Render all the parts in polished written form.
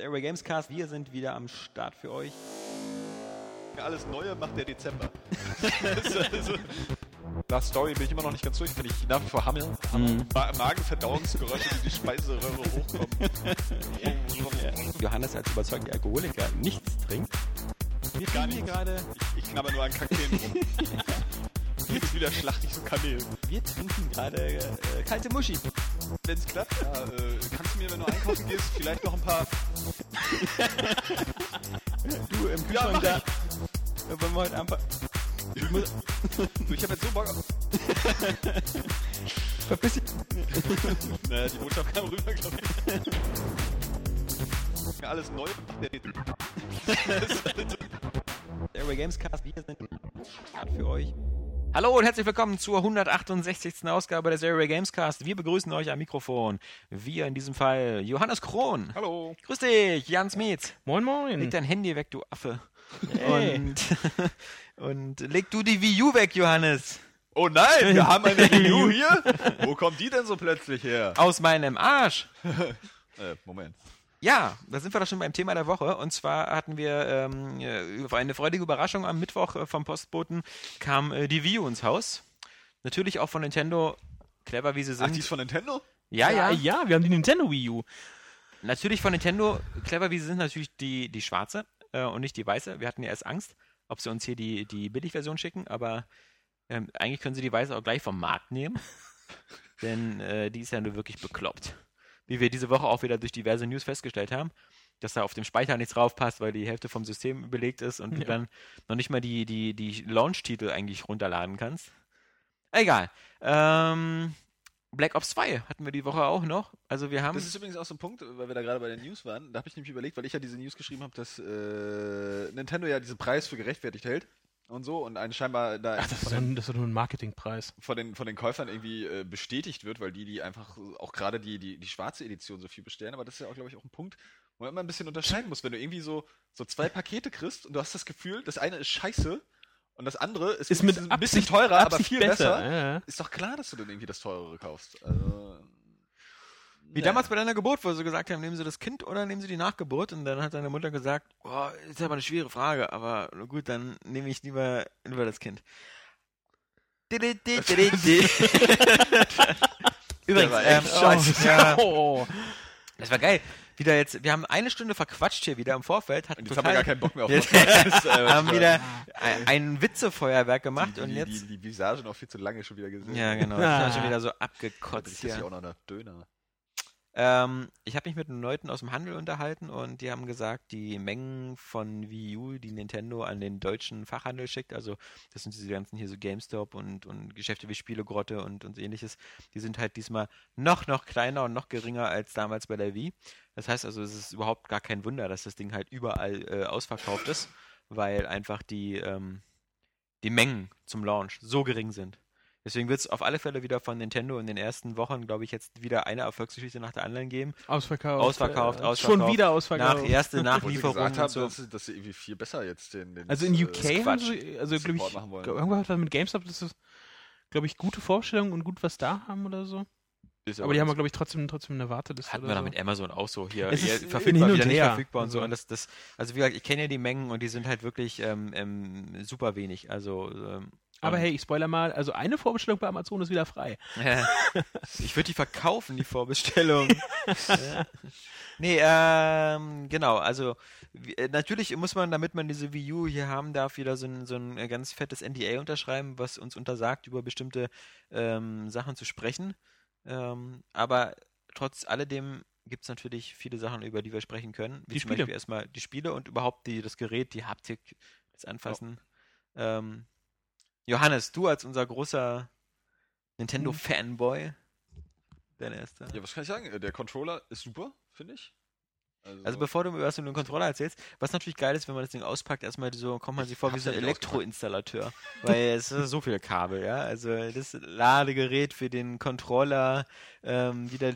Airway Gamescast, wir sind wieder am Start für euch. Alles Neue macht der Dezember. Nach Story bin ich immer noch nicht ganz durch, wenn ich nach wie vor Hammel. Magenverdauungsgeräusche, die Speiseröhre hochkommen. Johannes als überzeugter Alkoholiker nichts trinkt. Wir trinken hier gerade. Ich knabber nur an Kakteen rum. Jetzt wieder schlachte ich so Kamel. Wir trinken gerade kalte Muschi. Wenn es klappt, ja, kannst du mir, wenn du einkaufen gehst, vielleicht noch ein paar... Du im Kühlschrank da. Wollen wir heute einfach... Ich hab jetzt so Bock auf... Verpiss dich. Naja, die Botschaft kam rüber, glaube ich. Alles neu. Airway Gamescast, wir sind am Start für euch. Hallo und herzlich willkommen zur 168. Ausgabe des Airway Gamescast. Wir begrüßen euch am Mikrofon. Wir in diesem Fall Johannes Krohn. Hallo. Grüß dich, Jans Metz. Moin, moin. Leg dein Handy weg, du Affe. Hey. Und leg du die Wii U weg, Johannes. Oh nein, wir haben eine Wii U hier? Wo kommt die denn so plötzlich her? Aus meinem Arsch. Moment. Ja, da sind wir doch schon beim Thema der Woche. Und zwar hatten wir eine freudige Überraschung am Mittwoch vom Postboten, kam die Wii U ins Haus. Natürlich auch von Nintendo, clever wie sie sind. Ach, die ist von Nintendo? Ja, Ja, wir haben die Nintendo Wii U. Natürlich von Nintendo, clever wie sie sind, natürlich die schwarze und nicht die weiße. Wir hatten ja erst Angst, ob sie uns hier die Billigversion schicken, aber eigentlich können sie die weiße auch gleich vom Markt nehmen. Denn die ist ja nur wirklich bekloppt. Wie wir diese Woche auch wieder durch diverse News festgestellt haben, dass da auf dem Speicher nichts draufpasst, weil die Hälfte vom System belegt ist und du dann noch nicht mal die Launch-Titel eigentlich runterladen kannst. Egal. Black Ops 2 hatten wir die Woche auch noch. Also wir haben... Das ist übrigens auch so ein Punkt, weil wir da gerade bei den News waren. Da habe ich nämlich überlegt, weil ich ja diese News geschrieben habe, dass Nintendo ja diesen Preis für gerechtfertigt hält. Und so, und einen scheinbar da Ach, das ist nur ein Marketingpreis. von den Käufern irgendwie bestätigt wird, weil die einfach auch gerade die schwarze Edition so viel bestellen. Aber das ist ja auch, glaube ich, auch ein Punkt, wo man immer ein bisschen unterscheiden muss. Wenn du irgendwie so zwei Pakete kriegst und du hast das Gefühl, das eine ist scheiße und das andere ist mit ein bisschen teurer, aber viel besser. Ja. Ist doch klar, dass du dann irgendwie das teurere kaufst. Also, Wie damals bei deiner Geburt, wo sie gesagt haben, nehmen Sie das Kind oder nehmen Sie die Nachgeburt? Und dann hat deine Mutter gesagt, oh, ist aber eine schwere Frage, aber gut, dann nehme ich lieber das Kind. Übrigens, das war geil. Wieder jetzt, wir haben eine Stunde verquatscht hier wieder im Vorfeld. und jetzt haben wir gar keinen Bock mehr auf Jetzt haben wieder ein Witzefeuerwerk gemacht und jetzt... Die Visage noch viel zu lange schon wieder gesehen. Ja, genau. Ich bin schon wieder so abgekotzt Das ist ja hier. auch noch nach Döner. Ich habe mich mit den Leuten aus dem Handel unterhalten und die haben gesagt, die Mengen von Wii U, die Nintendo an den deutschen Fachhandel schickt, also das sind diese ganzen hier so GameStop und Geschäfte wie Spielegrotte und ähnliches, die sind halt diesmal noch kleiner und noch geringer als damals bei der Wii. Das heißt also, es ist überhaupt gar kein Wunder, dass das Ding halt überall ausverkauft ist, weil einfach die Mengen zum Launch so gering sind. Deswegen wird es auf alle Fälle wieder von Nintendo in den ersten Wochen, glaube ich, jetzt wieder eine Erfolgsgeschichte nach der anderen geben. Ausverkauft. Ausverkauft. Schon wieder ausverkauft. Erste Wo sie Nachlieferung. gesagt haben, und so. dass sie irgendwie viel besser jetzt den Also in UK haben sie, also glaube Support ich, machen wollen. irgendwann hat das mit GameStop, das ist, glaube ich, gute Vorstellungen und gut was da haben oder so. Aber die haben, glaube ich, trotzdem eine Warteliste. Hatten oder wir doch so. mit Amazon auch so hier. Es ist verfügbar, hin und wieder nicht her. verfügbar und so. Und also wie gesagt, ich kenne ja die Mengen und die sind halt wirklich super wenig. Also Aber hey, ich spoiler mal, also eine Vorbestellung bei Amazon ist wieder frei. ich würde die verkaufen, die Vorbestellung. Nee, genau, also natürlich muss man, damit man diese Wii U hier haben darf, wieder so ein ganz fettes NDA unterschreiben, was uns untersagt, über bestimmte Sachen zu sprechen. Aber trotz alledem gibt es natürlich viele Sachen, über die wir sprechen können. Wie Die zum Spiele. Beispiel erstmal die Spiele und überhaupt das Gerät, die Haptik, das Anfassen. Johannes, du als unser großer Nintendo-Fanboy, dein erster. Ja, was kann ich sagen? Der Controller ist super, finde ich. Also bevor du mir was über den Controller erzählst, was natürlich geil ist, wenn man das Ding auspackt, erstmal so kommt man sich vor wie so ein Elektroinstallateur, weil es ist so viele Kabel, ja, also das Ladegerät für den Controller, wieder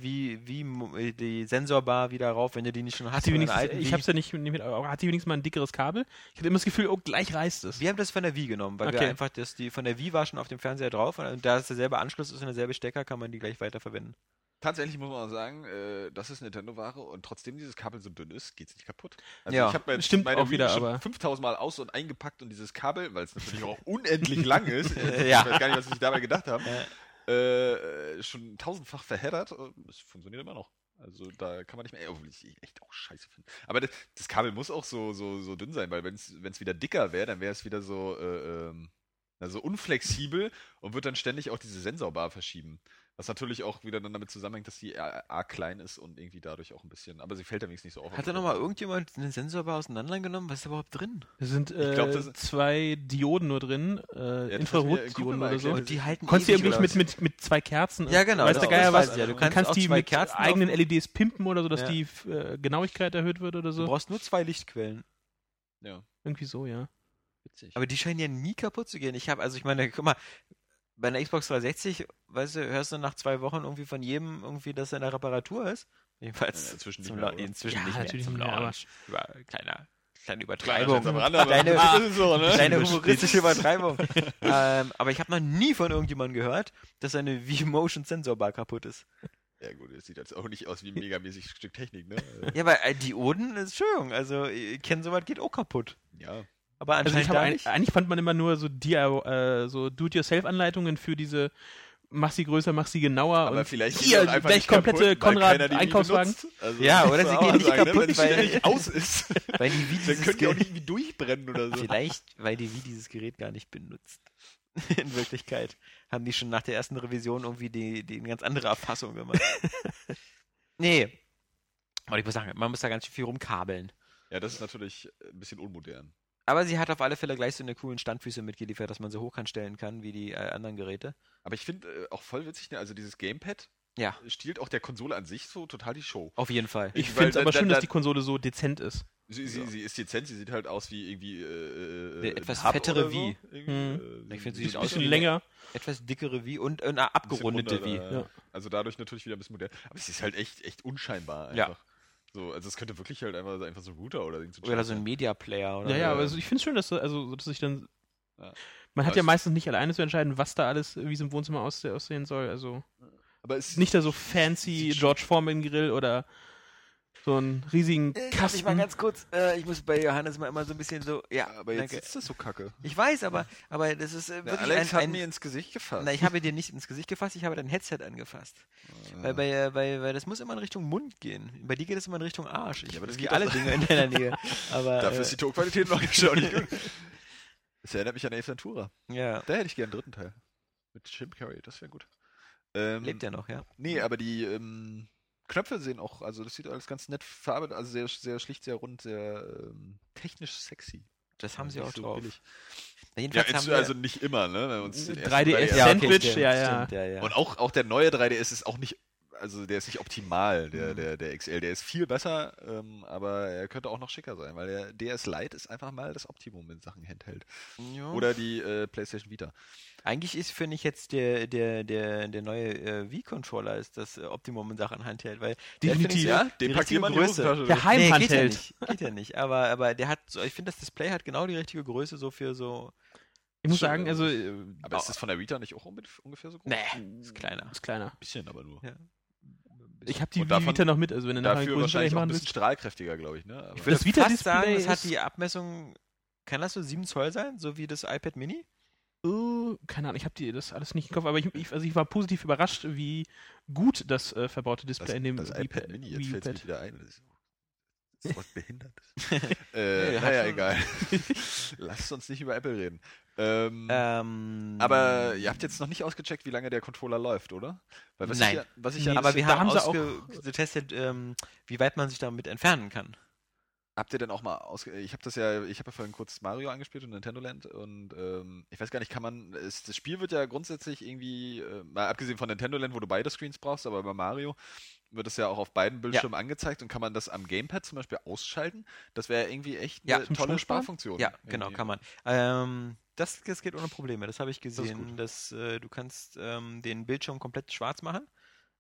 die Sensorbar wieder rauf, wenn du die nicht schon hast. Ich hab's ja nicht mit, aber hat die wenigstens mal ein dickeres Kabel? Ich hatte immer das Gefühl, oh, gleich reißt es. Wir haben das von der Wii genommen, weil wir Okay. einfach, von der Wii war schon auf dem Fernseher drauf und da es derselbe Anschluss ist und derselbe Stecker, kann man die gleich weiterverwenden. tatsächlich muss man auch sagen, das ist Nintendo-Ware und trotzdem dieses Kabel so dünn ist, geht's nicht kaputt. Also Ja, ich habe stimmt meine auch wieder, Wii schon aber 5000 Mal aus- und eingepackt und dieses Kabel, weil es natürlich auch unendlich lang ist, Ja. ich weiß gar nicht, was ich dabei gedacht habe, schon tausendfach verheddert, es funktioniert immer noch. Also da kann man nicht mehr, obwohl ich die echt auch scheiße finde. Aber das Kabel muss auch so dünn sein, weil wenn es wieder dicker wäre, dann wäre es wieder so unflexibel und wird dann ständig auch diese Sensorbar verschieben. Was natürlich auch wieder dann damit zusammenhängt, dass die arg klein ist und irgendwie dadurch auch ein bisschen, aber sie fällt dann wenigstens nicht so auf. Hat da nochmal irgendjemand eine Sensorbar auseinandergenommen? Was ist da überhaupt drin? Da sind glaub, das 2 Dioden nur drin, Infrarotdioden oder so. Und die halten Konntest du ewig irgendwie oder mit 2 Kerzen, Ja, genau. weiß der das Geier weiß was, ich ja. Du du kannst kannst auch die zwei mit Kerzen eigenen auf- LEDs pimpen oder so, dass Ja. die Genauigkeit erhöht wird oder Du so. brauchst nur 2 Lichtquellen. Ja. Irgendwie so, ja. Witzig. Aber die scheinen ja nie kaputt zu gehen. Ich meine, guck mal, bei einer Xbox 360, weißt du, hörst du nach 2 Wochen irgendwie von jedem irgendwie, dass er in der Reparatur ist. Jedenfalls inzwischen zum nicht mehr, La- oder? inzwischen Ja, nicht mehr. natürlich Zum nicht mehr, aber- Launch. Kleine Kleiner Übertreibung. Scherz am Rande, aber Kleine- das ist so, ne? Kleine überspitzt. humoristische Übertreibung. Aber ich habe noch nie von irgendjemandem gehört, dass seine V-Motion Sensorbar kaputt ist. Ja gut, das sieht jetzt auch nicht aus wie ein megamäßig Stück Technik, ne? Ja, aber Dioden, Entschuldigung, also kennen sowas geht auch kaputt. Ja. Aber Also anscheinend da nicht. eigentlich fand man immer nur so so Do-it-yourself-Anleitungen für diese mach sie größer, mach sie genauer Aber und vielleicht hier geht die auch einfach gleich nicht komplette kaputt, weil keiner die Konrad-Einkaufswagen. benutzt. Also, Ja, das oder muss sie man gehen auch nicht sagen, kaputt, wenn es weil- ständig aus ist. Weil die Wii Dann dieses können die auch Gerät, nicht irgendwie durchbrennen oder so. vielleicht, weil die Wii dieses Gerät gar nicht benutzt. In Wirklichkeit haben die schon nach der ersten Revision irgendwie die eine ganz andere Erfassung gemacht. Nee. Aber ich muss sagen, man muss da ganz schön viel rumkabeln. Ja, das ist natürlich ein bisschen unmodern. Aber sie hat auf alle Fälle gleich so eine coolen Standfüße mitgeliefert, dass man so hoch stellen kann wie die anderen Geräte. Aber ich finde auch voll witzig, ne? Also dieses Gamepad Ja, stiehlt auch der Konsole an sich so total die Show. auf jeden Fall. Ich Weil finde es aber da- schön, da- dass die Konsole so dezent ist. Sie ist dezent, sie sieht halt aus wie irgendwie Eine etwas ein Hub fettere oder so. Wii. Irgendwie, Ich finde, sie sieht sieht Ein aus bisschen wie länger. etwas dickere Wii und eine abgerundete Wii. Wii. Ja. Also dadurch natürlich wieder ein bisschen modern. Aber sie ist halt echt unscheinbar Ja. einfach. So, also es könnte wirklich halt einfach so ein Router oder irgend Oder so ein Media Player. Oder Ja, aber also ich finde es schön, dass ich dann. Ja. Man hat Aber ja es- meistens nicht alleine zu entscheiden, was da alles, wie es im Wohnzimmer aussehen soll. Also Aber es nicht da so fancy sieht George Foreman Grill oder so einen riesigen Darf ich Kasten. mal ganz kurz, ich muss bei Johannes mal immer so ein bisschen so, ja, aber jetzt danke. ist das so kacke. Ich weiß, aber das ist Der wirklich Alex hat ein mir ins Gesicht gefasst. Na, ich habe dir nicht ins Gesicht gefasst, ich habe dein Headset angefasst. Weil das muss immer in Richtung Mund gehen. Bei dir geht es immer in Richtung Arsch. Ja, aber das wie geht alle doch- Dinge in deiner Nähe. Aber, Dafür ist die Tonqualität noch erstaunlich gut. Das erinnert mich an Ace Ventura. ja, Da hätte ich gerne einen dritten Teil. Mit Jim Carrey, das wäre gut. lebt er noch, ja? Nee, aber die Knöpfe sehen auch, also das sieht alles ganz nett verarbeitet, also sehr, sehr schlicht, sehr rund, sehr technisch sexy. Das haben sie Nicht auch so drauf. billig. Na, Ja, jedenfalls haben wir, also nicht immer, ne? Wenn wir uns den ersten 3DS ja, Sandwich, stimmt, ja. stimmt, ja. Und auch der neue 3DS ist auch nicht, also der ist nicht optimal, der XL. Der ist viel besser, aber er könnte auch noch schicker sein, weil der DS Lite ist einfach mal das Optimum in Sachen Handheld. Ja. Oder die PlayStation Vita. Eigentlich ist, finde ich, jetzt der neue Wii-Controller ist das Optimum in Sachen Handheld, weil der, Definitiv, finde ich, ja. die Den packt richtige jemand in die Größe. Hosentasche. Der Nee, Heimhandheld. geht ja nicht. Geht ja nicht. Aber der hat so, ich finde, das Display hat genau die richtige Größe so für so. Ich muss Schon, sagen, also Aber ist das von der Vita nicht auch ungefähr so groß? Nee, ist kleiner. ist kleiner. Ein bisschen, aber nur. Ja. Ich habe die Und davon- Vita noch mit, also wenn du nachher einen Dafür Größenvergleich wahrscheinlich auch ein machen bisschen willst. strahlkräftiger, glaube ich. Ne? Aber Ich würde Das Vita-Display fast sagen, das hat ist- die Abmessung, kann das so 7 Zoll sein, so wie das iPad Mini? Keine Ahnung, ich habe das alles nicht im Kopf, aber ich war positiv überrascht, wie gut das verbaute Display in dem das iPad Mini, jetzt fällt es mir wieder ein. Das ist was Behindertes. Naja, egal. Lasst uns nicht über Apple reden. Aber ihr habt jetzt noch nicht ausgecheckt, wie lange der Controller läuft, oder? Weil Nein. was ich Nee, ja aber wir da haben haben sie auch- getestet, wie weit man sich damit entfernen kann. habt ihr denn auch mal ich habe ja vorhin kurz Mario angespielt und Nintendo Land und ich weiß gar nicht, das Spiel wird ja grundsätzlich irgendwie, mal abgesehen von Nintendo Land, wo du beide Screens brauchst, aber bei Mario wird es ja auch auf beiden Bildschirmen angezeigt und kann man das am Gamepad zum Beispiel ausschalten? Das wäre irgendwie echt Ja, eine zum tolle Sprungsparen? Sparfunktion. Ja, genau, irgendwie. kann man. Das geht ohne Probleme, das habe ich ist gesehen, gut. dass du kannst den Bildschirm komplett schwarz machen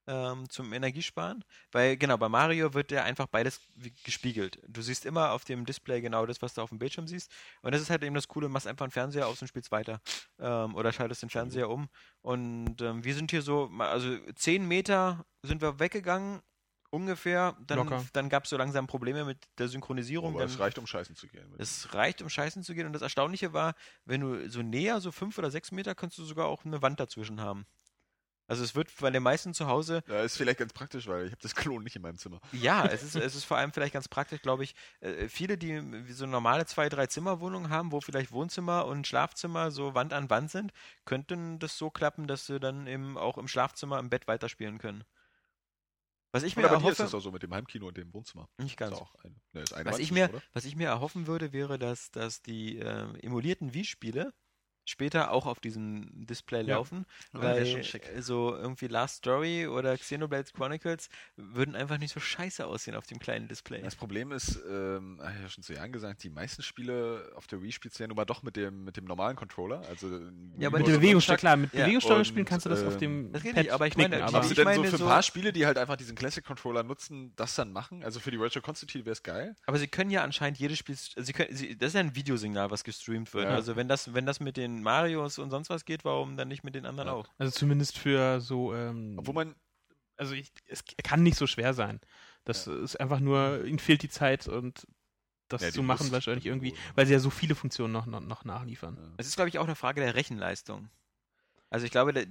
zum Energiesparen, weil genau, bei Mario wird ja einfach beides gespiegelt. Du siehst immer auf dem Display genau das, was du auf dem Bildschirm siehst und das ist halt eben das Coole, du machst einfach einen Fernseher aus und spielst weiter oder schaltest den Fernseher um und wir sind hier so, also 10 Meter sind wir weggegangen, ungefähr, dann gab es so langsam Probleme mit der Synchronisierung. Aber es reicht, um scheißen zu gehen. Es reicht, um scheißen zu gehen und das Erstaunliche war, wenn du so näher, so 5 oder 6 Meter, kannst du sogar auch eine Wand dazwischen haben. Also es wird bei den meisten zu Hause... Ja, ist vielleicht ganz praktisch, weil ich habe das Klon nicht in meinem Zimmer. Ja, es ist vor allem vielleicht ganz praktisch, glaube ich. Viele, die so normale 2-3 Zimmerwohnungen haben, wo vielleicht Wohnzimmer und Schlafzimmer so Wand an Wand sind, könnten das so klappen, dass sie dann eben auch im Schlafzimmer im Bett weiterspielen können. Was ich mir aber erhoffe, ist das auch so mit dem Heimkino und dem Wohnzimmer. Nicht ganz. Ist auch eine was ich mir erhoffen würde, wäre, dass die emulierten Wii-Spiele später auch auf diesem Display laufen, weil so irgendwie Last Story oder Xenoblade Chronicles würden einfach nicht so scheiße aussehen auf dem kleinen Display. Das Problem ist, habe ich ja schon zu Jahren gesagt, die meisten Spiele auf der Wii spielst du ja nun mal doch mit dem normalen Controller. Also ja, aber mit der Bewegungssteuer, klar, mit Bewegungssteuer spielen kannst du das auf dem das geht nicht, aber ich meine, aber ich meine so für ein paar Spiele, die halt einfach diesen Classic Controller nutzen, das dann machen. Also für die Virtual Console Titel wäre es geil. Aber sie können ja anscheinend jedes Spiel, das ist ja ein Videosignal, was gestreamt wird. Ja. Also wenn das mit den Marios und sonst was geht, warum dann nicht mit den anderen auch? Also zumindest für so, obwohl man, also es kann nicht so schwer sein. Das ist einfach nur, ihnen fehlt die Zeit und das zu machen wahrscheinlich irgendwie, weil sie ja so viele Funktionen noch nachliefern. Ja. Es ist, glaube ich, auch eine Frage der Rechenleistung. Also ich glaube,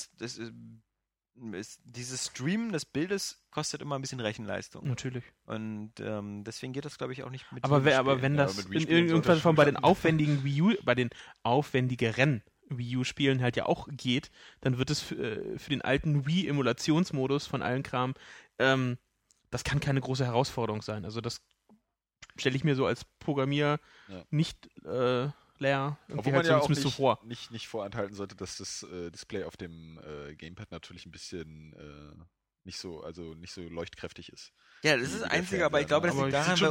dieses Streamen des Bildes kostet immer ein bisschen Rechenleistung. Natürlich. Und deswegen geht das, glaube ich, auch nicht mit aber wenn das in irgendeiner Form bei den aufwendigen Wii U, bei den aufwendigeren Wii U-Spielen halt ja auch geht, dann wird es für den alten Wii-Emulationsmodus von allen Kram, das kann keine große Herausforderung sein. Also das stelle ich mir so als Programmierer nicht leer irgendwie halt ja zumindest so vor. Nicht vorenthalten sollte, dass das Display auf dem Gamepad natürlich ein bisschen nicht so leuchtkräftig ist. Ja, das ist das Einzige, aber ich glaube, das liegt daran,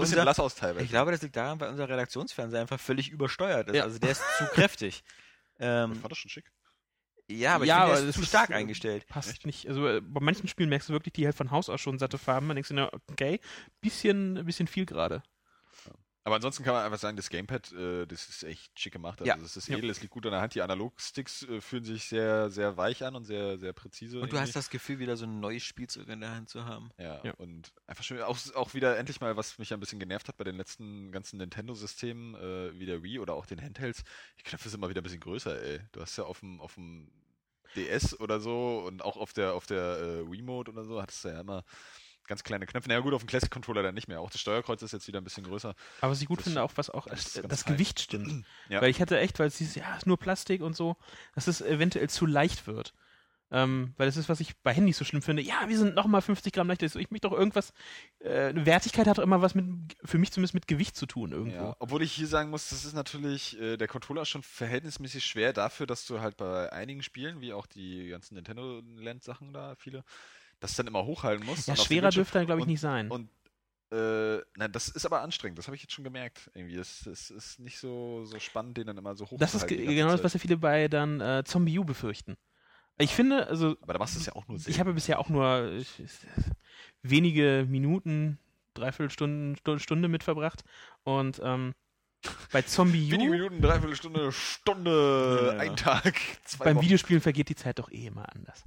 weil unser Redaktionsfernseher einfach völlig übersteuert ist. Ja. Also der ist zu kräftig. Ich fand das schon schick. Ja, aber ich finde, der ist zu stark eingestellt. Passt echt nicht. Also bei manchen Spielen merkst du wirklich, die halt von Haus aus schon satte Farben. Man denkt sich, okay, bisschen viel gerade. Aber ansonsten kann man einfach sagen, das Gamepad, das ist echt schick gemacht. Also das ist edel, es liegt gut an der Hand. Die Analogsticks fühlen sich sehr, sehr weich an und sehr, sehr präzise. Und du hast das Gefühl, wieder so ein neues Spielzeug in der Hand zu haben. Ja. Und einfach schön, auch wieder endlich mal, was mich ein bisschen genervt hat bei den letzten ganzen Nintendo-Systemen, wie der Wii oder auch den Handhelds. Die Knöpfe sind mal wieder ein bisschen größer, ey. Du hast ja auf dem DS oder so und auch auf der Wiimote oder so, hattest du ja immer ganz kleine Knöpfe. Na ja, gut, auf dem Classic-Controller dann nicht mehr. Auch das Steuerkreuz ist jetzt wieder ein bisschen größer. Aber was ich gut finde, auch was auch das Gewicht stimmt. Ja. Weil ich hatte echt, weil es hieß, ist nur Plastik und so, dass es eventuell zu leicht wird. Weil das ist, was ich bei Handys so schlimm finde. Ja, wir sind nochmal 50 Gramm leichter. Ich möchte doch irgendwas, eine Wertigkeit hat doch immer was für mich zumindest mit Gewicht zu tun irgendwo. Ja, obwohl ich hier sagen muss, das ist natürlich, der Controller ist schon verhältnismäßig schwer dafür, dass du halt bei einigen Spielen, wie auch die ganzen Nintendo Land-Sachen da, viele, das dann immer hochhalten musst. Ja, schwerer dürfte er, glaube ich, nicht sein. Nein, das ist aber anstrengend. Das habe ich jetzt schon gemerkt. Irgendwie, das ist nicht so spannend, den dann immer so hochzuhalten. Das ist genau das, was ja viele bei dann Zombie U befürchten. Ich finde, also. Aber da machst du es ja auch nur Ich habe bisher auch nur wenige Minuten, Dreiviertelstunde mit verbracht. Und bei Zombie U. Wenige Minuten, Dreiviertelstunde, ein Tag, 2 Beim Wochen. Videospielen vergeht die Zeit doch immer anders.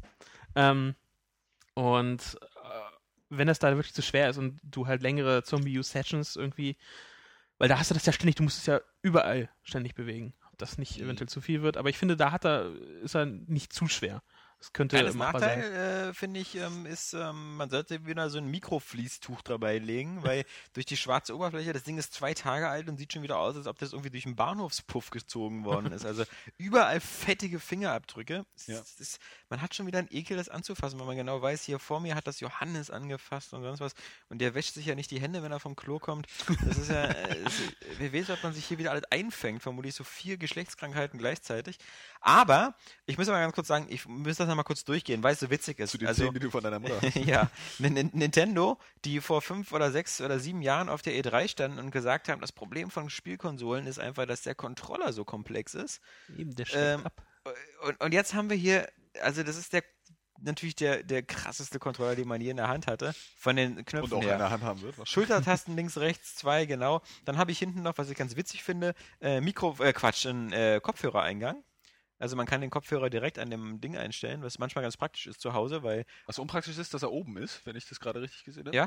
Und wenn das da wirklich zu schwer ist und du halt längere Zombie-U-Sessions irgendwie, weil da hast du das ja ständig, du musst es ja überall ständig bewegen, ob das nicht eventuell zu viel wird, aber ich finde, ist er nicht zu schwer. Das könnte Kleines Nachteil, finde ich, ist, man sollte wieder so ein Mikrofließtuch dabei legen, weil durch die schwarze Oberfläche, das Ding ist 2 Tage alt und sieht schon wieder aus, als ob das irgendwie durch einen Bahnhofspuff gezogen worden ist. Also überall fettige Fingerabdrücke. Man hat schon wieder einen Ekel, das anzufassen, weil man genau weiß, hier vor mir hat das Johannes angefasst und sonst was. Und der wäscht sich ja nicht die Hände, wenn er vom Klo kommt. Das ist ja, wer weiß, ob man sich hier wieder alles einfängt, vermutlich so 4 Geschlechtskrankheiten gleichzeitig. Aber, ich muss aber ganz kurz sagen, ich muss das mal kurz durchgehen, weil es so witzig ist. Zu den 10, die du von deiner Mutter hast. Ja, Nintendo, die vor 5 oder 6 oder 7 Jahren auf der E3 standen und gesagt haben, das Problem von Spielkonsolen ist einfach, dass der Controller so komplex ist. Eben, der steckt ab. Und jetzt haben wir hier, also das ist natürlich der krasseste Controller, den man je in der Hand hatte. Von den Knöpfen Und auch her. in der Hand haben wird. Schultertasten links, rechts, 2, genau. Dann habe ich hinten noch, was ich ganz witzig finde, einen Kopfhörereingang. Also man kann den Kopfhörer direkt an dem Ding einstellen, was manchmal ganz praktisch ist zu Hause, weil... Was unpraktisch ist, dass er oben ist, wenn ich das gerade richtig gesehen habe. Ja?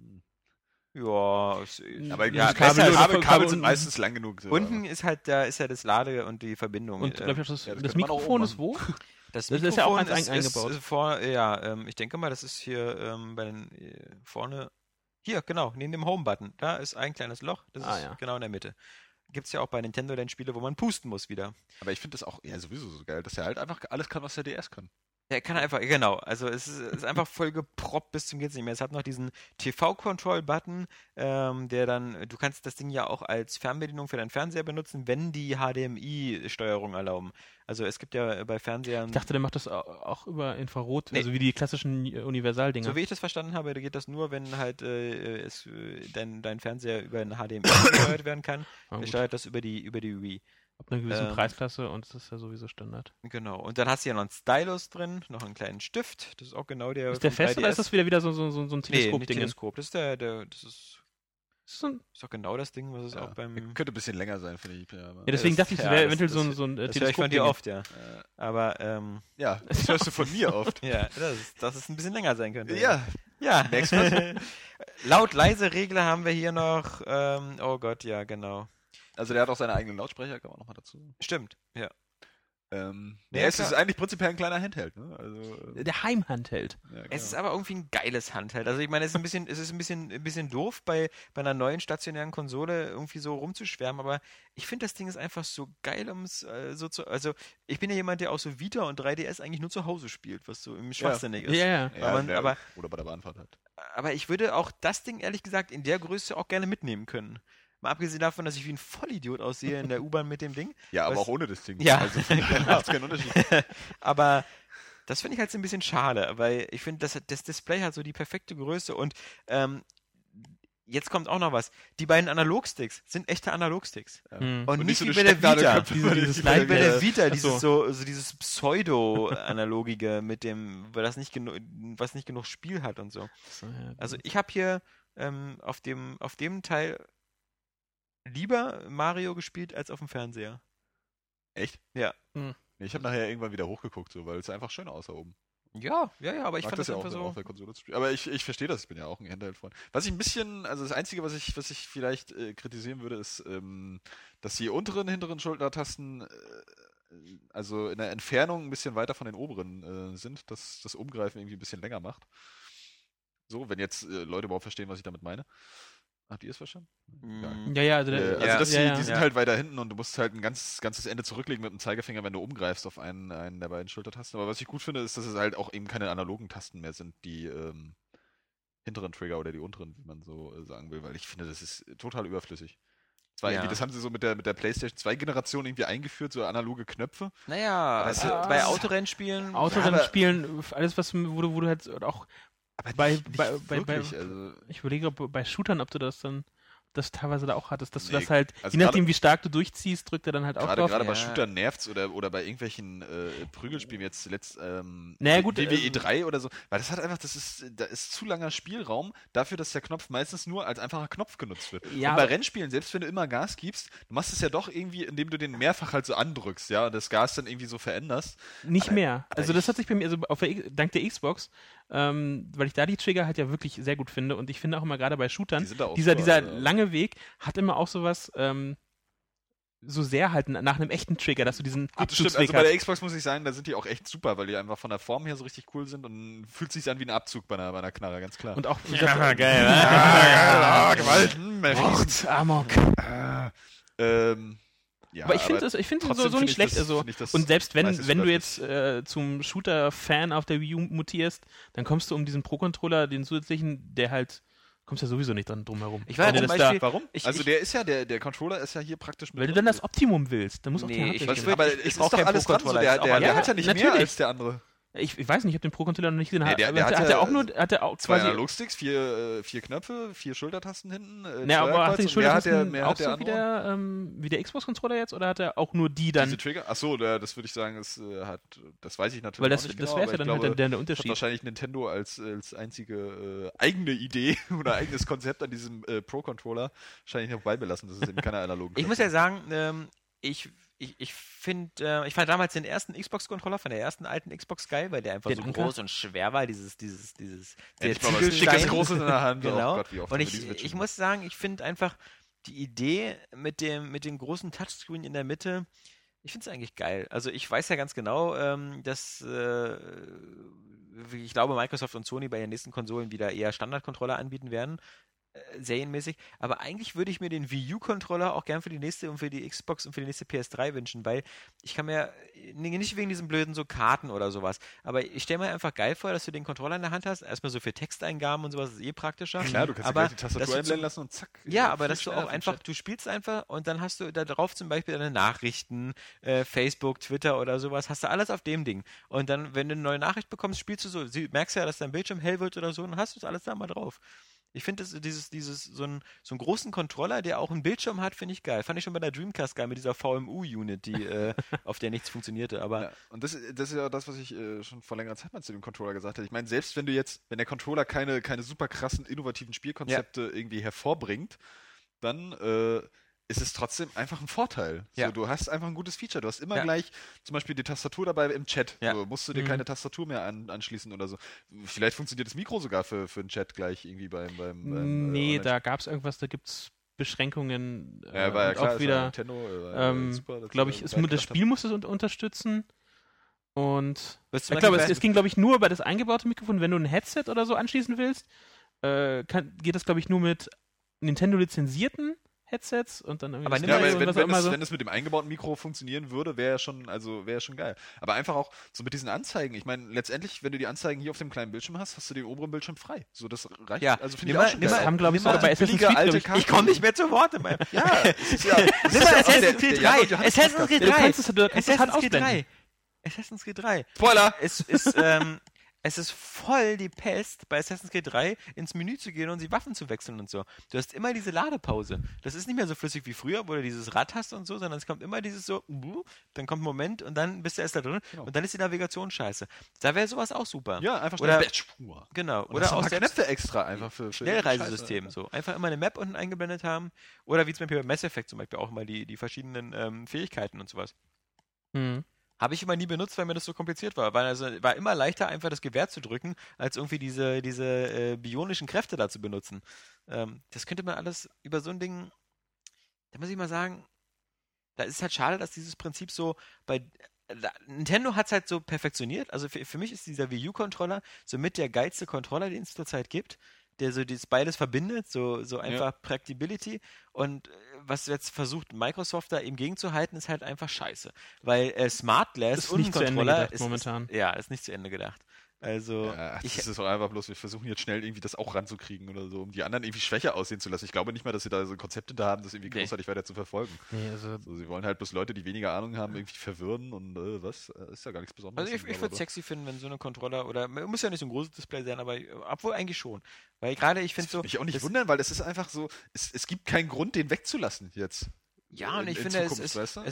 Ja, Aber ja, Kabel sind meistens lang genug. So, unten ist halt das Lade und die Verbindung. Und glaube ich, das könnte man Mikrofon auch ist wo? Das ist ja auch Mikrofon eins eingebaut. Ich denke mal, das ist hier bei den vorne. Hier, genau, neben dem Home-Button. Da ist ein kleines Loch, das ist genau in der Mitte. Gibt es ja auch bei Nintendo dann Spiele, wo man pusten muss wieder. Aber ich finde das auch sowieso so geil, dass er halt einfach alles kann, was der DS kann. Er kann einfach, genau, also es ist einfach voll geproppt bis zum geht's nicht mehr. Es hat noch diesen TV-Control-Button, der dann, du kannst das Ding ja auch als Fernbedienung für deinen Fernseher benutzen, wenn die HDMI-Steuerung erlauben. Also es gibt ja bei Fernsehern... Ich dachte, der macht das auch über Infrarot, also wie die klassischen Universaldinger. So wie ich das verstanden habe, geht das nur, wenn halt dein Fernseher über ein HDMI gesteuert werden kann. Der steuert das über die Wii. Ab einer gewissen Preisklasse und das ist ja sowieso Standard. Genau. Und dann hast du ja noch einen Stylus drin, noch einen kleinen Stift. Das ist auch genau der. Ist der fest oder ist das wieder so ein Teleskop-Ding? Nee, nicht Teleskop. Das ist das ist doch genau das Ding, was es auch beim... Könnte ein bisschen länger sein, finde ich. Ja, deswegen dachte ich, es wäre eventuell so ein Teleskop. Das höre ich von dir oft, ja. Aber, ja, das hörst du von mir oft. Ja, dass es ein bisschen länger sein könnte. Ja. Ja. Laut-Leise-Regler haben wir hier noch, oh Gott, ja, genau. Also der hat auch seine eigenen Lautsprecher, kann man nochmal dazu. Stimmt, ja. Es ist eigentlich prinzipiell ein kleiner Handheld, ne? Also, der Heimhandheld. Ja, genau. Es ist aber irgendwie ein geiles Handheld. Also ich meine, es ist ein bisschen doof, bei einer neuen stationären Konsole irgendwie so rumzuschwärmen, aber ich finde, das Ding ist einfach so geil, um es also ich bin ja jemand, der auch so Vita und 3DS eigentlich nur zu Hause spielt, was so im schwachsinnig ist. Ja. Oder bei der Bahnfahrt halt. Aber ich würde auch das Ding, ehrlich gesagt, in der Größe auch gerne mitnehmen können. Mal abgesehen davon, dass ich wie ein Vollidiot aussehe in der U-Bahn mit dem Ding. Ja, aber auch ohne das Ding. Ja, also macht's keinen Unterschied. Aber das finde ich halt so ein bisschen schade, weil ich finde, das Display hat so die perfekte Größe und jetzt kommt auch noch was. Die beiden Analogsticks sind echte Analogsticks. Ja. Und nicht so wie bei der Vita. Dieses Wie bei der Vita, dieses Pseudo-Analogige mit dem, was nicht genug Spiel hat und so. Also ich habe hier auf dem Teil lieber Mario gespielt als auf dem Fernseher. Echt? Ja. Ich habe nachher irgendwann wieder hochgeguckt, so, weil es einfach schön aussah oben. Ja, aber ich fand das das ja einfach auch, so. auf der Konsole zu spielen. Aber ich verstehe das, ich bin ja auch ein Handheld-Freund. Was ich ein bisschen, also das Einzige, was ich vielleicht kritisieren würde, ist, dass die hinteren Schultertasten also in der Entfernung ein bisschen weiter von den oberen sind, dass das Umgreifen irgendwie ein bisschen länger macht. So, wenn jetzt Leute überhaupt verstehen, was ich damit meine. Habt ihr es verstanden? Ja. Also die sind halt weiter hinten und du musst halt ein ganzes Ende zurücklegen mit dem Zeigefinger, wenn du umgreifst auf einen der beiden Schultertasten. Aber was ich gut finde, ist, dass es halt auch eben keine analogen Tasten mehr sind, die hinteren Trigger oder die unteren, wie man so sagen will, weil ich finde, das ist total überflüssig. Das haben sie so mit der PlayStation 2 Generation irgendwie eingeführt, so analoge Knöpfe. Naja, bei Autorennspielen... alles was, wo du halt auch... Aber ich überlege, bei Shootern, ob du das teilweise da auch hattest, dass du das halt, je nachdem wie stark du durchziehst, drückt er dann halt auch drauf. Gerade bei Shootern nervt's oder bei irgendwelchen Prügelspielen, jetzt zuletzt WWE 3 oder so, weil da ist zu langer Spielraum dafür, dass der Knopf meistens nur als einfacher Knopf genutzt wird. Ja, und bei Rennspielen, selbst wenn du immer Gas gibst, du machst es ja doch irgendwie, indem du den mehrfach halt so andrückst, ja, und das Gas dann irgendwie so veränderst. Nicht mehr. Also das hat sich bei mir, also dank der Xbox, weil ich da die Trigger halt ja wirklich sehr gut finde und ich finde auch immer gerade bei Shootern, dieser lange Weg hat immer auch sowas, so sehr halt nach einem echten Trigger, dass du diesen Abzugsweg hast. Also bei der Xbox muss ich sagen, da sind die auch echt super, weil die einfach von der Form her so richtig cool sind und fühlt sich an wie ein Abzug bei einer Knarre, ganz klar. Und auch geil. Gewalt, Mord, Amok. Ja, aber ich finde so nicht schlecht. Und selbst wenn du jetzt zum Shooter-Fan auf der Wii U mutierst, dann kommst du um diesen Pro-Controller, den zusätzlichen, der halt, kommst ja sowieso nicht drum herum. Ich weiß zum Beispiel, warum? Der Controller ist ja hier praktisch mit. Weil du dann das Optimum willst, dann muss auch die Hand aber es ist doch alles dran, der hat ja nicht mehr als der andere. Ich weiß nicht, ich habe den Pro-Controller noch nicht gesehen. Nee, der hat er auch nur, hat er auch zwei quasi Analogsticks, 4 Knöpfe, 4 Schultertasten hinten. aber hat die Schultertasten auch so wie der Xbox-Controller jetzt, oder hat er auch nur die dann? Diese Trigger? Achso, das würde ich sagen, das weiß ich natürlich weil nicht genau. Das wäre ja dann halt der Unterschied. Hat wahrscheinlich Nintendo als einzige eigene Idee oder eigenes Konzept an diesem Pro-Controller wahrscheinlich noch beibelassen. Das ist eben keine analogen. Ich muss ja sagen, ich fand damals den ersten Xbox-Controller von der ersten alten Xbox geil, weil der einfach so groß und schwer war, dieses schickes Großes in der Hand. Genau. Oh Gott, wie oft und ich muss sagen, ich finde einfach die Idee mit dem großen Touchscreen in der Mitte, ich finde es eigentlich geil. Also ich weiß ja ganz genau, dass ich glaube, Microsoft und Sony bei ihren nächsten Konsolen wieder eher Standard-Controller anbieten werden. Serienmäßig, aber eigentlich würde ich mir den Wii U-Controller auch gern für die nächste und für die Xbox und für die nächste PS3 wünschen, weil ich kann mir, nicht wegen diesen blöden so Karten oder sowas, aber ich stelle mir einfach geil vor, dass du den Controller in der Hand hast, erstmal so für Texteingaben und sowas, ist praktischer. Klar, du kannst dir gleich die Tastatur einblenden lassen und zack. Ja, aber dass du auch einfach, du spielst einfach und dann hast du da drauf zum Beispiel deine Nachrichten, Facebook, Twitter oder sowas, hast du alles auf dem Ding. Und dann, wenn du eine neue Nachricht bekommst, spielst du so, merkst ja, dass dein Bildschirm hell wird oder so, dann hast du das alles da mal drauf. Ich finde so einen großen Controller, der auch einen Bildschirm hat, finde ich geil. Fand ich schon bei der Dreamcast geil mit dieser VMU-Unit, auf der nichts funktionierte. Aber und das ist ja das, was ich schon vor längerer Zeit mal zu dem Controller gesagt habe. Ich meine, selbst wenn der Controller keine super krassen, innovativen Spielkonzepte irgendwie hervorbringt, dann ist es trotzdem einfach ein Vorteil. Ja. So, du hast einfach ein gutes Feature. Du hast immer gleich zum Beispiel die Tastatur dabei im Chat. Ja. So, musst du dir keine Tastatur mehr anschließen oder so. Vielleicht funktioniert das Mikro sogar für den Chat gleich irgendwie beim nee, da gab es irgendwas, da gibt es Beschränkungen. Ja, war ja klar, auch wieder, Nintendo, glaube ich, das Spiel muss es unterstützen. Und ich glaube, es ging, glaube ich, nur bei das eingebaute Mikrofon. Wenn du ein Headset oder so anschließen willst, geht das, glaube ich, nur mit Nintendo-lizenzierten Headsets und dann aber wenn es mit dem eingebauten Mikro funktionieren würde, wäre ja schon geil. Aber einfach auch so mit diesen Anzeigen. Ich meine, letztendlich, wenn du die Anzeigen hier auf dem kleinen Bildschirm hast, hast du den oberen Bildschirm frei. So, das reicht. Ja, also finde ich auch schon geil. Haben, glaube ich, sogar bei Assassin's Creed, ich komme nicht mehr zu Wort. Nimm mal Assassin's Creed 3. Assassin's Creed 3. Assassin's Creed 3. Spoiler! Es ist voll die Pest, bei Assassin's Creed 3 ins Menü zu gehen und die Waffen zu wechseln und so. Du hast immer diese Ladepause. Das ist nicht mehr so flüssig wie früher, wo du dieses Rad hast und so, sondern es kommt immer dieses so, dann kommt ein Moment und dann bist du erst da drin und dann ist die Navigation scheiße. Da wäre sowas auch super. Ja, einfach oder Batch-Spur. Genau. Oder auch Knöpfe extra einfach für Schnellreisesystem. So. Einfach immer eine Map unten eingeblendet haben. Oder wie zum Beispiel bei Mass Effect zum Beispiel auch immer die verschiedenen Fähigkeiten und sowas. Habe ich immer nie benutzt, weil mir das so kompliziert war. War immer leichter, einfach das Gewehr zu drücken, als irgendwie diese bionischen Kräfte da zu benutzen. Das könnte man alles über so ein Ding, da muss ich mal sagen, da ist es halt schade, dass dieses Prinzip so Nintendo hat es halt so perfektioniert. Also für mich ist dieser Wii U-Controller somit der geilste Controller, den es zurzeit gibt, der so dieses beides verbindet, so einfach Practicability. Und was jetzt versucht Microsoft da eben gegenzuhalten, ist halt einfach scheiße. Weil Smart Glass ist nicht zu Ende gedacht momentan. Ist nicht zu Ende gedacht. Also, das ist doch einfach bloß, wir versuchen jetzt schnell irgendwie das auch ranzukriegen oder so, um die anderen irgendwie schwächer aussehen zu lassen. Ich glaube nicht mal, dass sie da so Konzepte da haben, das irgendwie großartig weiter zu verfolgen. Nee, also sie wollen halt bloß Leute, die weniger Ahnung haben, irgendwie verwirren und ist ja gar nichts Besonderes. Also ich würde es sexy finden, wenn so eine Controller oder muss ja nicht so ein großes Display sein, aber obwohl eigentlich schon. Weil gerade ich finde so. Mich auch nicht wundern, weil es ist einfach so, es gibt keinen Grund, den wegzulassen jetzt. Ja, und ich finde, das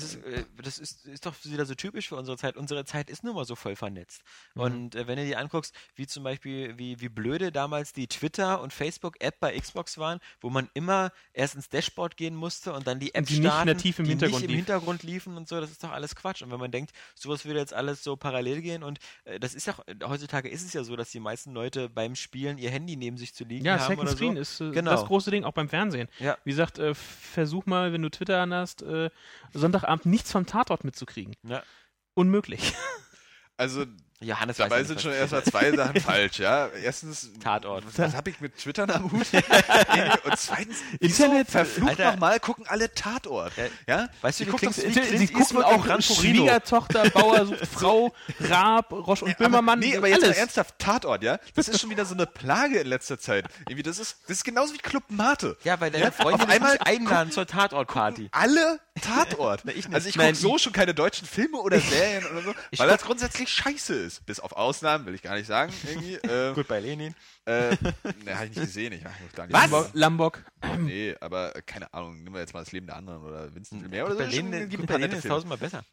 ist doch wieder so typisch für unsere Zeit. Unsere Zeit ist nun mal so voll vernetzt. Und wenn du dir anguckst, wie zum Beispiel, wie blöde damals die Twitter- und Facebook-App bei Xbox waren, wo man immer erst ins Dashboard gehen musste und dann die App starten, die nicht im Hintergrund liefen und so, das ist doch alles Quatsch. Und wenn man denkt, sowas würde jetzt alles so parallel gehen und das ist ja, heutzutage ist es ja so, dass die meisten Leute beim Spielen ihr Handy neben sich zu liegen haben Second oder Screen so. ist das große Ding, auch beim Fernsehen. Ja. Wie gesagt, versuch mal, wenn du Twitter hast, Sonntagabend nichts vom Tatort mitzukriegen. Ja. Unmöglich. Also, Johannes dabei sind schon erstmal 2 Sachen falsch, ja. Erstens, Tatort. Was habe ich mit Twitter am Hut? Und zweitens, Internet, verflucht nochmal, gucken alle Tatort. Ja? Weißt du, sie gucken auch Schwiegertochter, Bauer sucht Frau, Raab, Roche und Böhmermann. Nee, aber jetzt mal ernsthaft, Tatort, ja? Das ist schon wieder so eine Plage in letzter Zeit. Irgendwie, das ist genauso wie Club Mate. Ja, weil deine Freunde auf einmal einladen zur Tatortparty. Alle Tatort. Ich also ich gucke so schon keine deutschen Filme oder Serien oder so, weil das grundsätzlich scheiße ist. bis auf Ausnahmen, will ich gar nicht sagen, irgendwie. Gut, bei Lenin. Ne, habe ich nicht gesehen. Ich gar nicht Was? Lambok. Nee, aber keine Ahnung, nehmen wir jetzt mal das Leben der anderen oder Vincent mehr oder so. Bei Lenin ist tausendmal besser.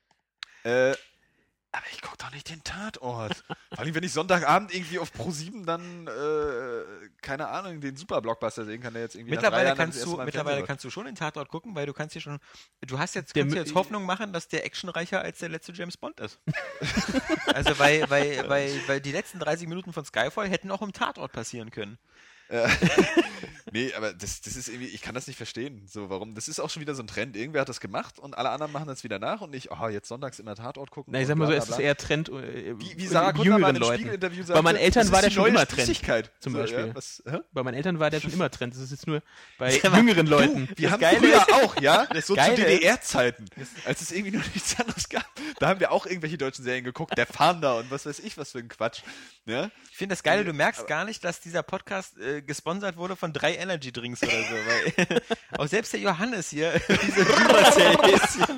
Aber ich gucke doch nicht den Tatort. Vor allem, wenn ich Sonntagabend irgendwie auf Pro7 dann, keine Ahnung, den Super-Blockbuster sehen kann, der jetzt irgendwie Mittlerweile kannst du schon den Tatort gucken, weil du kannst kannst jetzt Hoffnung machen, dass der actionreicher als der letzte James Bond ist. Also, weil die letzten 30 Minuten von Skyfall hätten auch im Tatort passieren können. Nee, aber das ist irgendwie, ich kann das nicht verstehen. So, warum? Das ist auch schon wieder so ein Trend. Irgendwer hat das gemacht und alle anderen machen das wieder nach und nicht, jetzt sonntags immer Tatort gucken. Na, ich sag mal so, es ist eher Trend wie Sarah Kuttner mal in einem Spiegel-Interview sagte, bei meinen Eltern war der schon immer Trend. Zum Beispiel. Ja, bei meinen Eltern war der schon immer Trend. Das ist jetzt nur bei jüngeren Leuten. Wir haben früher auch, ja? So zu DDR-Zeiten, als es irgendwie noch nichts anderes gab. Da haben wir auch irgendwelche deutschen Serien geguckt, der Fahnder und was weiß ich, was für ein Quatsch. Ja? Ich finde das Geile, du merkst gar nicht, dass dieser Podcast gesponsert wurde von 3 Energy Drinks oder so, weil auch selbst der Johannes hier diese Fieberzellen.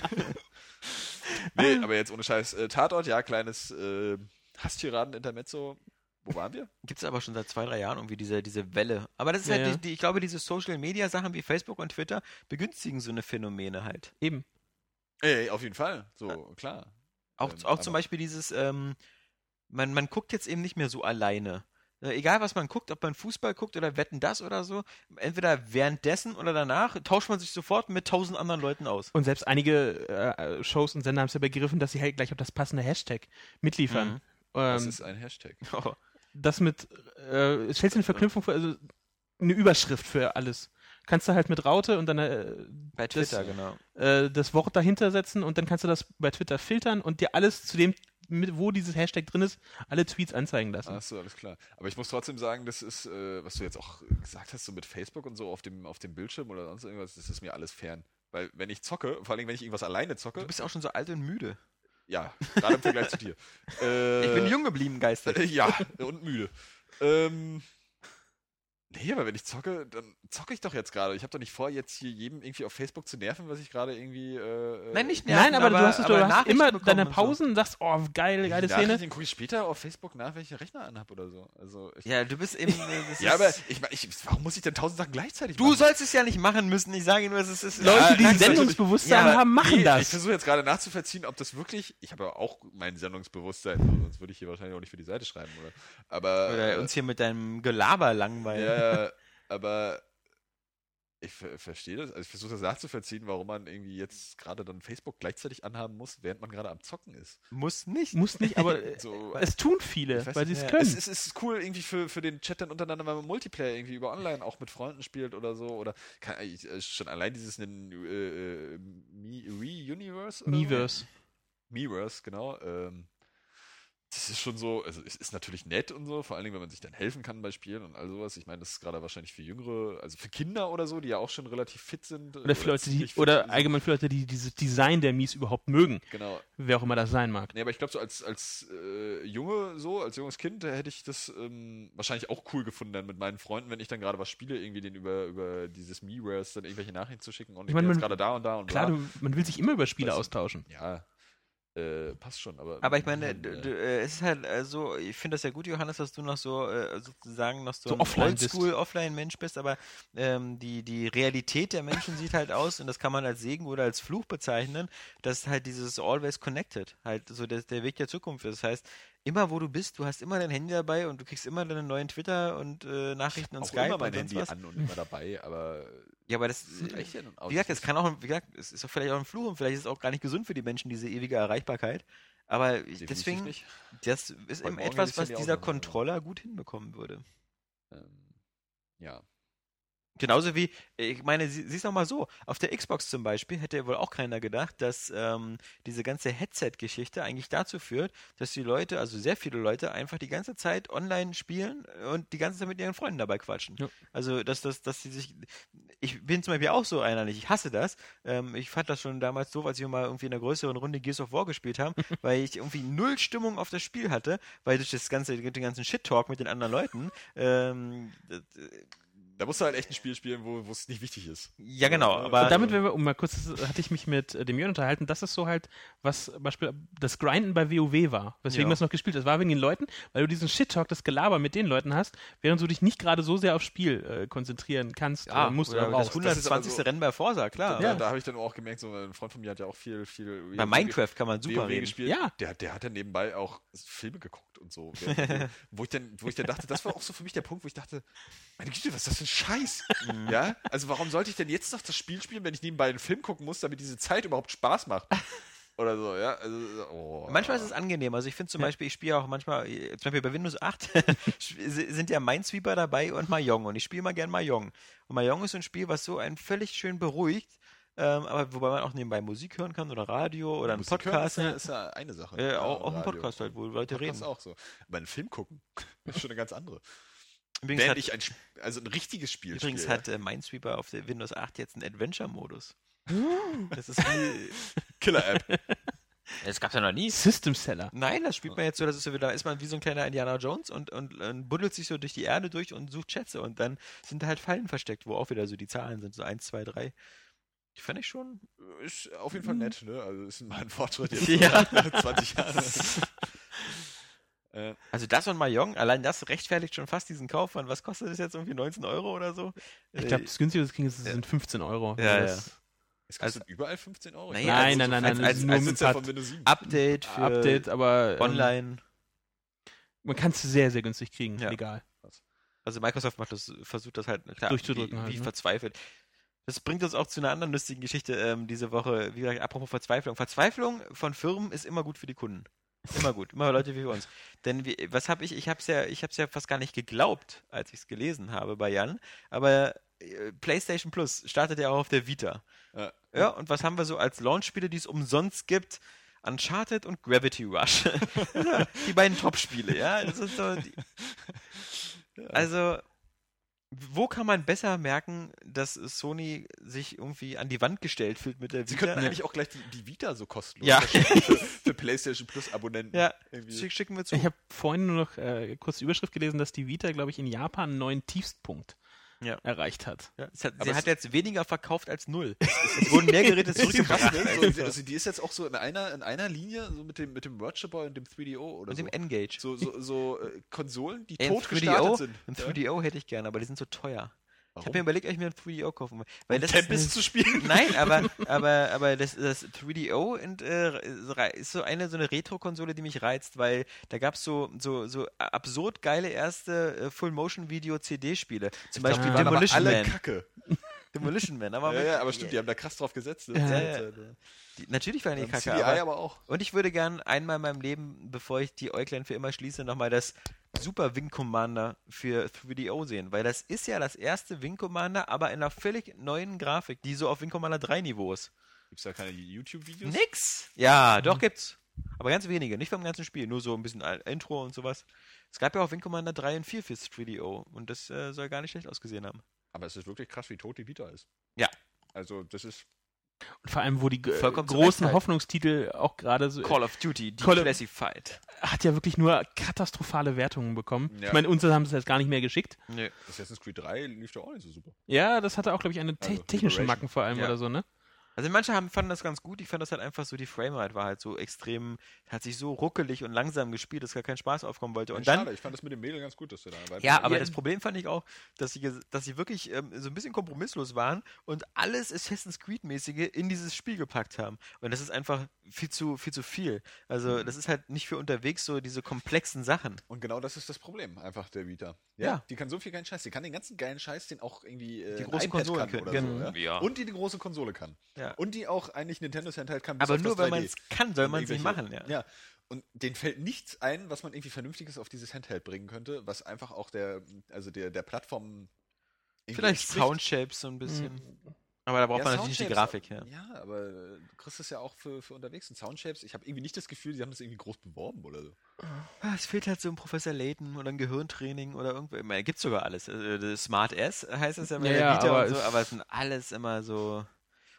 Nee, aber jetzt ohne Scheiß. Tatort, ja, kleines Hasstiraden-Intermezzo. Wo waren wir? Gibt es aber schon seit 2-3 Jahren irgendwie diese Welle. Aber das ist halt, ich glaube, diese Social-Media-Sachen wie Facebook und Twitter begünstigen so eine Phänomene halt. Eben. Ey, auf jeden Fall. So, klar. Auch zum Beispiel dieses, man guckt jetzt eben nicht mehr so alleine. Egal, was man guckt, ob man Fußball guckt oder Wetten, das oder so, entweder währenddessen oder danach tauscht man sich sofort mit 1000 anderen Leuten aus. Und selbst einige Shows und Sender haben es ja begriffen, dass sie halt gleich auf das passende Hashtag mitliefern. Was ist ein Hashtag? Das mit, es stellt sich eine Verknüpfung vor, also eine Überschrift für alles. Kannst du halt mit Raute und dann bei Twitter, genau. Das Wort dahinter setzen und dann kannst du das bei Twitter filtern und dir alles zu dem, wo dieses Hashtag drin ist, alle Tweets anzeigen lassen. Achso, alles klar. Aber ich muss trotzdem sagen, das ist, was du jetzt auch gesagt hast, so mit Facebook und so auf dem Bildschirm oder sonst irgendwas, das ist mir alles fern. Weil wenn ich zocke, vor allem wenn ich irgendwas alleine zocke... Du bist auch schon so alt und müde. Ja, gerade im Vergleich zu dir. Ich bin jung geblieben, Geister. Ja, und müde. Nee, aber wenn ich zocke, dann zocke ich doch jetzt gerade. Ich habe doch nicht vor, jetzt hier jedem irgendwie auf Facebook zu nerven, was ich gerade irgendwie... Nein, nicht nerven, aber du hast immer deine Pausen und sagst, geile Szene. Den gucke ich später auf Facebook nach, wenn ich einen Rechner anhab oder so. Also du bist eben... ja, aber warum muss ich denn 1000 Sachen gleichzeitig machen? Du sollst es ja nicht machen müssen. Ich sage nur, es ist... Leute, die Sendungsbewusstsein haben, machen das. Ich versuche jetzt gerade nachzuvollziehen, ob das wirklich... Ich habe ja auch mein Sendungsbewusstsein, sonst würde ich hier wahrscheinlich auch nicht für die Seite schreiben. Oder uns hier mit deinem Gelaber langweilen. Ja, aber ich verstehe das. Also ich versuche das nachzuvollziehen, warum man irgendwie jetzt gerade dann Facebook gleichzeitig anhaben muss, während man gerade am Zocken ist. Muss nicht, aber es tun viele, weil sie es können. Es ist cool irgendwie für den Chat dann untereinander, wenn man Multiplayer irgendwie über Online auch mit Freunden spielt oder so. Oder schon allein dieses Miiverse? Miiverse, genau. Das ist schon so, also es ist natürlich nett und so, vor allen Dingen, wenn man sich dann helfen kann bei Spielen und all sowas. Ich meine, das ist gerade wahrscheinlich für Jüngere, also für Kinder oder so, die ja auch schon relativ fit sind. Oder für Leute, allgemein für Leute, die dieses Design der Mies überhaupt mögen. Genau. Wer auch immer das sein mag. Nee, aber ich glaube, so als Junge, als junges Kind, hätte ich das wahrscheinlich auch cool gefunden dann mit meinen Freunden, wenn ich dann gerade was spiele, irgendwie den über dieses Miiverse dann irgendwelche Nachrichten zu schicken und ich bin jetzt gerade da und da und klar, man will sich immer über Spiele austauschen. Ja. Passt schon, aber ich meine, es ist halt so, ich finde das ja gut, Johannes, dass du noch so sozusagen noch so ein Oldschool-Offline-Mensch bist, aber die Realität der Menschen sieht halt aus, und das kann man als Segen oder als Fluch bezeichnen, dass halt dieses Always Connected halt so der Weg der Zukunft ist. Das heißt, immer wo du bist, du hast immer dein Handy dabei und du kriegst immer deine neuen Twitter und Nachrichten und Skype. Ich habe immer mein Handy an und immer dabei, aber... Ja, aber das, wie gesagt, es ist auch vielleicht auch ein Fluch und vielleicht ist es auch gar nicht gesund für die Menschen, diese ewige Erreichbarkeit. Aber deswegen, nicht. Das ist eben etwas, was dieser Controller gut hinbekommen würde. Ja. Genauso wie, ich meine, sieh's noch mal so, auf der Xbox zum Beispiel hätte wohl auch keiner gedacht, dass diese ganze Headset-Geschichte eigentlich dazu führt, dass die Leute, also sehr viele Leute, einfach die ganze Zeit online spielen und die ganze Zeit mit ihren Freunden dabei quatschen. Ja. Also, dass sie sich, ich bin zum Beispiel auch so einer nicht, ich hasse das. Ich fand das schon damals doof, als wir mal irgendwie in einer größeren Runde Gears of War gespielt haben, weil ich irgendwie null Stimmung auf das Spiel hatte, weil durch den ganzen Shit-Talk mit den anderen Leuten, Da musst du halt echt ein Spiel spielen, wo es nicht wichtig ist. Ja, genau. Aber und damit hatte ich mich mit dem Jörn unterhalten, das ist so halt, was zum Beispiel das Grinden bei WoW war, weswegen wir es noch gespielt haben. Das war wegen den Leuten, weil du diesen Shit-Talk, das Gelaber mit den Leuten hast, während du dich nicht gerade so sehr aufs Spiel konzentrieren kannst oder musst oder das brauchst. 120. Rennen bei Forza, klar. Da habe ich dann auch gemerkt, so ein Freund von mir hat ja auch viel bei Minecraft kann man super reden. Gespielt. Ja. Der hat dann nebenbei auch Filme geguckt und so. wo ich dann dachte, das war auch so für mich der Punkt, wo ich dachte, meine Güte, was ist das für ein Scheiß? Ja? Also warum sollte ich denn jetzt noch das Spiel spielen, wenn ich nebenbei einen Film gucken muss, damit diese Zeit überhaupt Spaß macht? Oder so, ja? Also, manchmal ist es angenehm. Also ich finde zum Beispiel, ich spiele auch manchmal, zum Beispiel bei Windows 8 sind ja Minesweeper dabei und Mahjong. Und ich spiele mal gern Mahjong. Und Mahjong ist so ein Spiel, was so einen völlig schön beruhigt, aber wobei man auch nebenbei Musik hören kann oder Radio oder einen Podcast. Ist ja eine Sache. Auch ein Podcast halt, wo Leute reden. Das ist auch so. Aber einen Film gucken ist schon eine ganz andere. Übrigens wenn ich ein richtiges Spiel übrigens spiele. Hat Minesweeper auf der Windows 8 jetzt einen Adventure-Modus. Das ist wie Killer-App. Das gab's ja noch nie. System Seller. Nein, das spielt man jetzt so, das ist so wieder, da ist man wie so ein kleiner Indiana Jones und buddelt sich so durch die Erde durch und sucht Schätze und dann sind da halt Fallen versteckt, wo auch wieder so die Zahlen sind, so 1, 2, 3. Die fand ich schon. Ist auf jeden Fall nett, ne? Also ist mal ein Fortschritt jetzt. Ja. 20 Jahre. Also das und Mahjong, allein das rechtfertigt schon fast diesen Kauf. Was kostet das jetzt? Irgendwie 19 € oder so? Ich glaube, das günstigste sind 15 €. Ja. Es kostet überall 15 €. Naja, nein. Als nur mit von Windows 7. Update für Update, aber online. Man kann es sehr, sehr günstig kriegen, Ja. legal. Also Microsoft versucht das halt klar, durchzudrücken wie halt, ne? verzweifelt. Das bringt uns auch zu einer anderen lustigen Geschichte diese Woche. Wie gesagt, apropos Verzweiflung. Verzweiflung von Firmen ist immer gut für die Kunden. Immer gut, immer Leute wie uns. Denn was habe ich? Ich habe es ja fast gar nicht geglaubt, als ich es gelesen habe bei Jan. Aber PlayStation Plus startet ja auch auf der Vita. Ja, und was haben wir so als Launch-Spiele, die es umsonst gibt? Uncharted und Gravity Rush. Die beiden Top-Spiele, ja. Das ist so Also, wo kann man besser merken, dass Sony sich irgendwie an die Wand gestellt fühlt mit der Vita? Sie könnten eigentlich auch gleich die Vita so kostenlos Ja. für PlayStation Plus Abonnenten. Ja, irgendwie. schicken wir zu. Ich habe vorhin nur noch kurz die Überschrift gelesen, dass die Vita, glaube ich, in Japan einen neuen Tiefstpunkt erreicht hat. Ja, sie hat jetzt weniger verkauft als 0. Es wurden mehr Geräte zurückgebracht. Krass, ne? Also die ist jetzt auch so in einer Linie, so mit dem Virtual Boy und dem 3DO oder Und so. dem N-Gage. So Konsolen, die Ein tot gestartet sind. Ein 3DO hätte ich gerne, aber die sind so teuer. Warum? Ich habe mir überlegt, ob ich mir ein 3DO kaufen will. Weil das Tempest zu spielen? Nein, aber das 3DO ist so eine Retro-Konsole, die mich reizt, weil da gab es so absurd geile erste Full-Motion-Video-CD-Spiele. Zum Beispiel die waren aber Demolition alle Man. Kacke. Demolition Man. Aber aber stimmt, die haben da krass drauf gesetzt. Natürlich waren die Kacke. CDI aber auch. Und ich würde gern einmal in meinem Leben, bevor ich die Äuglein für immer schließe, nochmal das Super Wing Commander für 3DO sehen, weil das ist ja das erste Wing Commander, aber in einer völlig neuen Grafik, die so auf Wing Commander 3 Niveau ist. Gibt's da keine YouTube-Videos? Nix! Ja, doch gibt's. Aber ganz wenige, nicht vom ganzen Spiel, nur so ein bisschen Intro und sowas. Es gab ja auch Wing Commander 3 und 4 fürs 3DO und das soll gar nicht schlecht ausgesehen haben. Aber es ist wirklich krass, wie tot die Vita ist. Ja. Also das ist... Und vor allem, wo die Vollkommen großen zurecht. Hoffnungstitel auch gerade so... Call of Duty, Call of- Declassified. Hat ja wirklich nur katastrophale Wertungen bekommen. Ja. Ich meine, uns haben sie jetzt gar nicht mehr geschickt. Nee. Assassin's Creed 3 lief doch auch nicht so super. Ja, das hatte auch, glaube ich, eine Also, technische Liberation. Macken vor allem Ja. oder so, ne? Also manche fanden das ganz gut, ich fand das halt einfach so, die Framerate war halt so extrem, hat sich so ruckelig und langsam gespielt, dass gar kein Spaß aufkommen wollte. Und dann, Schade, ich fand das mit dem Mädel ganz gut, dass du da weiter... ja, aber Ja. das Problem fand ich auch, dass sie wirklich so ein bisschen kompromisslos waren und alles Assassin's Creed-mäßige in dieses Spiel gepackt haben. Und das ist einfach viel zu viel. Also das ist halt nicht für unterwegs so diese komplexen Sachen. Und genau das ist das Problem, einfach der Vita. Ja. Die kann so viel geilen Scheiß. Die kann den ganzen geilen Scheiß, den auch irgendwie Die ein großen iPad Konsolen kann können. oder Genau. so. Ja? Ja. Und die große Konsole kann. Ja. Und die auch eigentlich Nintendo's Handheld kann. Bis Aber auf nur das weil 3D. man es kann, soll man es nicht Irgendwelche- machen. Ja. Und denen fällt nichts ein, was man irgendwie Vernünftiges auf dieses Handheld bringen könnte, was einfach auch der Plattform irgendwie Vielleicht entspricht. Soundshapes so ein bisschen. Aber da braucht Ja, man natürlich die Soundshapes, Grafik, ja. Ja, aber du kriegst es ja auch für unterwegs. Und Soundshapes, ich habe irgendwie nicht das Gefühl, sie haben das irgendwie groß beworben oder so. Es fehlt halt so ein Professor Layton oder ein Gehirntraining oder irgendwo. Ich meine, gibt's sogar alles. Das Smart S heißt es ja bei Ja, der ja, Vita aber und so, es- aber es sind alles immer so.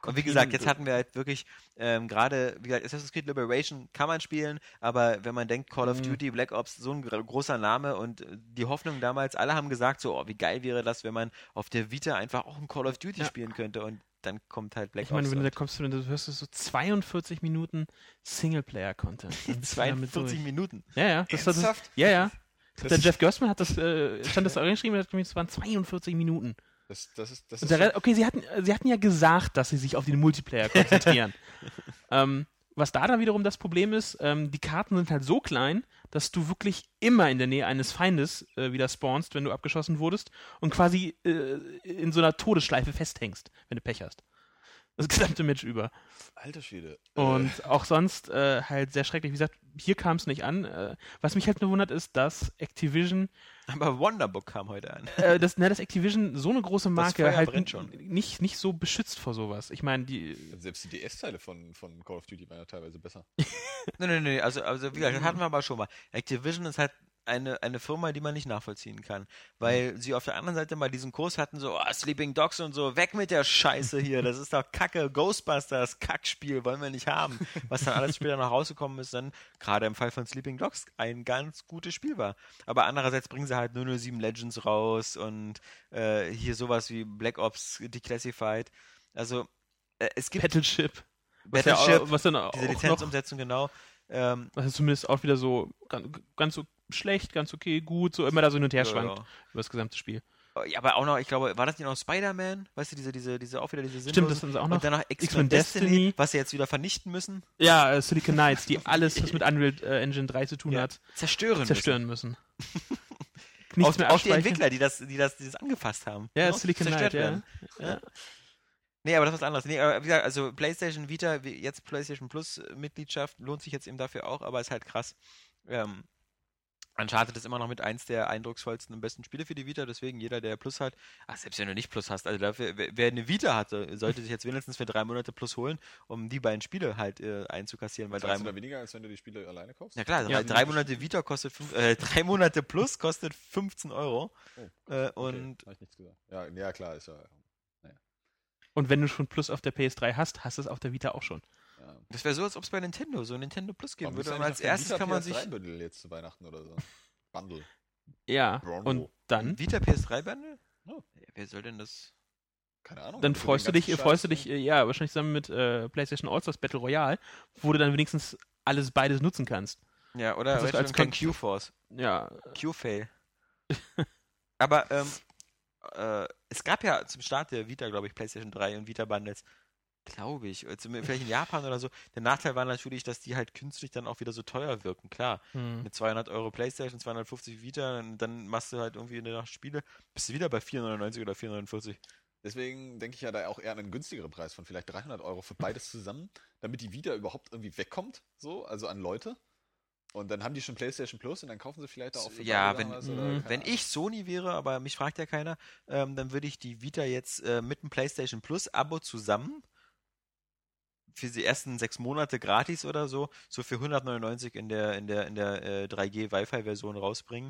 Und wie gesagt, jetzt hatten wir halt wirklich gerade, wie gesagt, Assassin's Creed Liberation kann man spielen, aber wenn man denkt, Call of Duty, Black Ops, so ein großer Name und die Hoffnung damals, alle haben gesagt so, oh, wie geil wäre das, wenn man auf der Vita einfach auch ein Call of Duty spielen könnte und dann kommt halt Black Ops. Ich meine, wenn du da kommst, du hörst so 42 Minuten Singleplayer-Content. 42 Minuten? Ja. Ja. Der Jeff Gerstmann hat das, stand das auch geschrieben, es waren 42 Minuten. Das ist okay, sie hatten ja gesagt, dass sie sich auf den Multiplayer konzentrieren. Was da dann wiederum das Problem ist, die Karten sind halt so klein, dass du wirklich immer in der Nähe eines Feindes wieder spawnst, wenn du abgeschossen wurdest und quasi in so einer Todesschleife festhängst, wenn du Pech hast. Das gesamte Match über. Alter Schwede. Und auch sonst halt sehr schrecklich. Wie gesagt, hier kam es nicht an. Was mich halt nur wundert, ist, dass Activision. Aber Wonderbook kam heute an. Dass Activision so eine große Marke halt schon. nicht so beschützt vor sowas. Ich meine, selbst die DS-Teile von Call of Duty waren ja teilweise besser. Nee. Also wie gesagt, das hatten wir aber schon mal. Activision ist halt eine Firma, die man nicht nachvollziehen kann. Weil sie auf der anderen Seite mal diesen Kurs hatten, so, Sleeping Dogs und so, weg mit der Scheiße hier, das ist doch Kacke, Ghostbusters, Kackspiel, wollen wir nicht haben. Was dann alles später noch rausgekommen ist, dann, gerade im Fall von Sleeping Dogs, ein ganz gutes Spiel war. Aber andererseits bringen sie halt 007 Legends raus und hier sowas wie Black Ops Declassified. Also, es gibt... Battleship. Was dann auch diese Lizenzumsetzung, genau. Was ist zumindest auch wieder so ganz so schlecht, ganz okay, gut, so immer da so hin und her schwankt über das gesamte Spiel. Ja, aber auch noch, ich glaube, war das nicht noch Spider-Man? Weißt du, diese auch wieder diese sinnlose. Stimmt, das haben sie auch noch. Und dann noch X-Men Destiny, was sie jetzt wieder vernichten müssen. Ja, Silicon Knights, die alles, was mit Unreal Engine 3 zu tun hat, zerstören müssen. Auch die Entwickler, die das angefasst haben. Ja, Silicon Knights, ja. Nee, aber das ist was anderes. Nee, aber wie gesagt, also PlayStation Vita, jetzt PlayStation Plus Mitgliedschaft, lohnt sich jetzt eben dafür auch, aber ist halt krass. Uncharted ist immer noch mit eins der eindrucksvollsten und besten Spiele für die Vita, deswegen jeder, der Plus hat, selbst wenn du nicht Plus hast, also dafür, wer eine Vita hatte, sollte sich jetzt wenigstens für 3 Monate Plus holen, um die beiden Spiele halt einzukassieren. Weil 3 Monate weniger, als wenn du die Spiele alleine kaufst? Ja klar, 3 Monate Vita kostet 3 Monate Plus kostet 15 €. Okay, und hab ich nichts gesagt. Ja, klar, ist ja. Und wenn du schon Plus auf der PS3 hast du es auf der Vita auch schon. Ja. Das wäre so, als ob es bei Nintendo so ein Nintendo Plus geben würde. Und als erstes kann man sich... Bundle jetzt zu Weihnachten oder so. Bundle. Ja, und dann? Vita PS3 Bundle? Oh. Ja, wer soll denn das... Keine Ahnung. Dann freust du dich, ja, wahrscheinlich zusammen mit PlayStation All-Stars Battle Royale, wo du dann wenigstens beides nutzen kannst. Ja, oder als Q-Force. Ja. Q-Fail. Aber, es gab ja zum Start der Vita, glaube ich, PlayStation 3 und Vita-Bundles, glaube ich, vielleicht in Japan oder so. Der Nachteil war natürlich, dass die halt künstlich dann auch wieder so teuer wirken, klar. Mit 200 € PlayStation, 250 Vita, dann machst du halt irgendwie eine Nacht Spiele, bist du wieder bei 4,99 oder 4,49. Deswegen denke ich ja da auch eher an einen günstigeren Preis von vielleicht 300 € für beides zusammen, damit die Vita überhaupt irgendwie wegkommt, so, also an Leute. Und dann haben die schon PlayStation Plus und dann kaufen sie vielleicht auch für wenn ich Sony wäre, aber mich fragt ja keiner, dann würde ich die Vita jetzt mit dem PlayStation Plus Abo zusammen für die ersten 6 Monate gratis oder so für 199 in der 3G Wi-Fi-Version rausbringen.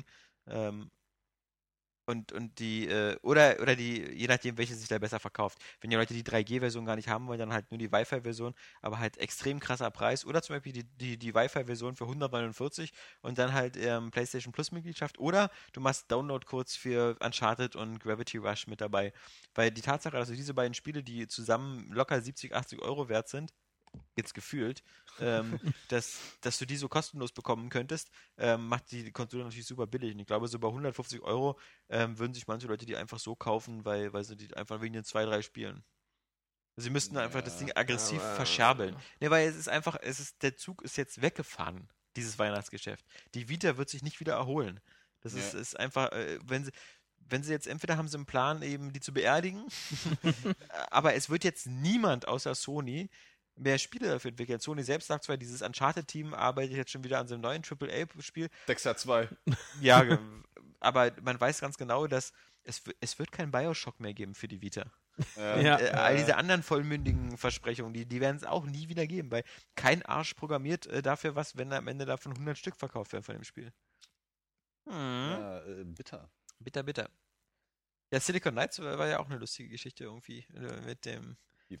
Und die, oder die, je nachdem, welche sich da besser verkauft. Wenn die Leute die 3G-Version gar nicht haben wollen, dann halt nur die Wi-Fi-Version, aber halt extrem krasser Preis. Oder zum Beispiel die Wi-Fi-Version für 149 und dann halt PlayStation Plus-Mitgliedschaft. Oder du machst Download-Codes für Uncharted und Gravity Rush mit dabei. Weil die Tatsache, dass du diese beiden Spiele, die zusammen locker 70, 80 € wert sind, jetzt gefühlt, dass du die so kostenlos bekommen könntest, macht die Konsole natürlich super billig. Und ich glaube, so bei 150 € würden sich manche Leute die einfach so kaufen, weil sie die einfach wegen den 2, 3 Spielen. Sie müssten einfach das Ding aggressiv verscherbeln. Ne, weil der Zug ist jetzt weggefahren, dieses Weihnachtsgeschäft. Die Vita wird sich nicht wieder erholen. Das ist einfach, wenn sie jetzt, entweder haben sie einen Plan, eben die zu beerdigen, aber es wird jetzt niemand außer Sony mehr Spiele dafür entwickelt. Sony selbst sagt zwar, dieses Uncharted-Team arbeitet jetzt schon wieder an so einem neuen AAA-Spiel. Dexter 2. Ja, aber man weiß ganz genau, dass es wird kein Bioshock mehr geben für die Vita. All diese anderen vollmündigen Versprechungen, die werden es auch nie wieder geben, weil kein Arsch programmiert dafür was, wenn am Ende davon 100 Stück verkauft werden von dem Spiel. Ja, bitter. Bitter. Ja, Silicon Knights war ja auch eine lustige Geschichte irgendwie mit dem... Die Woche?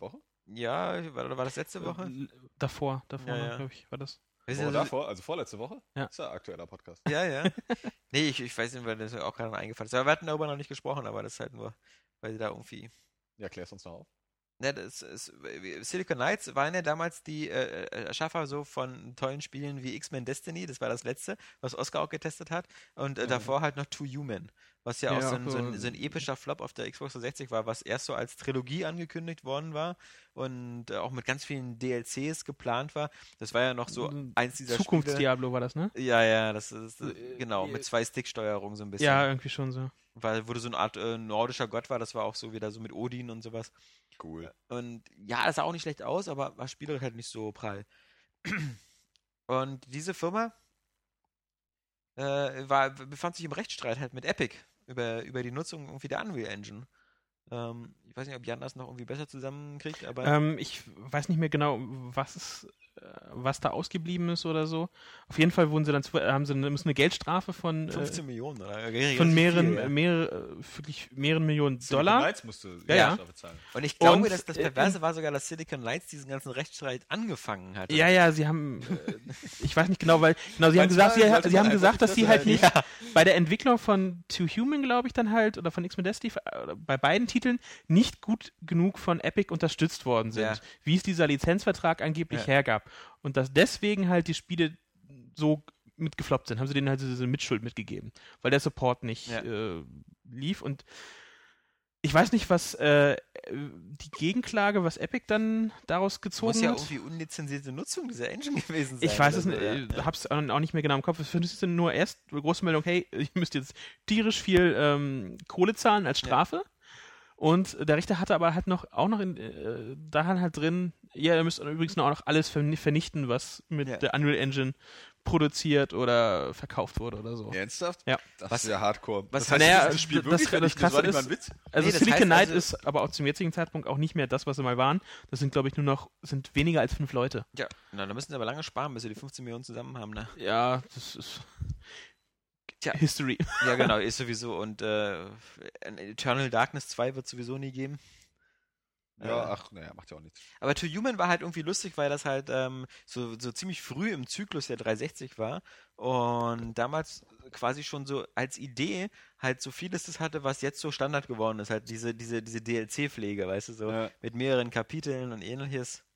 Ja, war das letzte Woche? Davor, glaube ich, war das. Davor, also vorletzte Woche? Ja. Das ist ja ein aktueller Podcast. Ja. Nee, ich weiß nicht, weil das auch gerade mal eingefallen ist. Aber wir hatten darüber noch nicht gesprochen, aber das ist halt nur, weil sie da irgendwie... Ja, klär's uns noch auf. Ne, Silicon Knights waren ja damals die Erschaffer so von tollen Spielen wie X-Men Destiny, das war das letzte, was Oscar auch getestet hat, und davor halt noch Two Human, was ja auch so ein epischer Flop auf der Xbox 360 war, was erst so als Trilogie angekündigt worden war und auch mit ganz vielen DLCs geplant war. Das war ja noch so eins dieser Zukunftsdiablo war das, ne? Ja, das ist genau, mit 2 Sticksteuerungen so ein bisschen. Ja, irgendwie schon so. Weil, wo du so eine Art nordischer Gott war, das war auch so wieder so mit Odin und sowas. Cool. Und ja, das sah auch nicht schlecht aus, aber war spielerisch halt nicht so prall. Und diese Firma befand sich im Rechtsstreit halt mit Epic über die Nutzung irgendwie der Unreal Engine. Ich weiß nicht, ob Jan das noch irgendwie besser zusammenkriegt, aber... ich weiß nicht mehr genau, was da ausgeblieben ist oder so. Auf jeden Fall müssen eine Geldstrafe von 15 Millionen oder von mehreren Millionen Dollar. Knights musste Geldstrafe zahlen. Und ich glaube, dass das Perverse war sogar, dass Silicon Knights diesen ganzen Rechtsstreit angefangen hat. Ja, sie haben, ich weiß nicht genau, sie haben gesagt, dass sie halt nicht bei der Entwicklung von Two Human, glaube ich, dann halt, oder von X-Men Destiny, bei beiden Titeln nicht gut genug von Epic unterstützt worden sind, wie es dieser Lizenzvertrag angeblich hergab. Und dass deswegen halt die Spiele so mitgefloppt sind, haben sie denen halt diese Mitschuld mitgegeben, weil der Support nicht lief. Und ich weiß nicht, was die Gegenklage, was Epic dann daraus gezogen hat. Muss ja irgendwie unlizenzierte Nutzung dieser Engine gewesen sein. Ich weiß es nicht, hab's auch nicht mehr genau im Kopf. Es ist nur erst eine große Meldung, hey, ihr müsst jetzt tierisch viel Kohle zahlen als Strafe. Ja. Und der Richter hatte aber halt auch noch daran halt drin, ihr müsst übrigens auch noch alles vernichten, was mit der Unreal Engine produziert oder verkauft wurde oder so. Ernsthaft? Ja. Das ist ja Hardcore. Das heißt, das Spiel wirklich das war nicht mal ein Witz? Also Silicon Knight ist aber auch zum jetzigen Zeitpunkt auch nicht mehr das, was sie mal waren. Das sind, glaube ich, sind weniger als 5 Leute. Ja, da müssen sie aber lange sparen, bis sie die 15 Millionen zusammen haben, ne? Ja, das ist... History. Ja, genau, ist sowieso. Und Eternal Darkness 2 wird sowieso nie geben. Ja, macht ja auch nichts. Aber To Human war halt irgendwie lustig, weil das halt so ziemlich früh im Zyklus der 360 war und damals quasi schon so als Idee halt so vieles das hatte, was jetzt so Standard geworden ist, halt diese DLC-Pflege, weißt du, so mit mehreren Kapiteln und ähnliches.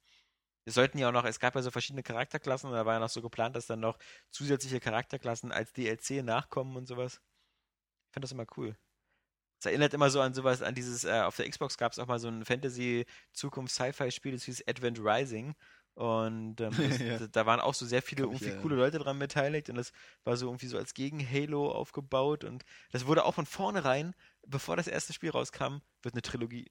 Es gab ja so verschiedene Charakterklassen und da war ja noch so geplant, dass dann noch zusätzliche Charakterklassen als DLC nachkommen und sowas. Ich finde das immer cool. Es erinnert immer so an sowas, an dieses, auf der Xbox gab es auch mal so ein Fantasy-Zukunft-Sci-Fi-Spiel, das hieß Advent Rising. Und da waren auch so sehr viele irgendwie coole Leute dran beteiligt und das war so irgendwie so als Gegen-Halo aufgebaut und das wurde auch von vornherein, bevor das erste Spiel rauskam, wird eine Trilogie.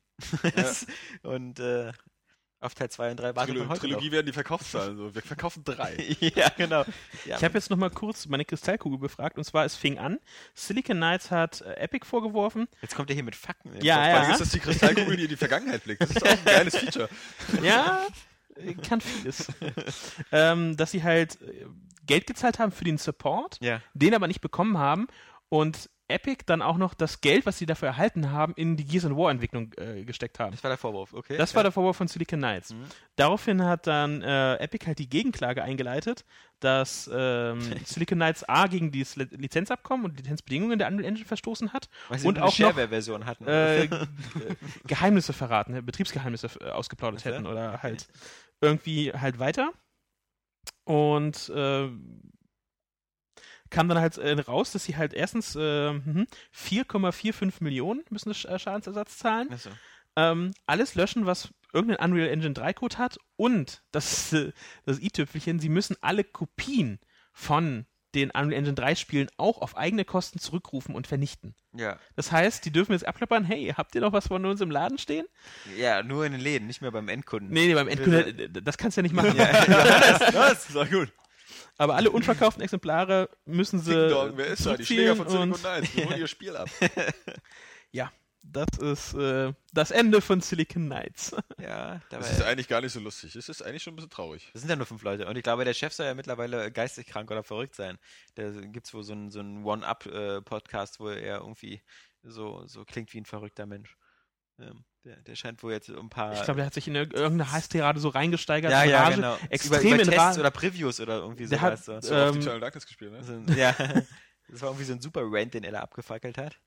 Und auf Teil 2 und 3 warten wir heute Trilogie noch. werden die Verkaufszahlen so. Wir verkaufen 3. Ja, genau. Ja. Ich habe jetzt noch mal kurz meine Kristallkugel befragt und zwar, es fing an, Silicon Knights hat Epic vorgeworfen. Jetzt kommt er hier mit Fakten. Ja. Ist das die Kristallkugel, die in die Vergangenheit blickt? Das ist auch ein geiles Feature. Ja, kann vieles. Dass sie halt Geld gezahlt haben für den Support, den aber nicht bekommen haben und Epic dann auch noch das Geld, was sie dafür erhalten haben, in die Gears of War Entwicklung gesteckt haben. Das war der Vorwurf, okay. Das war der Vorwurf von Silicon Knights. Daraufhin hat dann Epic halt die Gegenklage eingeleitet, dass Silicon Knights A gegen dieses Lizenzabkommen und Lizenzbedingungen der Unreal Engine verstoßen hat weil sie und auch noch Shareware-Version hatten. Geheimnisse verraten, Betriebsgeheimnisse ausgeplaudert hätten oder halt irgendwie halt weiter. Und kam dann halt raus, dass sie halt erstens 4,45 Millionen müssen Schadensersatz zahlen. Achso. Alles löschen, was irgendein Unreal Engine 3 Code hat und das i-Tüpfelchen, sie müssen alle Kopien von den Unreal Engine 3 Spielen auch auf eigene Kosten zurückrufen und vernichten. Ja. Das heißt, die dürfen jetzt abklappern, hey, habt ihr noch was von uns im Laden stehen? Ja, nur in den Läden, nicht mehr beim Endkunden. Nee, beim Endkunden, das kannst du ja nicht machen. Das ist doch gut. Aber alle unverkauften Exemplare müssen sie wer ist da? Die Schläger von Silicon Knights, die holen ihr Spiel ab. Ja, das ist das Ende von Silicon Knights. Ja, das ist eigentlich gar nicht so lustig. Es ist eigentlich schon ein bisschen traurig. Das sind ja nur 5 Leute. Und ich glaube, der Chef soll ja mittlerweile geistig krank oder verrückt sein. Da gibt es wohl so einen One-Up-Podcast, wo er irgendwie so klingt wie ein verrückter Mensch. Der scheint wohl jetzt ein paar... Ich glaube, der hat sich in irgendeine Heißtirade so reingesteigert. Ja, genau. Extrem über in Tests oder Previews oder irgendwie der sowas. hat, So auf die Eternal Darkness gespielt, ne? Ja, das war irgendwie so ein super Rant, den er da abgefackelt hat.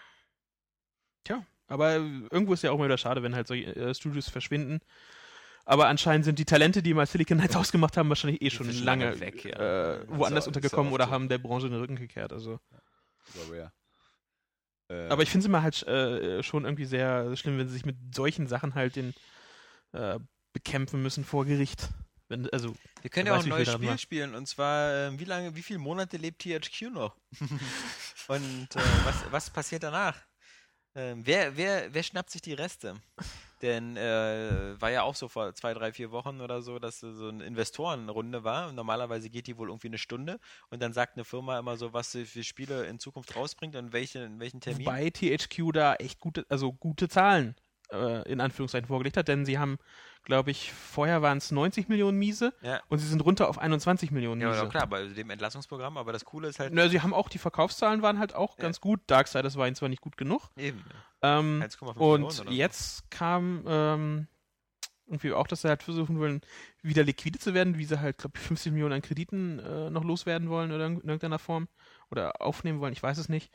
Tja, aber irgendwo ist ja auch mal wieder schade, wenn halt solche Studios verschwinden. Aber anscheinend sind die Talente, die mal Silicon Knights ausgemacht haben, wahrscheinlich schon lange weg, woanders untergekommen oder so. haben der Branche den Rücken gekehrt. Also. Rare. Aber ich finde es immer halt schon irgendwie sehr schlimm, wenn sie sich mit solchen Sachen halt bekämpfen müssen vor Gericht. Wir können ja auch ein neues Spiel spielen, und zwar, wie viele Monate lebt THQ noch? Und was passiert danach? Wer schnappt sich die Reste? Denn war ja auch so vor 2, 3, 4 Wochen oder so, dass so eine Investorenrunde war. Und normalerweise geht die wohl irgendwie eine Stunde und dann sagt eine Firma immer so, was sie für Spiele in Zukunft rausbringt und in welchen Termin. Wobei THQ da echt gute Zahlen in Anführungszeichen vorgelegt hat, denn sie haben, glaube ich, vorher waren es 90 Millionen Miese und sie sind runter auf 21 Millionen Miese. Ja, klar, bei dem Entlassungsprogramm, aber das Coole ist halt... Sie haben auch, die Verkaufszahlen waren halt auch ganz gut. Darksiders war ihnen zwar nicht gut genug. Eben. 1,5 Millionen und jetzt kam irgendwie auch, dass sie halt versuchen wollen, wieder liquide zu werden, wie sie halt, glaube ich, 50 Millionen an Krediten noch loswerden wollen oder in irgendeiner Form oder aufnehmen wollen, ich weiß es nicht.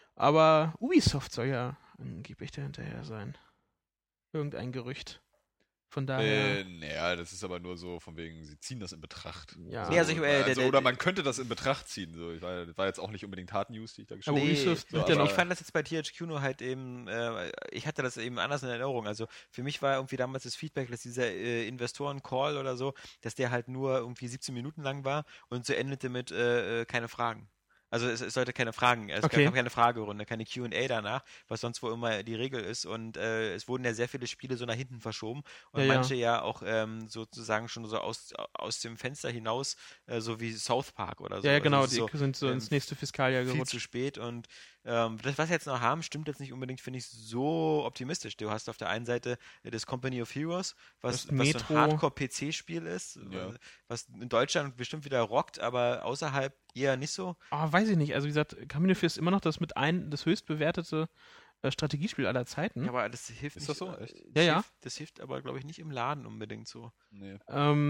Aber Ubisoft soll ja angeblich dahinterher sein. Irgendein Gerücht. Von daher. Naja, das ist aber nur so, von wegen, sie ziehen das in Betracht. Ja. So, oder man könnte das in Betracht ziehen. So. Das war jetzt auch nicht unbedingt Hard News, die ich da geschrieben habe. Ich fand das jetzt bei THQ nur halt eben, ich hatte das eben anders in Erinnerung. Also für mich war irgendwie damals das Feedback, dass dieser Investoren-Call oder so, dass der halt nur irgendwie 17 Minuten lang war und so endete mit keine Fragen. Also es sollte keine Fragen, es gab keine Fragerunde, keine Q&A danach, was sonst wohl immer die Regel ist, und es wurden ja sehr viele Spiele so nach hinten verschoben und manche ja auch sozusagen schon so aus dem Fenster hinaus, so wie South Park oder so. Ja, genau, also die sind so ins nächste Fiskaljahr gerutscht. Viel zu spät, und das, was wir jetzt noch haben, stimmt jetzt nicht unbedingt, finde ich, so optimistisch. Du hast auf der einen Seite das Company of Heroes, was so ein Hardcore-PC-Spiel ist, was in Deutschland bestimmt wieder rockt, aber außerhalb eher nicht so. Weiß ich nicht. Also wie gesagt, Company of Heroes ist immer noch das höchst bewertete Strategiespiel aller Zeiten. Ja, aber das hilft nicht. Ist das so? Echt? Das hilft aber, glaube ich, nicht im Laden unbedingt so. Nee.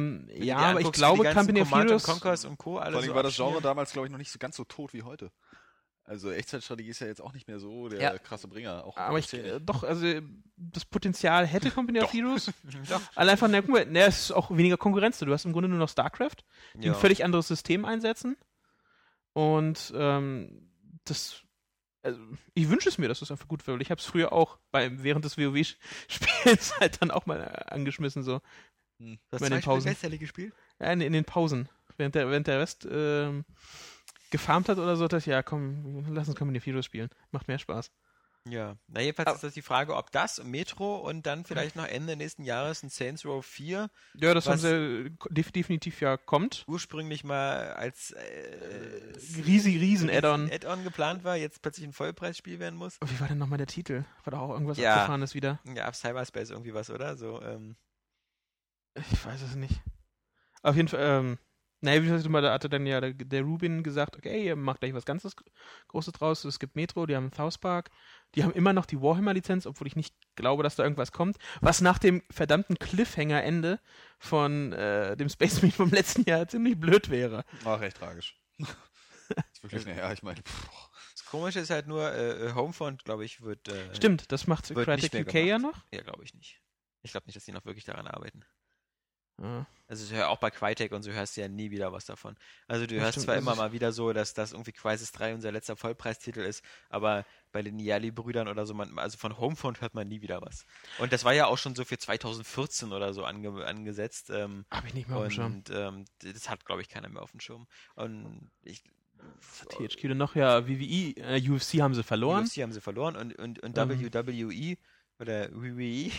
Aber ich glaube, Company of Heroes... Conquers und Co. Vor allem war das Genre damals, glaube ich, noch nicht so ganz so tot wie heute. Also Echtzeitstrategie ist ja jetzt auch nicht mehr so der krasse Bringer. Auch aber das Potenzial hätte Company of Heroes. Allein von guck mal, es ist auch weniger Konkurrenz. Du hast im Grunde nur noch StarCraft, die ein völlig anderes System einsetzen. Und ich wünsche es mir, dass es einfach gut wird. Weil ich habe es früher auch während des WoW-Spiels halt dann auch mal angeschmissen. So. Hast du in den Pausen gespielt? Ja, in den Pausen. Während der Rest gefarmt hat oder so, dass komm, lass uns Company of Heroes spielen. Macht mehr Spaß. Ja, jedenfalls ist das die Frage, ob das Metro und dann vielleicht noch Ende nächsten Jahres ein Saints Row 4. Ja, das haben sie definitiv kommt. Ursprünglich mal als riesen Add-on geplant war, jetzt plötzlich ein Vollpreisspiel werden muss. Wie war denn nochmal der Titel? War da auch irgendwas Abgefahrenes wieder? Ja, Cyberspace irgendwie was, oder? So, ich weiß es nicht. Auf jeden Fall, da hatte dann ja der Rubin gesagt, okay, ihr macht gleich was ganz Großes draus. Es gibt Metro, die haben South Park, die haben immer noch die Warhammer-Lizenz, obwohl ich nicht glaube, dass da irgendwas kommt. Was nach dem verdammten Cliffhanger-Ende von dem Space Marine vom letzten Jahr ziemlich blöd wäre. Ach, echt tragisch. Das ist wirklich, ich meine... Das Komische ist halt nur, Homefront, glaube ich, wird... Stimmt, das macht Crytek UK ja noch? Ja, glaube ich nicht. Ich glaube nicht, dass die noch wirklich daran arbeiten. Ja. Also ich höre auch bei Crytek und so hörst du ja nie wieder was davon. Also du hörst zwar immer mal wieder so, dass das irgendwie Crysis 3 unser letzter Vollpreistitel ist, aber bei den Niali-Brüdern oder so, also von Homefront hört man nie wieder was. Und das war ja auch schon so für 2014 oder so angesetzt. Habe ich nicht mehr auf dem Schirm. Und das hat, glaube ich, keiner mehr auf dem Schirm. Und was hat THQ denn noch? Ja, WWE, UFC haben sie verloren. UFC haben sie verloren und WWE oder WWE,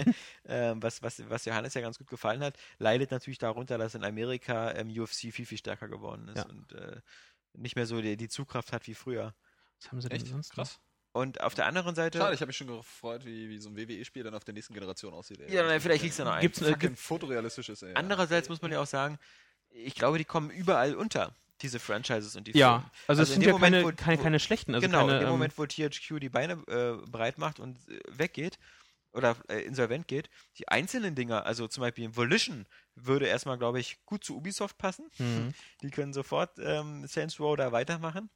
was Johannes ja ganz gut gefallen hat, leidet natürlich darunter, dass in Amerika UFC viel stärker geworden ist und nicht mehr so die Zugkraft hat wie früher. Was haben sie denn sonst? Krass. Und auf der anderen Seite... Schade, ich habe mich schon gefreut, wie so ein WWE-Spiel dann auf der nächsten Generation aussieht. Ja, vielleicht kriegst du noch einen. Gibt's ein fotorealistisches. Andererseits muss man ja auch sagen, ich glaube, die kommen überall unter, diese Franchises und die Firmen. Also es sind ja keine schlechten. Also genau, keine, in dem Moment, wo THQ die Beine breit macht und weggeht, oder insolvent geht, die einzelnen Dinger, also zum Beispiel Volition, würde erstmal, glaube ich, gut zu Ubisoft passen. Mhm. Die können sofort Saints Row da weitermachen.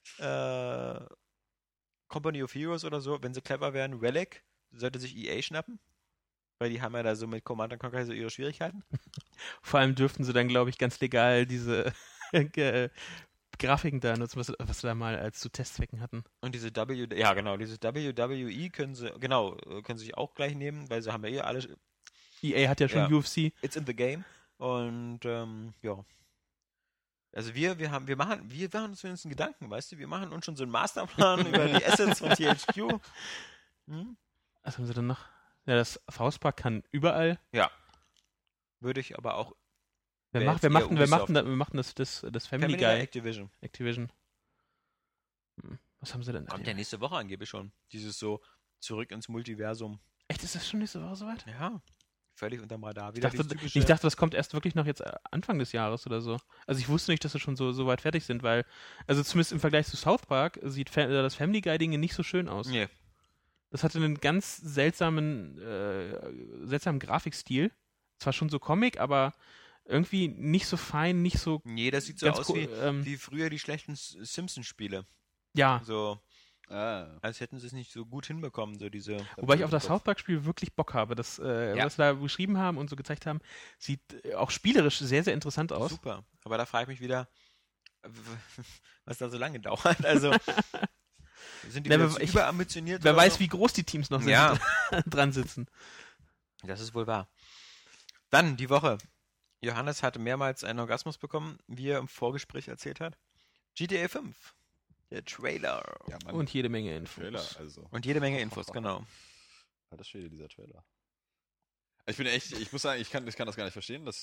Company of Heroes oder so, wenn sie clever wären, Relic, sollte sich EA schnappen. Weil die haben ja da so mit Command & Conquer so ihre Schwierigkeiten. Vor allem dürften sie dann, glaube ich, ganz legal diese Grafiken da nutzen, was wir da mal als zu Testzwecken hatten. Und diese dieses WWE können sie sich auch gleich nehmen, weil sie haben ja alle. EA hat ja schon UFC. It's in the game. Und ja. Also wir machen uns zumindest einen Gedanken, weißt du, wir machen uns schon so einen Masterplan über die Assets von THQ. Was haben sie denn noch? Ja, das Faustpack kann überall. Ja. Würde ich aber auch. Wir machen das Family Guy. Activision. Was haben sie denn? Kommt ja nächste Woche angeblich schon. Dieses so zurück ins Multiversum. Echt, ist das schon nächste Woche soweit? Ja. Völlig unterm Radar. Ich dachte, das kommt erst wirklich noch jetzt Anfang des Jahres oder so. Also ich wusste nicht, dass wir schon so weit fertig sind, weil, also zumindest im Vergleich zu South Park sieht das Family Guy-Ding nicht so schön aus. Nee. Das hatte einen ganz seltsamen Grafikstil. Zwar schon so Comic, aber irgendwie nicht so fein, nicht so... Nee, das sieht so aus wie früher die schlechten Simpsons-Spiele. Ja. So... als hätten sie es nicht so gut hinbekommen, so diese... Wobei ich auf das South Park-Spiel wirklich Bock habe. Das, was wir da beschrieben haben und so gezeigt haben, sieht auch spielerisch sehr, sehr interessant aus. Super. Aber da frage ich mich wieder, was da so lange dauert. Also, sind die überambitioniert? Wer weiß, wie groß die Teams noch sind, die dran sitzen. Das ist wohl wahr. Dann die Woche. Johannes hatte mehrmals einen Orgasmus bekommen, wie er im Vorgespräch erzählt hat. GTA 5. Der Trailer. Ja, und jede Menge Infos. Trailer, also. Und jede Menge Infos, genau. Alter Schwede, dieser Trailer. Ich muss sagen, ich kann das gar nicht verstehen, dass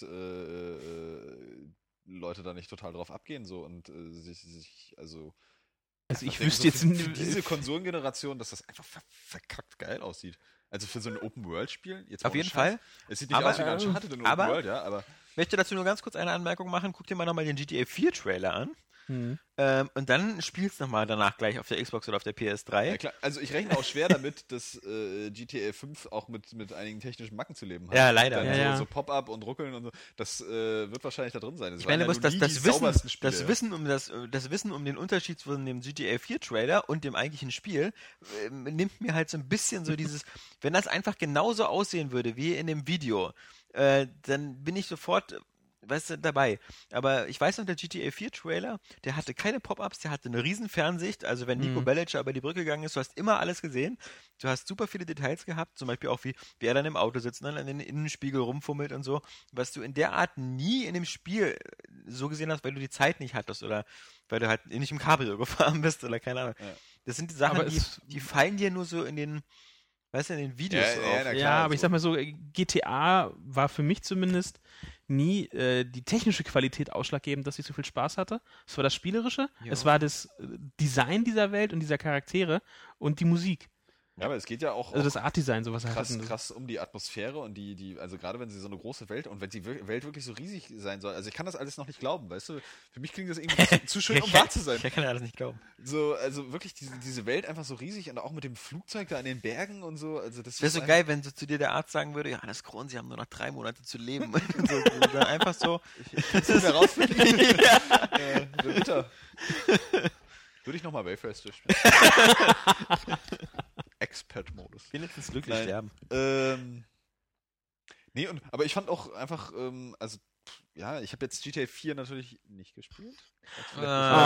Leute da nicht total drauf abgehen so und Also ich wüsste jetzt... Für diese Konsolengeneration, dass das einfach verkackt geil aussieht. Also für so ein Open-World-Spiel. Auf jeden Fall. Es sieht nicht aus wie ein Uncharted in Open-World, ja, aber... Ich möchte dazu nur ganz kurz eine Anmerkung machen. Guck dir mal nochmal den GTA 4 Trailer an. Und dann spielst du nochmal danach gleich auf der Xbox oder auf der PS3. Ja, klar. Also ich rechne auch schwer damit, dass GTA 5 auch mit einigen technischen Macken zu leben hat. Ja, leider. So Pop-Up und Ruckeln und so. Das wird wahrscheinlich da drin sein. Ich meine, das Wissen um den Unterschied zwischen dem GTA 4 Trailer und dem eigentlichen Spiel nimmt mir halt so ein bisschen so dieses, wenn das einfach genauso aussehen würde wie in dem Video, dann bin ich sofort... Weißt du, dabei. Aber ich weiß noch, der GTA 4 Trailer, der hatte keine Pop-Ups, der hatte eine riesen Fernsicht. Also wenn Nico Bellic über die Brücke gegangen ist, du hast immer alles gesehen. Du hast super viele Details gehabt, zum Beispiel auch wie er dann im Auto sitzt und dann an den Innenspiegel rumfummelt und so. Was du in der Art nie in dem Spiel so gesehen hast, weil du die Zeit nicht hattest oder weil du halt nicht im Cabrio gefahren bist oder keine Ahnung. Ja. Das sind die Sachen, die fallen dir nur so in den... Weißt du, in den Videos auf. Ja, aber ich sag mal so, GTA war für mich zumindest nie die technische Qualität ausschlaggebend, dass ich so viel Spaß hatte. Es war das Spielerische, es war das Design dieser Welt und dieser Charaktere und die Musik. Ja, aber es geht ja auch... Also das Art-Design, sowas krass um die Atmosphäre und also gerade wenn sie so eine große Welt und wenn die Welt wirklich so riesig sein soll, also ich kann das alles noch nicht glauben, weißt du? Für mich klingt das irgendwie zu schön, um wahr zu sein. Ich kann das nicht glauben. So, also wirklich diese Welt einfach so riesig und auch mit dem Flugzeug da an den Bergen und so. Also das wäre so geil, wenn so zu dir der Arzt sagen würde, Johannes Kron, Sie haben nur noch 3 Monate zu leben. so, einfach so. Ich kann es herausfinden. Bitter. Würde ich nochmal Wayfair durchspielen. Expert-Modus. Wenigstens glücklich sterben. Nee, aber ich fand auch einfach, ich habe jetzt GTA 4 natürlich nicht gespielt. Du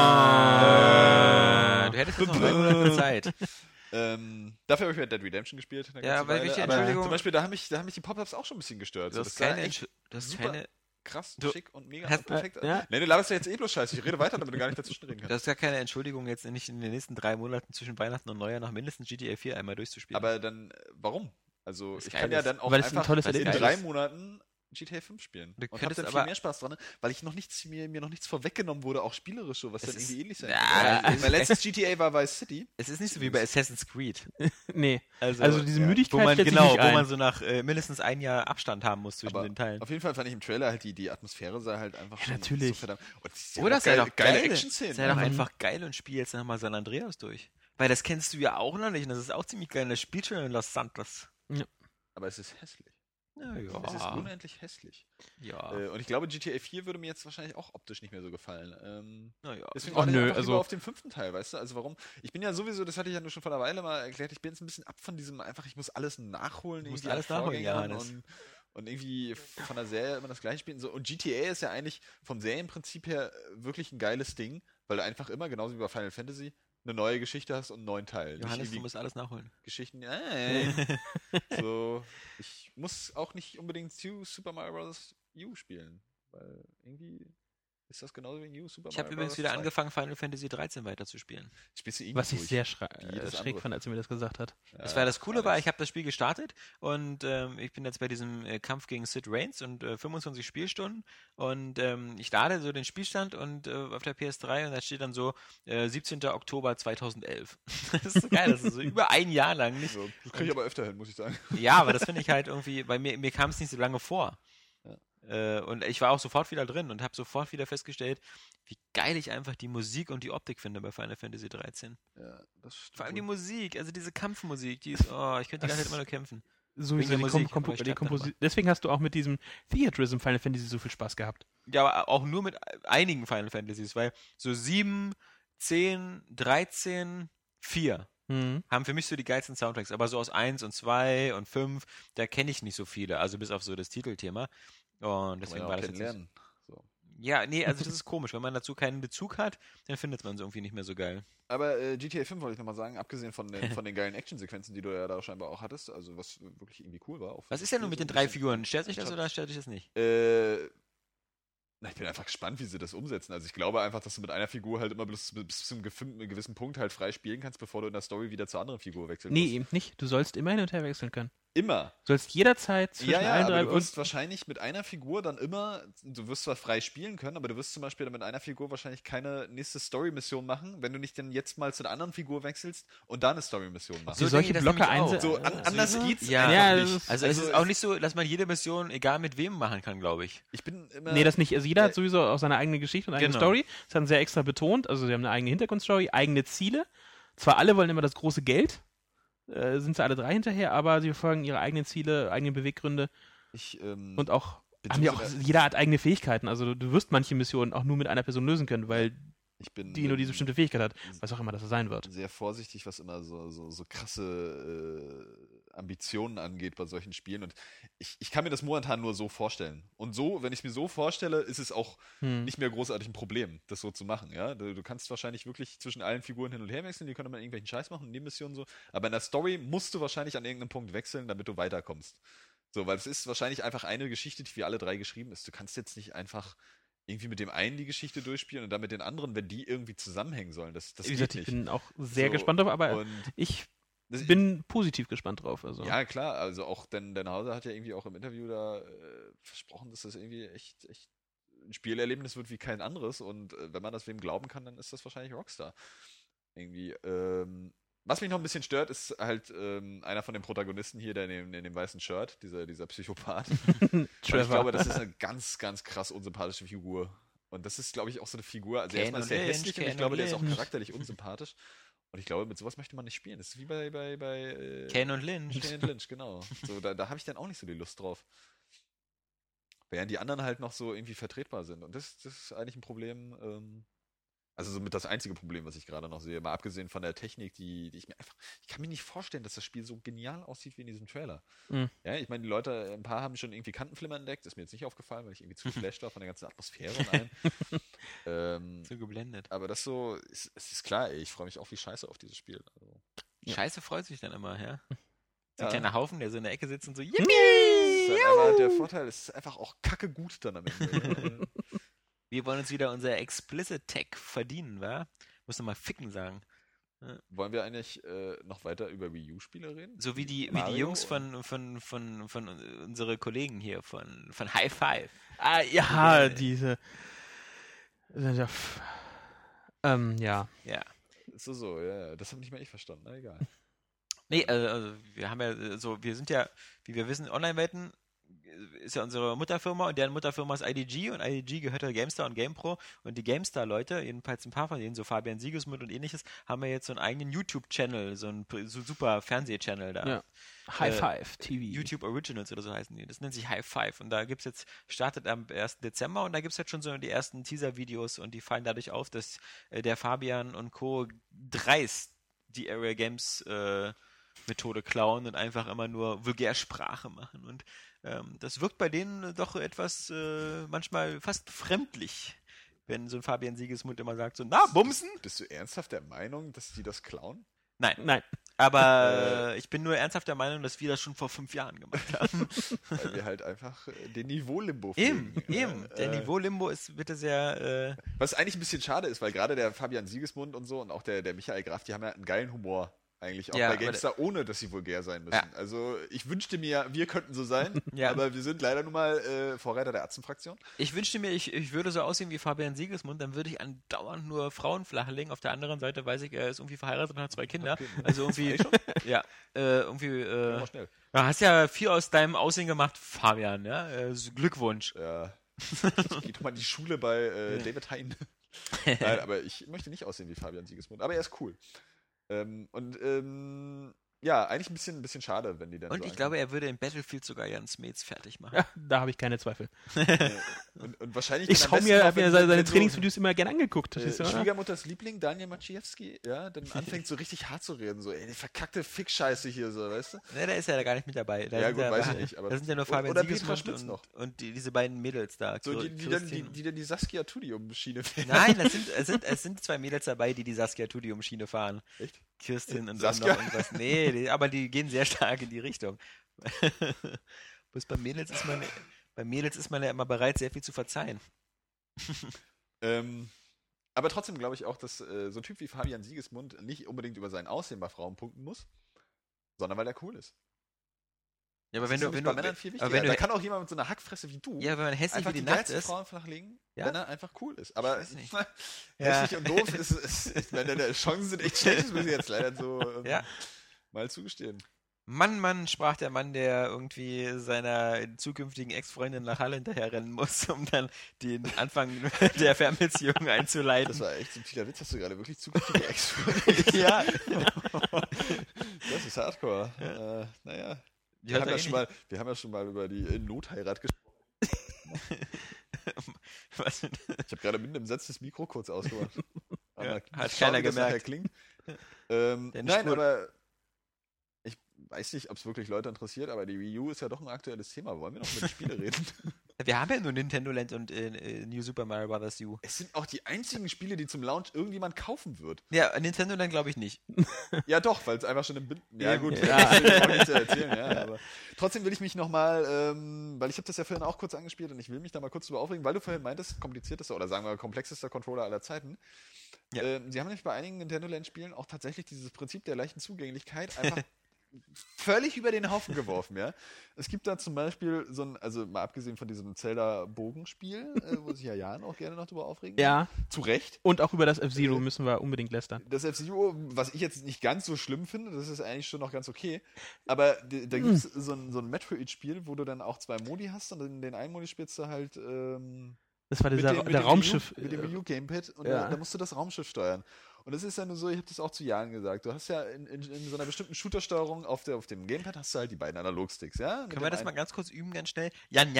hättest noch 3 Monate Zeit. Dafür habe ich ja Dead Redemption gespielt. Ja, weil welche Entschuldigung. Zum Beispiel, da haben mich die Pop-Ups auch schon ein bisschen gestört. Du hast keine krass, schick und mega und perfekt. Ja? Nee, du laberst ja jetzt bloß Scheiße. Ich rede weiter, damit du gar nicht dazwischen reden kannst. Das ist gar keine Entschuldigung, jetzt nicht in den nächsten 3 Monaten zwischen Weihnachten und Neujahr noch mindestens GTA 4 einmal durchzuspielen. Aber dann, warum? Also, ich geil kann ja ist. dann auch Weil es einfach ein tolles in Erlebnis 3 ist. Monaten GTA 5 spielen. Du Und hab dann viel mehr Spaß dran, weil ich mir noch nichts vorweggenommen wurde, auch spielerisch so, was dann irgendwie ähnlich sein kann. Mein letztes GTA war Vice City. Es ist nicht so wie bei Assassin's Creed. Nee. Also diese Müdigkeit wo man so nach mindestens 1 Jahr Abstand haben muss zwischen den Teilen. Auf jeden Fall fand ich im Trailer halt die Atmosphäre sei halt einfach schon natürlich. so verdammt. Oder das sei doch geile Action-Szenen. Sei doch einfach geil und spiel jetzt nochmal San Andreas durch. Weil das kennst du ja auch noch nicht und das ist auch ziemlich geil. Das spielt schon in Los Santos. Ja. Aber es ist hässlich. Ja. Es ist unendlich hässlich. Ja. Und ich glaube, GTA 4 würde mir jetzt wahrscheinlich auch optisch nicht mehr so gefallen. Naja. Deswegen Ach, war ich nö, einfach also- lieber auf dem 5. Teil, weißt du? Also warum? Ich bin ja sowieso, das hatte ich ja nur schon vor einer Weile mal erklärt, ich bin jetzt ein bisschen ab von diesem einfach, ich muss alles nachholen. Du musst irgendwie an alles nachholen, Vorgängern Johannes. und irgendwie von der Serie immer das gleiche spielen. So. Und GTA ist ja eigentlich vom Serienprinzip her wirklich ein geiles Ding, weil du einfach immer, genauso wie bei Final Fantasy, eine neue Geschichte hast und einen neuen Teil. Nicht Johannes, irgendwie du musst alles nachholen. Geschichten, so, ich muss auch nicht unbedingt Super Mario Bros. U spielen, weil irgendwie ist das genauso wie in Super Ich Mario habe übrigens Bros. wieder 2. angefangen, Final Fantasy 13 weiterzuspielen. Spielst du irgendwie Was ich durch, sehr wie jedes schräg andere. fand, als er mir das gesagt hat. Das war das Coole, war, Alex. ich habe das Spiel gestartet und ich bin jetzt bei diesem Kampf gegen Sid Reigns und 25 Spielstunden und ich lade so den Spielstand und auf der PS3 und da steht dann so 17. Oktober 2011. Das ist so geil, das ist so über ein Jahr lang nicht. So, das kriege ich aber öfter hin, muss ich sagen. Ja, aber das finde ich halt irgendwie, bei mir kam es nicht so lange vor. Und ich war auch sofort wieder drin und habe sofort wieder festgestellt, wie geil ich einfach die Musik und die Optik finde bei Final Fantasy 13. Ja, das stimmt Vor allem die wohl. Musik, also diese Kampfmusik, die ist, ich könnte die ganze Zeit immer nur kämpfen. Sowieso Wegen der Musik, die aber ich sterbe dann Komposition. Deswegen hast du auch mit diesem Theatrism Final Fantasy so viel Spaß gehabt. Ja, aber auch nur mit einigen Final Fantasies, weil so 7, 10, 13, 4 Mhm. haben für mich so die geilsten Soundtracks, aber so aus 1 und 2 und 5, da kenne ich nicht so viele, also bis auf so das Titelthema. Und deswegen Kann war man ja das auch jetzt nicht, kennenlernen. So. ja, nee, also das ist komisch, wenn man dazu keinen Bezug hat, dann findet man es irgendwie nicht mehr so geil. Aber GTA 5 wollte ich nochmal sagen, abgesehen von den geilen Actionsequenzen, die du ja da scheinbar auch hattest, also was wirklich irgendwie cool war. Auch Was ist denn nun mit den 3 Figuren? Stört sich das oder stört sich das nicht? Ich bin einfach gespannt, wie sie das umsetzen. Also ich glaube einfach, dass du mit einer Figur halt immer bis zu einem gewissen Punkt halt frei spielen kannst, bevor du in der Story wieder zur anderen Figur wechseln Nee, musst. eben nicht. Du sollst immer hin und her wechseln können. Immer. Du sollst jederzeit zwischen Ja, allen aber drei du wirst wahrscheinlich mit einer Figur dann immer, du wirst zwar frei spielen können, aber du wirst zum Beispiel mit einer Figur wahrscheinlich keine nächste Story-Mission machen, wenn du nicht dann jetzt mal zu einer anderen Figur wechselst und da eine Story-Mission machst. So So solche denke ich das Blöcke nämlich auch. einsetzen. So, anders geht's Ja. einfach Ja, nicht. das ist- Also es ist auch nicht so, dass man jede Mission, egal mit wem, machen kann, glaube ich. Ich bin immer... Nee, das nicht. Also jeder hat sowieso auch seine eigene Geschichte und eigene Genau. Story. Das haben sie sehr extra betont. Also sie haben eine eigene Hintergrundstory, eigene Ziele. Zwar alle wollen immer das große Geld, sind sie alle drei hinterher, aber sie verfolgen ihre eigenen Ziele, eigene Beweggründe und auch bin haben ja so auch, der- jeder hat eigene Fähigkeiten. Also du wirst manche Missionen auch nur mit einer Person lösen können, weil ich bin die nur diese bestimmte Fähigkeit hat. Was auch immer das sein wird. sehr vorsichtig, was immer so krasse Ambitionen angeht bei solchen Spielen. Und ich kann mir das momentan nur so vorstellen. Und so, wenn ich mir so vorstelle, ist es auch nicht mehr großartig ein Problem, das so zu machen. Ja? Du kannst wahrscheinlich wirklich zwischen allen Figuren hin und her wechseln, die können immer irgendwelchen Scheiß machen, Nebenmissionen so. Aber in der Story musst du wahrscheinlich an irgendeinem Punkt wechseln, damit du weiterkommst. So, weil es ist wahrscheinlich einfach eine Geschichte, die für alle drei geschrieben ist. Du kannst jetzt nicht einfach irgendwie mit dem einen die Geschichte durchspielen und dann mit den anderen, wenn die irgendwie zusammenhängen sollen. Das Wie geht gesagt, ich nicht. bin auch sehr So, gespannt drauf, aber und ich das- bin positiv gespannt drauf. Also. Ja, klar, also auch denn Hauser hat ja irgendwie auch im Interview da versprochen, dass das irgendwie echt ein Spielerlebnis wird wie kein anderes und wenn man das wem glauben kann, dann ist das wahrscheinlich Rockstar. Irgendwie, was mich noch ein bisschen stört, ist halt einer von den Protagonisten hier, der in dem weißen Shirt, dieser Psychopath. Weil ich glaube, das ist eine ganz, ganz krass unsympathische Figur. Und das ist, glaube ich, auch so eine Figur, also Kane erstmal und sehr Lynch, hässlich und Kane ich glaube, und der ist auch Lynch. charakterlich unsympathisch. Und ich glaube, mit sowas möchte man nicht spielen. Das ist wie bei Kane und Lynch. Kane und Lynch, genau. So, da habe ich dann auch nicht so die Lust drauf. Während die anderen halt noch so irgendwie vertretbar sind. Und das ist eigentlich ein Problem, also somit das einzige Problem, was ich gerade noch sehe. Mal abgesehen von der Technik, die ich mir einfach. Ich kann mir nicht vorstellen, dass das Spiel so genial aussieht wie in diesem Trailer. Mhm. Ja, ich meine, die Leute, ein paar haben schon irgendwie Kantenflimmer entdeckt. Ist mir jetzt nicht aufgefallen, weil ich irgendwie zu geflasht war von der ganzen Atmosphäre und allem. So geblendet. Aber das so, es ist klar, ey, ich freue mich auch wie scheiße auf dieses Spiel. Also, Scheiße freut sich dann immer, ja? So Ja. ein kleiner Haufen, der so in der Ecke sitzt und so, ist yippie! halt einfach der Vorteil, es ist einfach auch kacke gut dann am Ende. Wir wollen uns wieder unser Explicit Tag verdienen, wa? Muss nochmal ficken sagen. Wollen wir eigentlich noch weiter über Wii U-Spiele reden? So wie die Mario Jungs und- von unsere Kollegen hier von High Five. Ah, ja, diese. Ja. Ja. So, ja, das habe nicht mal ich verstanden, na egal. Nee, also wir haben ja so, wir sind ja, wie wir wissen, Online-Welten ist ja unsere Mutterfirma und deren Mutterfirma ist IDG und IDG gehört ja GameStar und GamePro und die GameStar-Leute, jedenfalls ein paar von denen, so Fabian Siegesmund und ähnliches, haben ja jetzt so einen eigenen YouTube-Channel, so einen so super Fernseh-Channel da. Ja. High Five TV. YouTube Originals oder so heißen die. Das nennt sich High Five und da gibt's jetzt, startet am 1. Dezember und da gibt's jetzt schon so die ersten Teaser-Videos und die fallen dadurch auf, dass der Fabian und Co. dreist die Area Games Methode klauen und einfach immer nur Vulgärsprache machen und das wirkt bei denen doch etwas manchmal fast fremdlich, wenn so ein Fabian Siegesmund immer sagt so, na, bumsen? Bist du ernsthaft der Meinung, dass die das klauen? Nein. Aber ich bin nur ernsthaft der Meinung, dass wir das schon vor 5 Jahren gemacht haben. Weil wir halt einfach den Niveau-Limbo Eben. pflegen. Der Niveau-Limbo ist bitte sehr... Was eigentlich ein bisschen schade ist, weil gerade der Fabian Siegesmund und so und auch der Michael Graf, die haben ja einen geilen Humor. Eigentlich auch Ja, bei GameStar, ohne dass sie vulgär sein müssen. Ja. Also ich wünschte mir, wir könnten so sein, Ja. aber wir sind leider nun mal Vorreiter der Atzenfraktion. Ich wünschte mir, ich würde so aussehen wie Fabian Siegesmund, dann würde ich andauernd nur Frauen flachlegen. Auf der anderen Seite weiß ich, er ist irgendwie verheiratet und hat 2 Kinder. Okay. Also irgendwie... ja, irgendwie... Mal schnell. Du hast ja viel aus deinem Aussehen gemacht, Fabian, ja? Glückwunsch. Ja. Ich gehe doch mal in die Schule bei David Hein. Nein, aber ich möchte nicht aussehen wie Fabian Siegesmund. Aber er ist cool. Ja, eigentlich ein bisschen schade, wenn die dann Und so ich glaube, er würde in Battlefield sogar Jan Smeets fertig machen. Ja, da habe ich keine Zweifel. und wahrscheinlich... Ich dann am schaue besten mir noch, wenn seine so, Trainingsvideos immer gerne angeguckt. Das ist, Schwiegermutters Liebling, Daniel Maciejewski, ja, dann anfängt so richtig hart zu reden, so, ey, die verkackte Fick-Scheiße hier, so, weißt du? Ne, der ist ja gar nicht mit dabei. Da Ja, sind gut, weiß ich nicht, aber... Da sind ja nur Fabian oder Petra Siegesmund Schmitz noch. und diese beiden Mädels da. So, die dann die Saskia Tudium-Schiene fahren. Nein, es sind 2 Mädels dabei, die Saskia Tudium-Schiene fahren. Echt? Kirstin und Saskia? noch irgendwas. Nee, aber die gehen sehr stark in die Richtung. Bloß bei Mädels ist man ja immer bereit, sehr viel zu verzeihen. Aber trotzdem glaube ich auch, dass so ein Typ wie Fabian Siegesmund nicht unbedingt über sein Aussehen bei Frauen punkten muss, sondern weil er cool ist. Ja, aber Das wenn ist du, nämlich wenn bei du, Männern viel aber wichtiger. wenn du, Da kann auch jemand mit so einer Hackfresse wie du ja, wenn man hässlich einfach wie die die Nacht geilsten ist, Frauen flachlegen, Ja. wenn er einfach cool ist. Aber weiß nicht. hässlich und doof ist wenn deine Chancen sind echt schlecht, das muss ich jetzt leider so Ja. mal zugestehen. Mann, sprach der Mann, der irgendwie seiner zukünftigen Ex-Freundin nach Halle hinterherrennen muss, um dann den Anfang der Fernbeziehung einzuleiten. Das war echt so ein vieler Witz, hast du gerade wirklich zukünftige Ex-Freunde. Ja. Das ist Hardcore. Naja. Die Wir hat haben, er wir haben ja schon mal über die Notheirat gesprochen. Was? Ich habe gerade mitten im Satz das Mikro kurz ausgemacht. Ja, hat schauen, keiner wie das nachher gemerkt. Klingt. Denn Nein, Spur- aber ich weiß nicht, ob es wirklich Leute interessiert, aber die Wii U ist ja doch ein aktuelles Thema. Wollen wir noch über die Spiele reden? Wir haben ja nur Nintendo Land und New Super Mario Bros. U. Es sind auch die einzigen Spiele, die zum Launch irgendjemand kaufen wird. Ja, Nintendo Land glaube ich nicht. Ja doch, weil es einfach schon im Binden... Ja gut, Ja. das will ich auch nicht erzählen. Ja, aber trotzdem will ich mich nochmal, weil ich habe das ja vorhin auch kurz angespielt und ich will mich da mal kurz drüber aufregen, weil du vorhin meintest, kompliziertester oder sagen wir komplexester Controller aller Zeiten. Ja. Sie haben nämlich bei einigen Nintendo Land-Spielen auch tatsächlich dieses Prinzip der leichten Zugänglichkeit einfach völlig über den Haufen geworfen, ja. Es gibt da zum Beispiel so ein, also mal abgesehen von diesem Zelda-Bogenspiel, wo sich ja Jan auch gerne noch drüber aufregen kann. Ja. Zu Recht. Und auch über das F-Zero müssen wir unbedingt lästern. Das F-Zero, was ich jetzt nicht ganz so schlimm finde, das ist eigentlich schon noch ganz okay, aber da gibt es so ein Metroid-Spiel, wo du dann auch 2 Modi hast und in den einen Modi spielst du halt Das war der dem Raumschiff. Mit dem Wii U Gamepad und Ja. da musst du das Raumschiff steuern. Und das ist ja nur so, ich habe das auch zu Jahren gesagt, du hast ja in so einer bestimmten Shooter-Steuerung auf dem Gamepad hast du halt die beiden Analogsticks, ja? Mit Können wir dem das mal einen- ganz kurz üben, ganz schnell? Jan.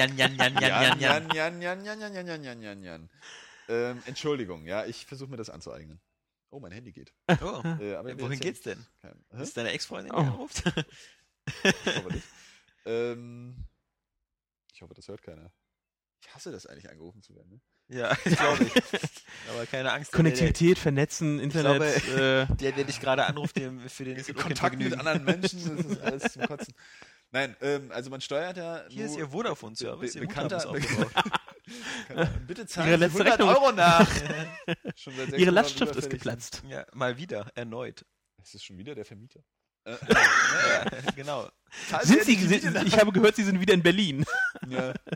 Entschuldigung, ja, ich versuche mir das anzueignen. Oh, mein Handy geht. Oh, Aber wir wohin erzählen- geht's denn? Hä? Ist deine Ex-Freundin, die Oh. anruft? Ich hoffe nicht. Ich hoffe, das hört keiner. Ich hasse das eigentlich, angerufen zu werden. Ne? Ja, glaube ich. Aber keine Angst. Konnektivität, Vernetzen, Internet. Der dich gerade anruft, für den ist es auch kein Kontakt mit Vergnügen. anderen Menschen, das ist alles zum Kotzen. Nein, also man steuert ja Hier ist nur Ihr Vodafone-Service. Ihr bekannter, Guthaben ist aufgebraucht. bitte zahlen Ihre Sie letzte 100 Rechnung. Euro nach. Schon seit 6 Ihre Monaten Lastschrift ist überfällig. geplatzt. Ja, mal wieder, erneut. Das ist schon wieder der Vermieter. Ja, genau. Zahlen Sind endlich Sie, die Miete nach. ich habe gehört, Sie sind wieder in Berlin. Ja.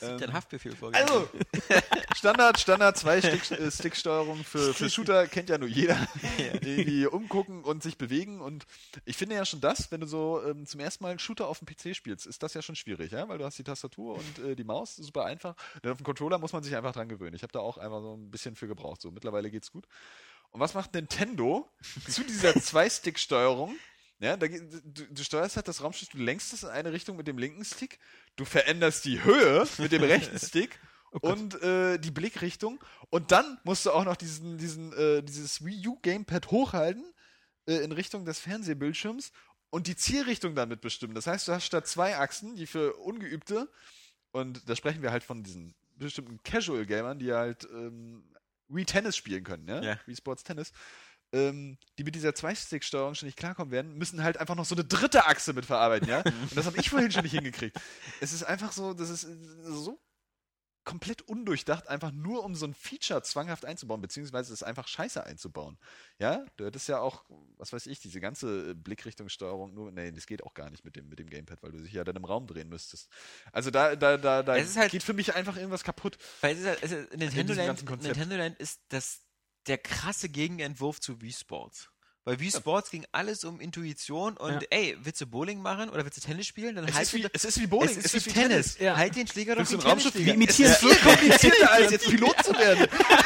Hast du den Haftbefehl vorgelesen? Also, Standard 2 Stick-Steuerung für Shooter kennt ja nur jeder. Irgendwie umgucken und sich bewegen. Und ich finde ja schon wenn du so zum ersten Mal einen Shooter auf dem PC spielst, ist das ja schon schwierig, ja? Weil du hast die Tastatur und die Maus, super einfach. Denn auf dem Controller muss man sich einfach dran gewöhnen. Ich habe da auch einfach so ein bisschen für gebraucht. So, mittlerweile geht's gut. Und was macht Nintendo zu dieser 2-Stick-Steuerung? Ja, du steuerst halt das Raumschiff, du lenkst es in eine Richtung mit dem linken Stick, du veränderst die Höhe mit dem rechten Stick und die Blickrichtung und dann musst du auch noch dieses Wii U Gamepad hochhalten in Richtung des Fernsehbildschirms und die Zielrichtung damit bestimmen. Das heißt, du hast statt 2 Achsen, die für Ungeübte, und da sprechen wir halt von diesen bestimmten Casual-Gamern, die halt Wii Tennis spielen können, ja? Wii Sports Tennis, die mit dieser 2-Stick-Steuerung schon nicht klarkommen werden, müssen halt einfach noch so eine dritte Achse mit verarbeiten, ja? Und das habe ich vorhin schon nicht hingekriegt. Es ist einfach so, das ist so komplett undurchdacht, einfach nur um so ein Feature zwanghaft einzubauen, beziehungsweise es einfach scheiße einzubauen. Ja? Du hättest ja auch, was weiß ich, diese ganze Blickrichtungssteuerung, das geht auch gar nicht mit dem Gamepad, weil du dich ja dann im Raum drehen müsstest. Also da geht für mich einfach irgendwas kaputt. Weil Nintendo Land ist der krasse Gegenentwurf zu Wii Sports. Bei Wii Sports ging alles um Intuition und willst du Bowling machen oder willst du Tennis spielen? Dann es ist wie Bowling, es ist wie Tennis. Ja. Halt den Schläger doch wie ein Raumschiff. Wir imitieren es viel komplizierter, als jetzt Pilot zu werden.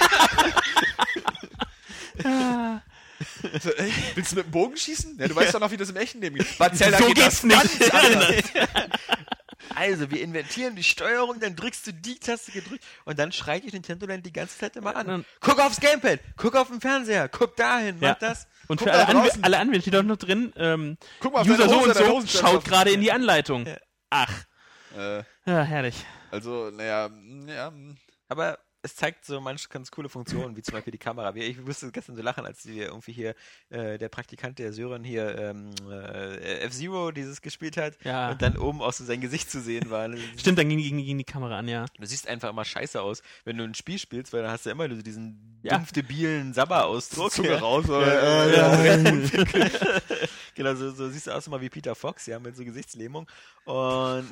So, willst du mit dem Bogen schießen? Ja, du weißt doch noch, wie das im echten Leben geht. So geht's nicht. Also, wir inventieren die Steuerung, dann drückst du die Taste gedrückt und dann schreit dich Nintendo Land die ganze Zeit immer an. Guck aufs Gamepad, guck auf den Fernseher, guck dahin, mach das. Und für alle Anwender steht doch noch drin, guck mal, User so und so schaut gerade in die Anleitung. Ja. Ach. Ja, herrlich. Also, aber es zeigt so manche ganz coole Funktionen, wie zum Beispiel die Kamera. Ich musste gestern so lachen, als wir irgendwie hier der Praktikant der Sören hier F-Zero dieses gespielt hat und dann oben auch so sein Gesicht zu sehen war. Stimmt, dann ging die Kamera an, ja. Du siehst einfach immer scheiße aus, wenn du ein Spiel spielst, weil dann hast du immer so diesen dumpf-debilen Sabber-Ausdruck. Zunge raus. Genau, so siehst du aus immer wie Peter Fox, ja, mit so Gesichtslähmung. Und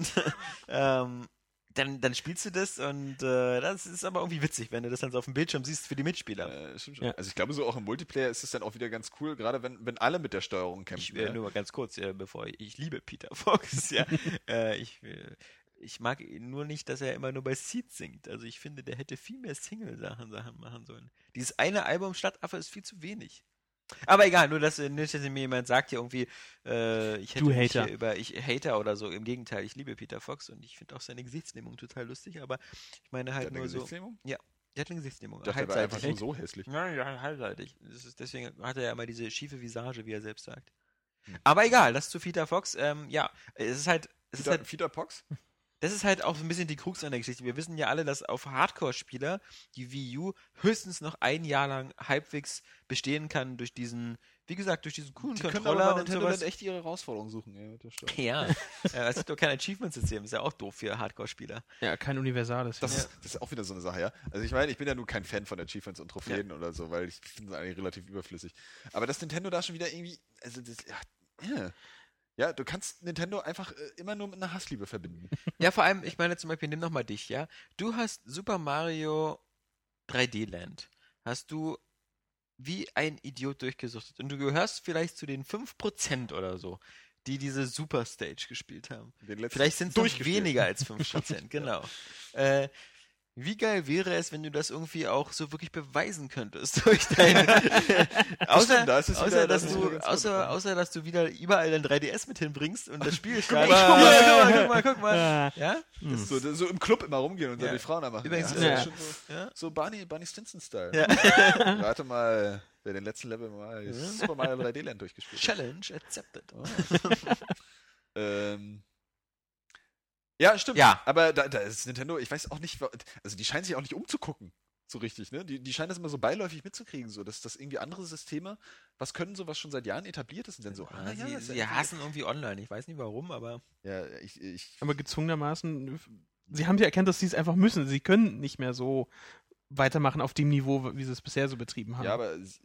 Dann spielst du das und das ist aber irgendwie witzig, wenn du das dann so auf dem Bildschirm siehst für die Mitspieler. Stimmt schon. Ja. Also ich glaube, so auch im Multiplayer ist es dann auch wieder ganz cool, gerade wenn alle mit der Steuerung kämpfen. Nur mal ganz kurz, ich liebe Peter Fox, ja. Ich mag nur nicht, dass er immer nur bei Seed singt. Also ich finde, der hätte viel mehr Single-Sachen machen sollen. Dieses eine Album Stadtaffe ist viel zu wenig. Aber egal, nur dass mir jemand sagt hier irgendwie, ich Hater oder so. Im Gegenteil, ich liebe Peter Fox und ich finde auch seine Gesichtslähmung total lustig, aber ich meine halt nur so. Gesichtslähmung? Ja, der hat eine Gesichtslähmung. Ich dachte, der war einfach nur so hässlich. Ja, halbseitig. Deswegen hat er ja immer diese schiefe Visage, wie er selbst sagt. Aber egal, das zu Peter Fox. Es ist halt. Peter Fox? Das ist halt auch so ein bisschen die Krux an der Geschichte. Wir wissen ja alle, dass auf Hardcore-Spieler die Wii U höchstens noch ein Jahr lang halbwegs bestehen kann durch diesen, wie gesagt, durch diesen coolen Controller und sowas. Dann echt ihre Herausforderung suchen. Ja, es gibt doch kein Achievement-System, ist ja auch doof für Hardcore-Spieler. Ja, kein universales. Das ist auch wieder so eine Sache, ja. Also ich meine, ich bin ja nur kein Fan von Achievements und Trophäen oder so, weil ich finde es eigentlich relativ überflüssig. Aber dass Nintendo da schon wieder irgendwie, ja, du kannst Nintendo einfach immer nur mit einer Hassliebe verbinden. Ja, vor allem, ich meine zum Beispiel, nimm nochmal dich, ja. Du hast Super Mario 3D Land. Hast du wie ein Idiot durchgesuchtet. Und du gehörst vielleicht zu den 5% oder so, die diese Super Stage gespielt haben. Vielleicht sind es noch weniger als 5%, genau. Wie geil wäre es, wenn du das irgendwie auch so wirklich beweisen könntest durch deine außer dass du wieder überall dein 3DS mit hinbringst und das Spiel guck mal. Ja? So im Club immer rumgehen und dann die Frauen da machen. Übrigens, so Barney Stinson-Style. Ja. Warte mal, wer den letzten Level mal Super Mario 3D Land durchgespielt hat. Challenge accepted. Ja, stimmt. Ja. Aber da ist Nintendo, ich weiß auch nicht, also die scheinen sich auch nicht umzugucken, so richtig, ne? Die scheinen das immer so beiläufig mitzukriegen, so, dass das irgendwie andere Systeme, was können so, was schon seit Jahren etabliert ist und dann so, sie hassen irgendwie online, ich weiß nicht warum, aber... Ja, aber gezwungenermaßen, sie haben ja erkannt, dass sie es einfach müssen, sie können nicht mehr so weitermachen auf dem Niveau, wie sie es bisher so betrieben haben. Ja, aber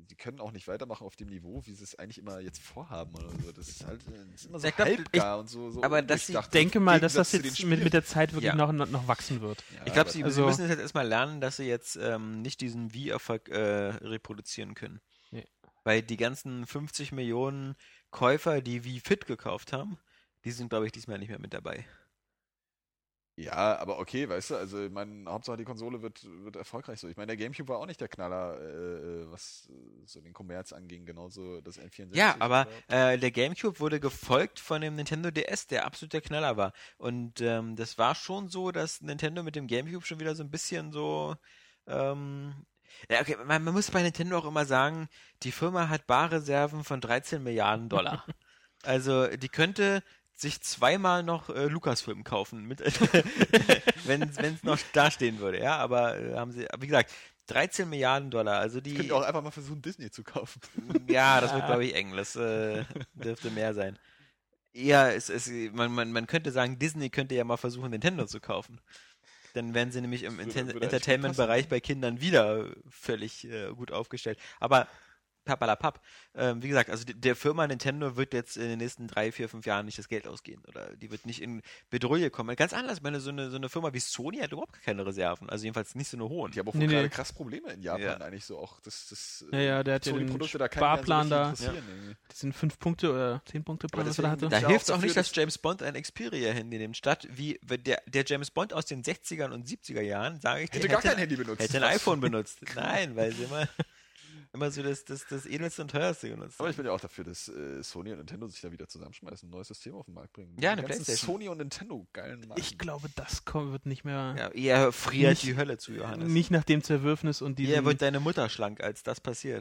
die können auch nicht weitermachen auf dem Niveau, wie sie es eigentlich immer jetzt vorhaben oder so. Das ist halt immer so Ich glaub, halbgar und so. aber ich denke mal, dass das jetzt mit der Zeit wirklich noch wachsen wird. Ja, ich glaube, sie müssen jetzt erstmal lernen, dass sie jetzt nicht diesen Wii-Erfolg reproduzieren können. Nee. Weil die ganzen 50 Millionen Käufer, die Wii Fit gekauft haben, die sind, glaube ich, diesmal nicht mehr mit dabei. Ja, aber okay, weißt du, also ich meine, Hauptsache die Konsole wird erfolgreich so. Ich meine, der GameCube war auch nicht der Knaller, was so den Kommerz anging, genauso das N64. Ja, aber der GameCube wurde gefolgt von dem Nintendo DS, der absolut der Knaller war. Und das war schon so, dass Nintendo mit dem GameCube schon wieder so ein bisschen so ja, okay, man muss bei Nintendo auch immer sagen, die Firma hat Barreserven von 13 Milliarden $. Also die könnte sich zweimal noch Lucasfilm kaufen, wenn es noch dastehen würde, ja, aber haben sie, wie gesagt, 13 Milliarden $, also die... Könnt ihr auch einfach mal versuchen, Disney zu kaufen. Ja, das wird, glaube ich, eng, das dürfte mehr sein. Ja, man könnte sagen, Disney könnte ja mal versuchen, Nintendo zu kaufen. Dann wären sie nämlich im Entertainment-Bereich bei Kindern wieder völlig gut aufgestellt. Aber papalapap. Wie gesagt, also der Firma Nintendo wird jetzt in den nächsten 3, 4, 5 Jahren nicht das Geld ausgehen. Oder die wird nicht in Bedrohung kommen. Ganz anders, ich meine, so eine Firma wie Sony hat überhaupt keine Reserven. Also jedenfalls nicht so eine hohen. Die haben auch gerade krass Probleme in Japan eigentlich so auch. Der hat ja den Sparplan da. Ja. Das sind 5 Punkte oder 10 Punkte Plan, was er da hatte. Da hilft es auch nicht, dass James Bond ein Xperia-Handy nimmt. Statt wie der James Bond aus den 60er und 70er Jahren, sage ich, hätte gar kein Handy benutzt. Hätte ein iPhone benutzt. Nein, weil sie immer so das edelste und teuerste genutzt. Aber ich bin ja auch dafür, dass Sony und Nintendo sich da wieder zusammenschmeißen, ein neues System auf den Markt bringen. Ja, eine PlayStation. Sony und Nintendo, geilen Marken. Ich glaube, das wird nicht mehr... Ja, eher friert die Hölle zu, Johannes. Nicht nach dem Zerwürfnis und diesem... Eher wird deine Mutter schlank, als das passiert.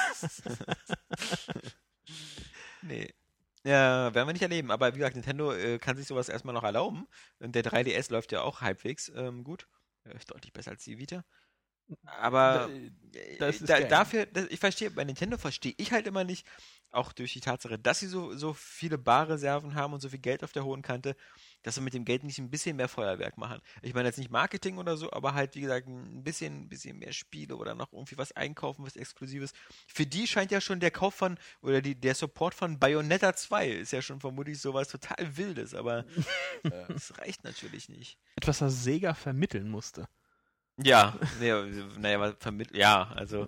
Nee. Ja, werden wir nicht erleben. Aber wie gesagt, Nintendo kann sich sowas erstmal noch erlauben. Und der 3DS läuft ja auch halbwegs gut. Ist deutlich besser als die Vita. Aber ich verstehe, bei Nintendo verstehe ich halt immer nicht, auch durch die Tatsache, dass sie so viele Barreserven haben und so viel Geld auf der hohen Kante, dass sie mit dem Geld nicht ein bisschen mehr Feuerwerk machen. Ich meine jetzt nicht Marketing oder so, aber halt, wie gesagt, ein bisschen mehr Spiele oder noch irgendwie was einkaufen, was Exklusives. Für die scheint ja schon der Kauf von, oder der Support von Bayonetta 2 ist ja schon vermutlich sowas total Wildes, aber das reicht natürlich nicht. Etwas, was Sega vermitteln musste. Ja, also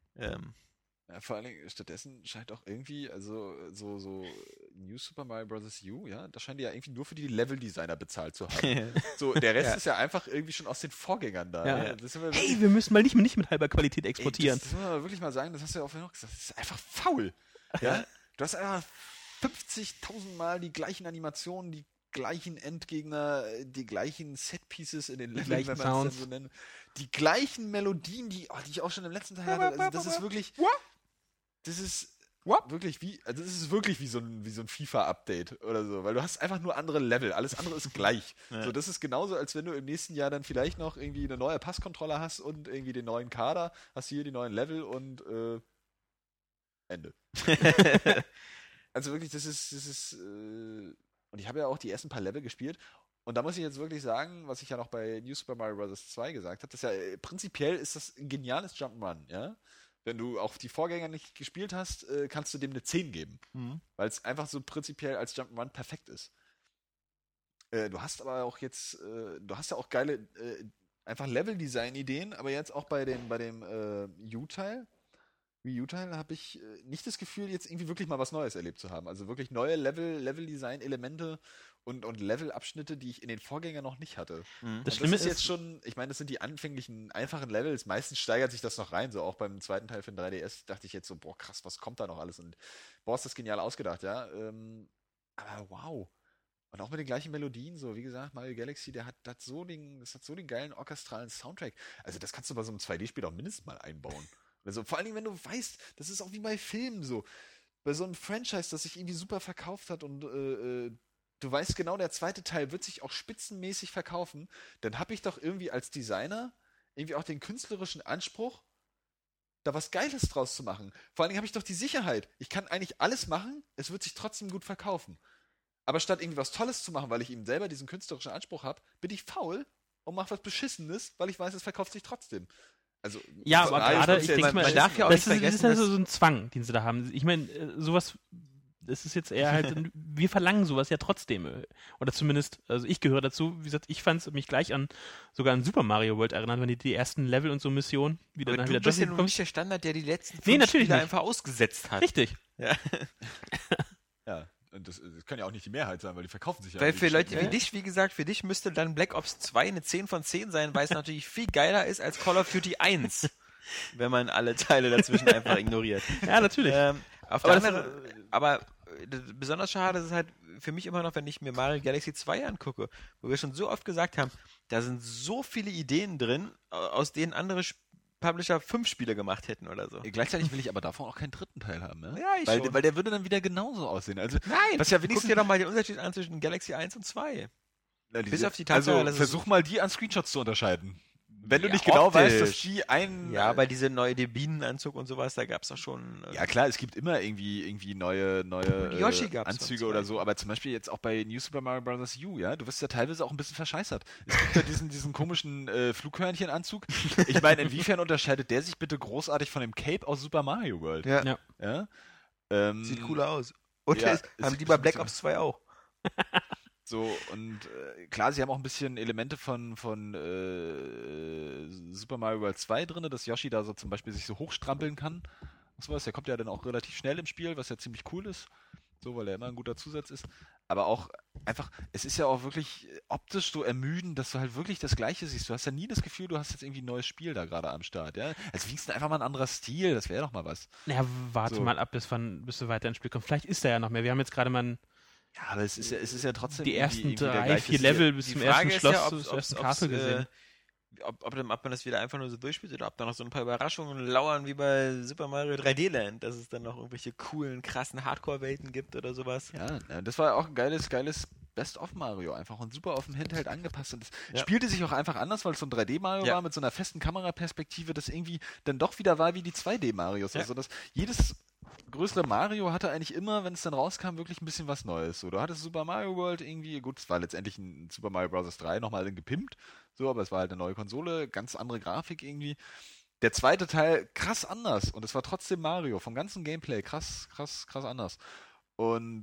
ja, vor allen Dingen stattdessen scheint auch irgendwie, also so New Super Mario Bros. U, ja, das scheint ja irgendwie nur für die Level-Designer bezahlt zu haben. So, der Rest ist ja einfach irgendwie schon aus den Vorgängern da. Ja. Hey, wir müssen mal nicht mit halber Qualität exportieren. Das muss man wirklich mal sagen, das hast du ja auch vorhin noch gesagt, das ist einfach faul. Ja? Du hast einfach 50.000 Mal die gleichen Animationen, die gleichen Endgegner, die gleichen Setpieces in den Leveln, wenn man es denn so nennt. Die gleichen Melodien, die ich auch schon im letzten Teil hatte. Also das ist wirklich... Das ist wirklich wie so ein FIFA-Update oder so, weil du hast einfach nur andere Level, alles andere ist gleich. Ja. So, das ist genauso, als wenn du im nächsten Jahr dann vielleicht noch irgendwie eine neue Passkontrolle hast und irgendwie den neuen Kader, hast hier die neuen Level und Ende. Also wirklich, das ist und ich habe ja auch die ersten paar Level gespielt. Und da muss ich jetzt wirklich sagen, was ich ja noch bei New Super Mario Bros. 2 gesagt habe, dass ja prinzipiell ist das ein geniales Jump'n'Run, ja. Wenn du auch die Vorgänger nicht gespielt hast, kannst du dem eine 10 geben. Mhm. Weil es einfach so prinzipiell als Jump'n'Run perfekt ist. Du hast aber auch jetzt, du hast ja auch geile, einfach Level-Design-Ideen, aber jetzt auch bei dem U-Teil, Wii U-Teil, habe ich nicht das Gefühl, jetzt irgendwie wirklich mal was Neues erlebt zu haben. Also wirklich neue Level-Design-Elemente und Level-Abschnitte, die ich in den Vorgängern noch nicht hatte. Mhm. Das Schlimme ist jetzt schon, ich meine, das sind die anfänglichen, einfachen Levels. Meistens steigert sich das noch rein. So auch beim zweiten Teil für den 3DS dachte ich jetzt so, boah, krass, was kommt da noch alles? Und boah, ist das genial ausgedacht, ja. Aber wow. Und auch mit den gleichen Melodien, so wie gesagt, Mario Galaxy, das hat so den geilen orchestralen Soundtrack. Also das kannst du bei so einem 2D-Spiel auch mindestens mal einbauen. Also vor allen Dingen, wenn du weißt, das ist auch wie bei Filmen so. Bei so einem Franchise, das sich irgendwie super verkauft hat und du weißt genau, der zweite Teil wird sich auch spitzenmäßig verkaufen, dann habe ich doch irgendwie als Designer irgendwie auch den künstlerischen Anspruch, da was Geiles draus zu machen. Vor allen Dingen habe ich doch die Sicherheit. Ich kann eigentlich alles machen, es wird sich trotzdem gut verkaufen. Aber statt irgendwie was Tolles zu machen, weil ich eben selber diesen künstlerischen Anspruch habe, bin ich faul und mache was Beschissenes, weil ich weiß, es verkauft sich trotzdem. Also, ja, aber gerade, ich denke mal, man darf ja auch nicht das vergessen, ist also so ein Zwang, den sie da haben. Ich meine, sowas, das ist jetzt eher halt, wir verlangen sowas ja trotzdem. Oder zumindest, also ich gehöre dazu, wie gesagt, ich fand es mich gleich sogar an Super Mario World erinnert, wenn die ersten Level und so Missionen wieder aber dann du wieder bist ja nun nicht der Standard, der die letzten 5 natürlich Spiele nicht. einfach ausgesetzt hat. Richtig. Ja. ja, und das kann ja auch nicht die Mehrheit sein, weil die verkaufen sich ja. Weil für Leute wie dich, wie gesagt, für dich müsste dann Black Ops 2 eine 10 von 10 sein, weil es natürlich viel geiler ist als Call of Duty 1, wenn man alle Teile dazwischen einfach ignoriert. Ja, natürlich. Aber besonders schade ist es halt für mich immer noch, wenn ich mir Mario Galaxy 2 angucke, wo wir schon so oft gesagt haben, da sind so viele Ideen drin, aus denen andere Publisher 5 Spiele gemacht hätten oder so. Gleichzeitig will ich aber davon auch keinen dritten Teil haben, ne? Ja, schon. Weil der würde dann wieder genauso aussehen. Also, Nein, was ja guck dir doch mal den Unterschied an zwischen Galaxy 1 und 2. Bis auf die Tatsache, also versuch mal die an Screenshots zu unterscheiden. Wenn du nicht genau weißt, dass die Ja, weil diese neue Bienenanzug und sowas, da gab es doch schon. Ja klar, es gibt immer irgendwie neue Anzüge oder so, aber zum Beispiel jetzt auch bei New Super Mario Bros. U, ja, du wirst ja teilweise auch ein bisschen verscheißert. Es gibt ja diesen komischen Flughörnchenanzug. Ich meine, inwiefern unterscheidet der sich bitte großartig von dem Cape aus Super Mario World? Ja. Sieht cooler aus. Und ja, haben die bei Black Ops 2 auch. So, und klar, sie haben auch ein bisschen Elemente von Super Mario World 2 drin, dass Yoshi da so zum Beispiel sich so hochstrampeln kann. Und sowas. Der kommt ja dann auch relativ schnell im Spiel, was ja ziemlich cool ist. So, weil er immer ein guter Zusatz ist. Aber auch einfach, es ist ja auch wirklich optisch so ermüdend, dass du halt wirklich das Gleiche siehst. Du hast ja nie das Gefühl, du hast jetzt irgendwie ein neues Spiel da gerade am Start, ja. Also wenigstens einfach mal ein anderer Stil, das wäre doch mal was. Ja, warte mal ab, bis du weiter ins Spiel kommst. Vielleicht ist da ja noch mehr. Wir haben jetzt gerade mal ja, aber es ist ja trotzdem die ersten 3, 4 Level bis zum ersten Schloss, zum ersten Castle gesehen. Ob man das wieder einfach nur so durchspielt oder ob da noch so ein paar Überraschungen lauern wie bei Super Mario 3D Land, dass es dann noch irgendwelche coolen, krassen Hardcore-Welten gibt oder sowas. Ja, das war auch ein geiles Best-of Mario einfach und super auf dem Handheld angepasst. Und es spielte sich auch einfach anders, weil es so ein 3D-Mario war mit so einer festen Kameraperspektive, das irgendwie dann doch wieder war wie die 2D-Marios. Ja. Also dass jedes größere Mario hatte eigentlich immer, wenn es dann rauskam, wirklich ein bisschen was Neues. So, du hattest Super Mario World irgendwie, gut, es war letztendlich ein Super Mario Bros. 3 nochmal gepimpt, so, aber es war halt eine neue Konsole, ganz andere Grafik irgendwie. Der zweite Teil krass anders und es war trotzdem Mario, vom ganzen Gameplay krass anders. Und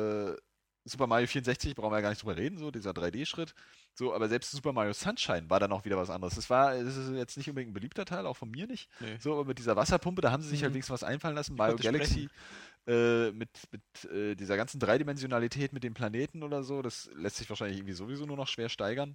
Super Mario 64 brauchen wir ja gar nicht drüber reden, so dieser 3D-Schritt. So, aber selbst Super Mario Sunshine war dann auch wieder was anderes. Es ist jetzt nicht unbedingt ein beliebter Teil, auch von mir nicht. Nee. So, aber mit dieser Wasserpumpe, da haben sie sich halt wenigstens was einfallen lassen. Mario Galaxy mit dieser ganzen Dreidimensionalität mit den Planeten oder so, das lässt sich wahrscheinlich irgendwie sowieso nur noch schwer steigern.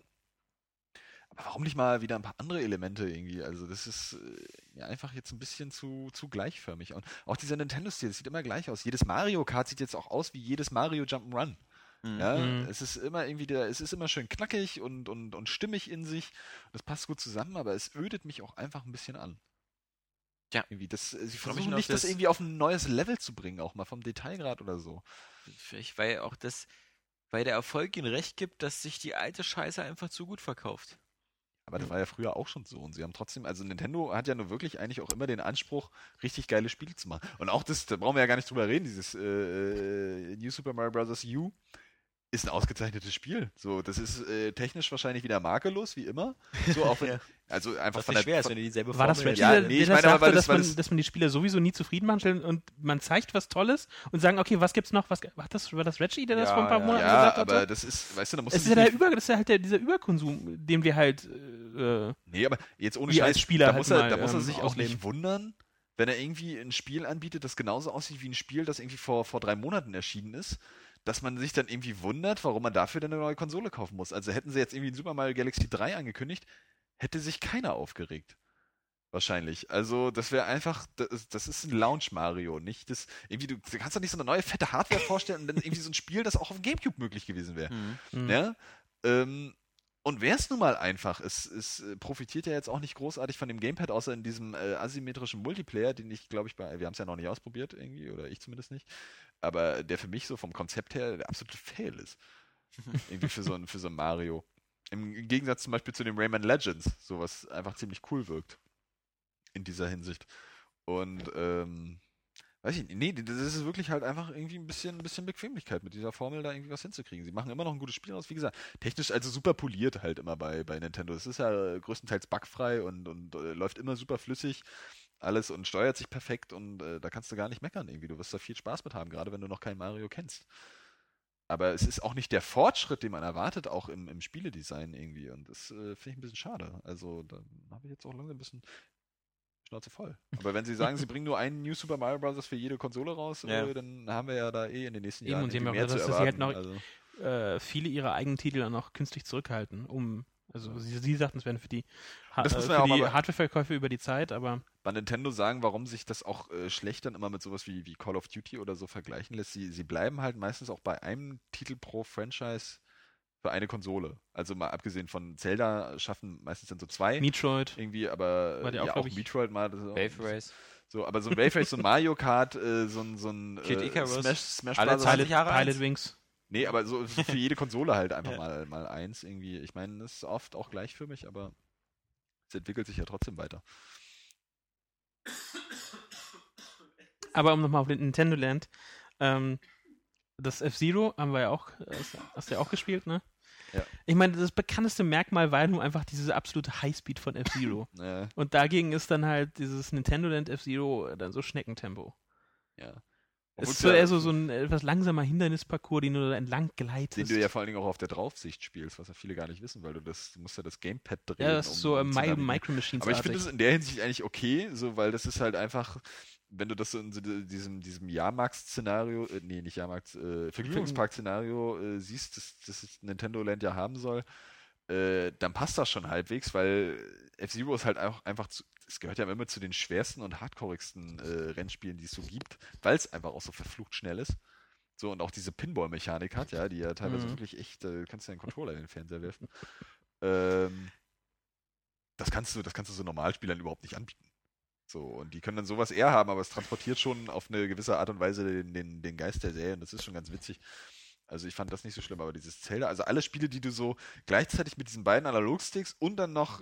Aber warum nicht mal wieder ein paar andere Elemente irgendwie? Also das ist einfach jetzt ein bisschen zu gleichförmig. Und auch dieser Nintendo-Stil, das sieht immer gleich aus. Jedes Mario Kart sieht jetzt auch aus wie jedes Mario Jump'n'Run. Ja, es ist immer schön knackig und stimmig in sich. Das passt gut zusammen, aber es ödet mich auch einfach ein bisschen an. Ja, irgendwie sie versuchen nicht, das irgendwie auf ein neues Level zu bringen, auch mal vom Detailgrad oder so. Vielleicht, weil der Erfolg ihnen recht gibt, dass sich die alte Scheiße einfach zu gut verkauft. Aber das war ja früher auch schon so. Und sie haben trotzdem, also Nintendo hat ja nur wirklich eigentlich auch immer den Anspruch, richtig geile Spiele zu machen. Und auch da brauchen wir ja gar nicht drüber reden, dieses New Super Mario Bros. U ist ein ausgezeichnetes Spiel. So, das ist technisch wahrscheinlich wieder makellos, wie immer. So, auch wenn, also einfach was von schwer ist, wenn die dieselbe War das Reggie, ich meine, aber dass man die Spieler sowieso nie zufrieden macht und man zeigt was Tolles und sagen, okay, was gibt's noch? War das Reggie, der das vor ein paar Monaten gesagt hat? Ja, aber das ist, weißt du, da muss das ist ja halt dieser Überkonsum, den wir halt nee, aber jetzt ohne Scheiß, Spieler da muss er sich auch nicht wundern, wenn er irgendwie ein Spiel anbietet, das genauso aussieht wie ein Spiel, das irgendwie vor 3 Monaten erschienen ist, dass man sich dann irgendwie wundert, warum man dafür dann eine neue Konsole kaufen muss. Also hätten sie jetzt irgendwie ein Super Mario Galaxy 3 angekündigt, hätte sich keiner aufgeregt. Wahrscheinlich. Also das wäre einfach, das ist ein Launch-Mario, nicht das, irgendwie, du kannst doch nicht so eine neue fette Hardware vorstellen und dann irgendwie so ein Spiel, das auch auf dem Gamecube möglich gewesen wäre. Ja? Und wäre es nun mal einfach, es profitiert ja jetzt auch nicht großartig von dem Gamepad, außer in diesem asymmetrischen Multiplayer, den ich, glaube ich, wir haben es ja noch nicht ausprobiert irgendwie, oder ich zumindest nicht, aber der für mich so vom Konzept her der absolute Fail ist. Irgendwie für so ein Mario. Im Gegensatz zum Beispiel zu dem Rayman Legends, so was einfach ziemlich cool wirkt. In dieser Hinsicht. Und Weiß ich nicht. Nee, das ist wirklich halt einfach irgendwie ein bisschen Bequemlichkeit, mit dieser Formel da irgendwie was hinzukriegen. Sie machen immer noch ein gutes Spiel aus, wie gesagt. Technisch also super poliert halt immer bei Nintendo. Es ist ja größtenteils bugfrei und läuft immer super flüssig alles und steuert sich perfekt und da kannst du gar nicht meckern irgendwie. Du wirst da viel Spaß mit haben, gerade wenn du noch kein Mario kennst. Aber es ist auch nicht der Fortschritt, den man erwartet, auch im Spieledesign irgendwie. Und das finde ich ein bisschen schade. Also da habe ich jetzt auch langsam ein bisschen Schnauze voll. Aber wenn Sie sagen, Sie bringen nur einen New Super Mario Bros. Für jede Konsole raus, dann haben wir ja da in den nächsten Jahren und sie haben mehr auch zu gesagt, erwarten. dass sie halt noch viele ihrer eigenen Titel dann noch künstlich zurückhalten, also sie sagten, es wären für die Hardwareverkäufe über die Zeit, aber bei Nintendo sagen, warum sich das auch schlecht dann immer mit sowas wie Call of Duty oder so vergleichen lässt. Sie bleiben halt meistens auch bei einem Titel pro Franchise für eine Konsole. Also mal abgesehen von Zelda schaffen meistens dann so 2. Metroid. Irgendwie, aber war der auch Metroid mal. Wave Race. So, aber so ein Wave Race, so ein Mario Kart, so ein Kid Icarus. Smash Alle Bros. 20 Jahre Pilot Wings. Nee, aber so für jede Konsole halt einfach mal eins irgendwie. Ich meine, das ist oft auch gleich für mich, aber es entwickelt sich ja trotzdem weiter. Aber um nochmal auf den Nintendo Land, das F-Zero haben wir ja auch, hast du ja auch gespielt, ne? Ja. Ich meine, das bekannteste Merkmal war nur einfach diese absolute Highspeed von F-Zero. Ja. Und dagegen ist dann halt dieses Nintendo Land F-Zero dann so Schneckentempo. Ja. Es ist so eher so ein etwas langsamer Hindernisparcours, den du da entlang gleitest. Den du ja vor allen Dingen auch auf der Draufsicht spielst, was ja viele gar nicht wissen, weil du musst ja das Gamepad drehen. Ja, das ist so Micro Machines. Aber ich finde es in der Hinsicht eigentlich okay, so, weil das ist halt einfach, wenn du das so in diesem Jahrmarkt-Szenario, nicht Jahrmarkt, Vergnügungspark-Szenario siehst, das Nintendo Land ja haben soll, dann passt das schon halbwegs, weil F-Zero ist halt auch einfach es gehört ja immer zu den schwersten und hardcoreigsten Rennspielen, die es so gibt, weil es einfach auch so verflucht schnell ist. So, und auch diese Pinball-Mechanik hat, ja, die ja teilweise wirklich echt, kannst du ja einen Controller in den Fernseher werfen. Das kannst du so Normalspielern überhaupt nicht anbieten. So, und die können dann sowas eher haben, aber es transportiert schon auf eine gewisse Art und Weise den Geist der Serie und das ist schon ganz witzig. Also ich fand das nicht so schlimm, aber dieses Zelda, also alle Spiele, die du so gleichzeitig mit diesen beiden Analogsticks und dann noch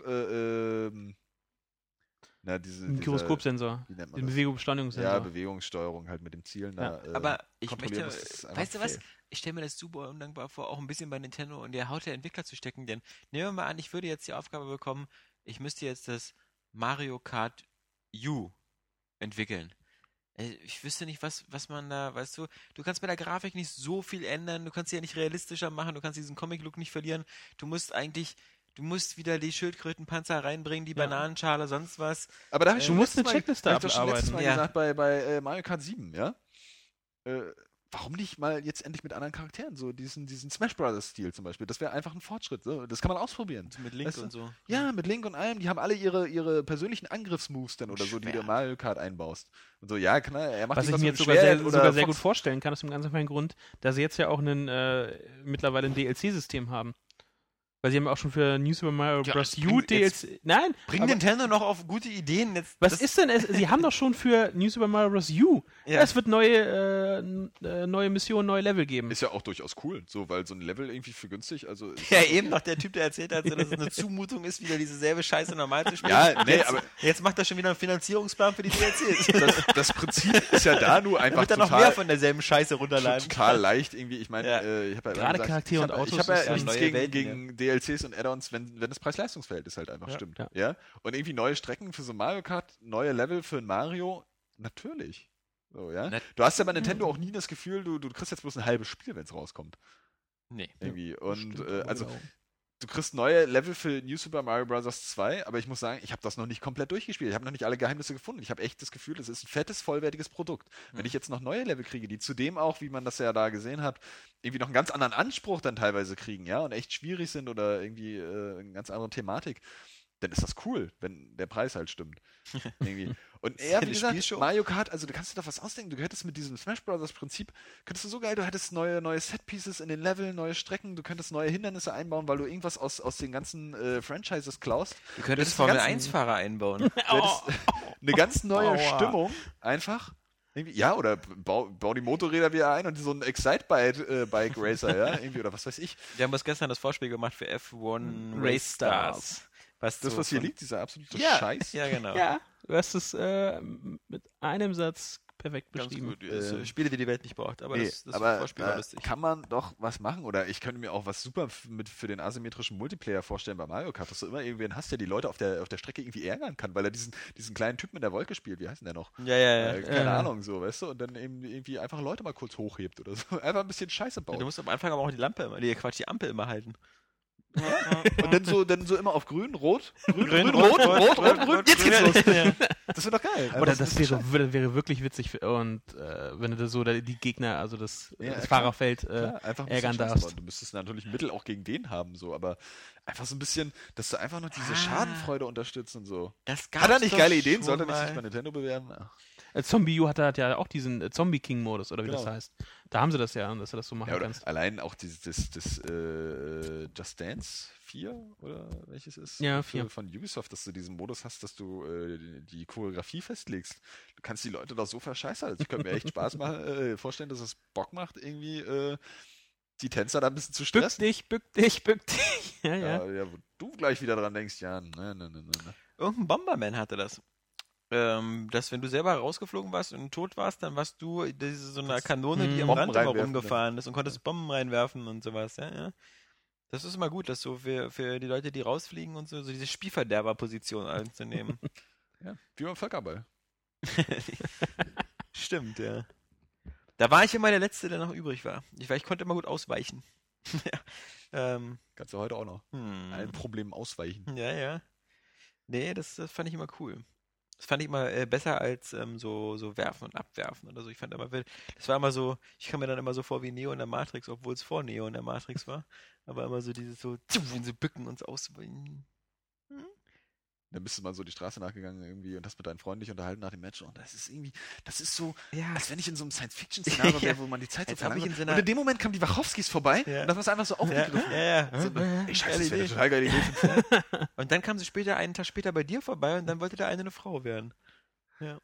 Gyroskopsensor, den Bewegungsbeschleunigungssensor. Ja, Bewegungssteuerung halt mit dem Zielen da. Aber ich möchte, weißt du was? Fail. Ich stelle mir das super undankbar vor, auch ein bisschen bei Nintendo in der Haut der Entwickler zu stecken, denn nehmen wir mal an, ich würde jetzt die Aufgabe bekommen, ich müsste jetzt das Mario Kart U entwickeln. Ich wüsste nicht, was man da, weißt du, du kannst bei der Grafik nicht so viel ändern, du kannst sie ja nicht realistischer machen, du kannst diesen Comic-Look nicht verlieren, du musst wieder die Schildkrötenpanzer reinbringen, die Bananenschale, sonst was. Aber da habe ich du musst eine Checkliste abarbeiten. Mal gesagt bei Mario Kart 7, ja? Warum nicht mal jetzt endlich mit anderen Charakteren? So diesen Smash Brothers Stil zum Beispiel. Das wäre einfach ein Fortschritt. So. Das kann man ausprobieren. So mit Link und so. Ja, mit Link und allem. Die haben alle ihre persönlichen Angriffsmoves dann oder so, die du in Mario Kart einbaust. Und so, ja, klar, er macht was ich mir jetzt sogar sehr gut vorstellen kann, aus dem ganz einfachen Grund, dass sie jetzt ja auch mittlerweile ein DLC-System haben. Weil sie haben auch schon für New Super Mario Bros. U DLC. Nein! Bring Nintendo noch auf gute Ideen. Jetzt, was ist denn es? Sie haben doch schon für New Super Mario Bros. U. Ja. Es wird neue Missionen, neue Level geben. Ist ja auch durchaus cool, so, weil so ein Level irgendwie für günstig, also. Ja, eben noch der Typ, der erzählt hat, dass es eine Zumutung ist, wieder dieselbe Scheiße normal zu spielen. Ja, nee, aber. Jetzt macht er schon wieder einen Finanzierungsplan für die DLCs. Das Prinzip ist ja da nur einfach. Damit er noch mehr von derselben Scheiße runterladen. Total leicht irgendwie. Ich meine, ich habe ja gerade Charaktere und Autos. Ich habe ja nichts gegen DLCs und Add-ons, wenn das Preis-Leistungs-Verhältnis halt einfach stimmt. Ja. Und irgendwie neue Strecken für so Mario Kart, neue Level für ein Mario, natürlich. So, ja. Du hast ja bei Nintendo auch nie das Gefühl, du kriegst jetzt bloß ein halbes Spiel, wenn es rauskommt. Nee. Irgendwie. Und du kriegst neue Level für New Super Mario Bros. 2, aber ich muss sagen, ich habe das noch nicht komplett durchgespielt. Ich habe noch nicht alle Geheimnisse gefunden. Ich habe echt das Gefühl, es ist ein fettes, vollwertiges Produkt. Wenn ich jetzt noch neue Level kriege, die zudem auch, wie man das ja da gesehen hat, irgendwie noch einen ganz anderen Anspruch dann teilweise kriegen, ja, und echt schwierig sind oder irgendwie eine ganz andere Thematik, dann ist das cool, wenn der Preis halt stimmt. Irgendwie. Und wie gesagt, Mario Kart, also du kannst dir doch was ausdenken, du hättest mit diesem Smash Brothers Prinzip, könntest du so geil, du hättest neue Set-Pieces in den Leveln, neue Strecken, du könntest neue Hindernisse einbauen, weil du irgendwas aus den ganzen Franchises klaust. Du könntest Formel-1-Fahrer einbauen. Du hättest eine ganz neue Stimmung, einfach. Ja, oder bau die Motorräder wieder ein und so ein Excite-Bike Racer, ja, irgendwie, oder was weiß ich. Wir haben uns gestern das Vorspiel gemacht für F1 Race Stars. Was hier liegt, dieser absolute Scheiß. Ja, genau. Ja, du hast es mit einem Satz perfekt beschrieben. Ganz gut. Spiele, die die Welt nicht braucht, aber das Vorspiel war lustig. Kann man doch was machen, oder ich könnte mir auch was super für den asymmetrischen Multiplayer vorstellen bei Mario Kart, dass du immer irgendwen hast, der die Leute auf der Strecke irgendwie ärgern kann, weil er diesen kleinen Typen in der Wolke spielt, wie heißt denn der noch? Ja. Keine Ahnung, so, weißt du, und dann eben irgendwie einfach Leute mal kurz hochhebt oder so. Einfach ein bisschen Scheiße bauen. Du musst am Anfang aber auch die Ampel immer halten. Und dann so immer auf grün, rot, rot, jetzt geht's los. Das wäre doch geil. Oder das wäre wirklich witzig und wenn du so die Gegner, also das Fahrerfeld ärgern darfst. Du müsstest natürlich Mittel auch gegen den haben, so, aber einfach so ein bisschen, dass du einfach noch diese Schadenfreude unterstützt und so. Hat er nicht geile Ideen? Sollte er sich bei Nintendo bewerben? Zombie U hat ja auch diesen Zombie King-Modus, oder wie das heißt. Da haben sie das ja, dass du das so machen kannst. Allein auch das Just Dance 4 oder welches ist? Ja, 4. Von Ubisoft, dass du diesen Modus hast, dass du die Choreografie festlegst. Du kannst die Leute doch so verscheißern. Also ich könnte mir echt Spaß vorstellen, dass es Bock macht, irgendwie die Tänzer da ein bisschen zu stressen. Bück dich. Ja, wo du gleich wieder dran denkst, ja, ne. Irgendein Bomberman hatte das. Dass wenn du selber rausgeflogen warst und tot warst, dann warst du so eine Kanone, die am Rand immer rumgefahren ist und konntest Bomben reinwerfen und sowas, ja. Das ist immer gut, das so für die Leute, die rausfliegen und so diese Spielverderber-Position einzunehmen. Ja, wie beim Völkerball. Stimmt, ja. Da war ich immer der Letzte, der noch übrig war. Ich konnte immer gut ausweichen. Kannst du heute auch noch. Allen Problemen ausweichen. Ja. Nee, das fand ich immer cool. Das fand ich immer besser als so werfen und abwerfen oder so. Ich fand immer, das war immer so, ich kam mir dann immer so vor wie Neo in der Matrix, obwohl es vor Neo in der Matrix war. Aber immer so dieses so bücken und ausweichen. Dann bist du mal so die Straße nachgegangen irgendwie und hast mit deinen Freunden dich unterhalten nach dem Match und das ist so, als wenn ich in so einem Science-Fiction-Szenario wäre, wo man die Zeit so verlangsamt. Und in dem Moment kamen die Wachowskis vorbei und dann war es einfach so aufgegriffen. Ey, scheiße, das wäre eine total geile Idee. Und dann kam sie einen Tag später bei dir vorbei und dann wollte der eine Frau werden. Ja.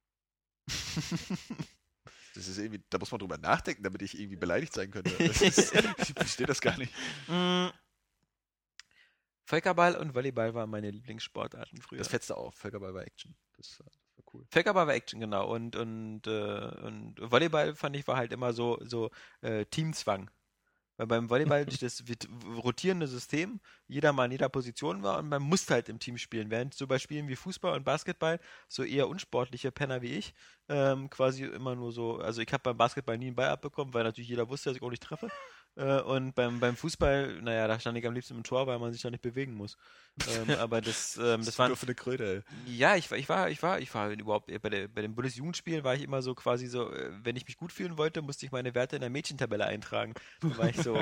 Das ist irgendwie, da muss man drüber nachdenken, damit ich irgendwie beleidigt sein könnte. Ich verstehe das gar nicht. Völkerball und Volleyball waren meine Lieblingssportarten früher. Das fetzte auch. Völkerball war Action. Das war cool. Völkerball war Action, genau. Und Volleyball fand ich war halt immer so Teamzwang. Weil beim Volleyball das rotierende System, jeder mal in jeder Position war und man musste halt im Team spielen. Während so bei Spielen wie Fußball und Basketball so eher unsportliche Penner wie ich quasi immer nur so, also ich habe beim Basketball nie einen Ball abbekommen, weil natürlich jeder wusste, dass ich auch nicht treffe. Und beim Fußball, naja, da stand ich am liebsten im Tor, weil man sich da nicht bewegen muss. Aber das war nur für eine Kröte, ey. Ja, ich war überhaupt bei den Bundesjugendspielen war ich immer so quasi so, wenn ich mich gut fühlen wollte, musste ich meine Werte in der Mädchentabelle eintragen. Da war ich so,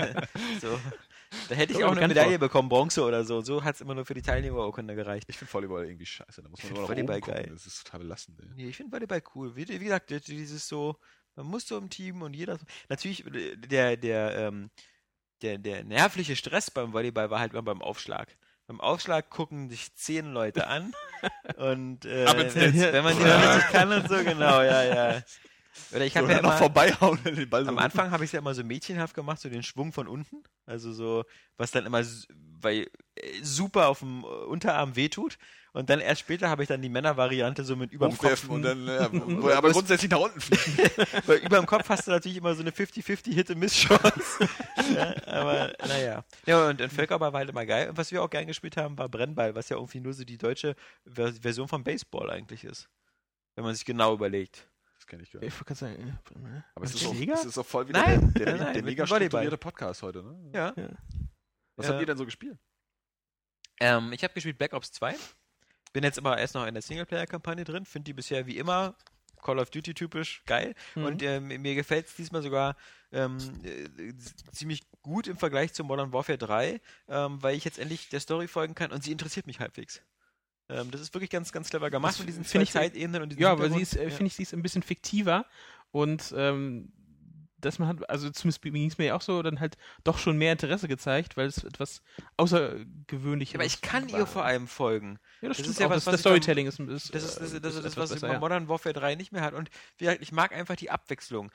da hätte ich auch eine Medaille bekommen, Bronze oder so. So hat es immer nur für die Teilnehmerurkunde gereicht. Ich finde Volleyball irgendwie scheiße, da muss man nur noch Volleyball oben gucken. geil. Das ist total belastend, ey. Nee, ich finde Volleyball cool. Wie gesagt, dieses so, man muss so im Team und jeder. Natürlich, der nervliche Stress beim Volleyball war halt immer beim Aufschlag. Beim Aufschlag gucken sich 10 Leute an und wenn man die noch nicht kann und so, genau, ja. Oder ich habe ja immer vorbeihauen den Ball so. Am Anfang habe ich es ja immer so mädchenhaft gemacht, so den Schwung von unten, also so, was dann immer super auf dem Unterarm wehtut. Und dann erst später habe ich dann die Männervariante so mit überm Kopf. Und dann, aber grundsätzlich nach unten fliegen. Weil überm Kopf hast du natürlich immer so eine 50-50 Hit-and-Miss-Chance. Ja, aber naja. Ja, und Völkerball war halt immer geil. Und was wir auch gern gespielt haben, war Brennball, was ja irgendwie nur so die deutsche Version von Baseball eigentlich ist. Wenn man sich genau überlegt. Das kenne ich gar nicht. Ich wollte gerade sagen, aber es ist auch voll wieder der mega strukturierte Podcast heute, ne? Ja. Was habt ihr denn so gespielt? Ich habe gespielt Black Ops 2. Bin jetzt immer erst noch in der Singleplayer-Kampagne drin. Finde die bisher wie immer Call of Duty typisch geil. Und mir gefällt es diesmal sogar ziemlich gut im Vergleich zu Modern Warfare 3, weil ich jetzt endlich der Story folgen kann und sie interessiert mich halbwegs. Das ist wirklich ganz, ganz clever gemacht mit diesen zwei Zeitebenen und diesen aber sie ist ein bisschen fiktiver und dass man hat, also zumindest ging es mir ja auch so, dann halt doch schon mehr Interesse gezeigt, weil es etwas Außergewöhnliches aber ich kann ihr vor allem folgen. Ja, das Das stimmt ist ja auch. was Das Storytelling ist Das ist das, etwas was besser, über Modern Warfare 3 nicht mehr hat. Und ich mag einfach die Abwechslung.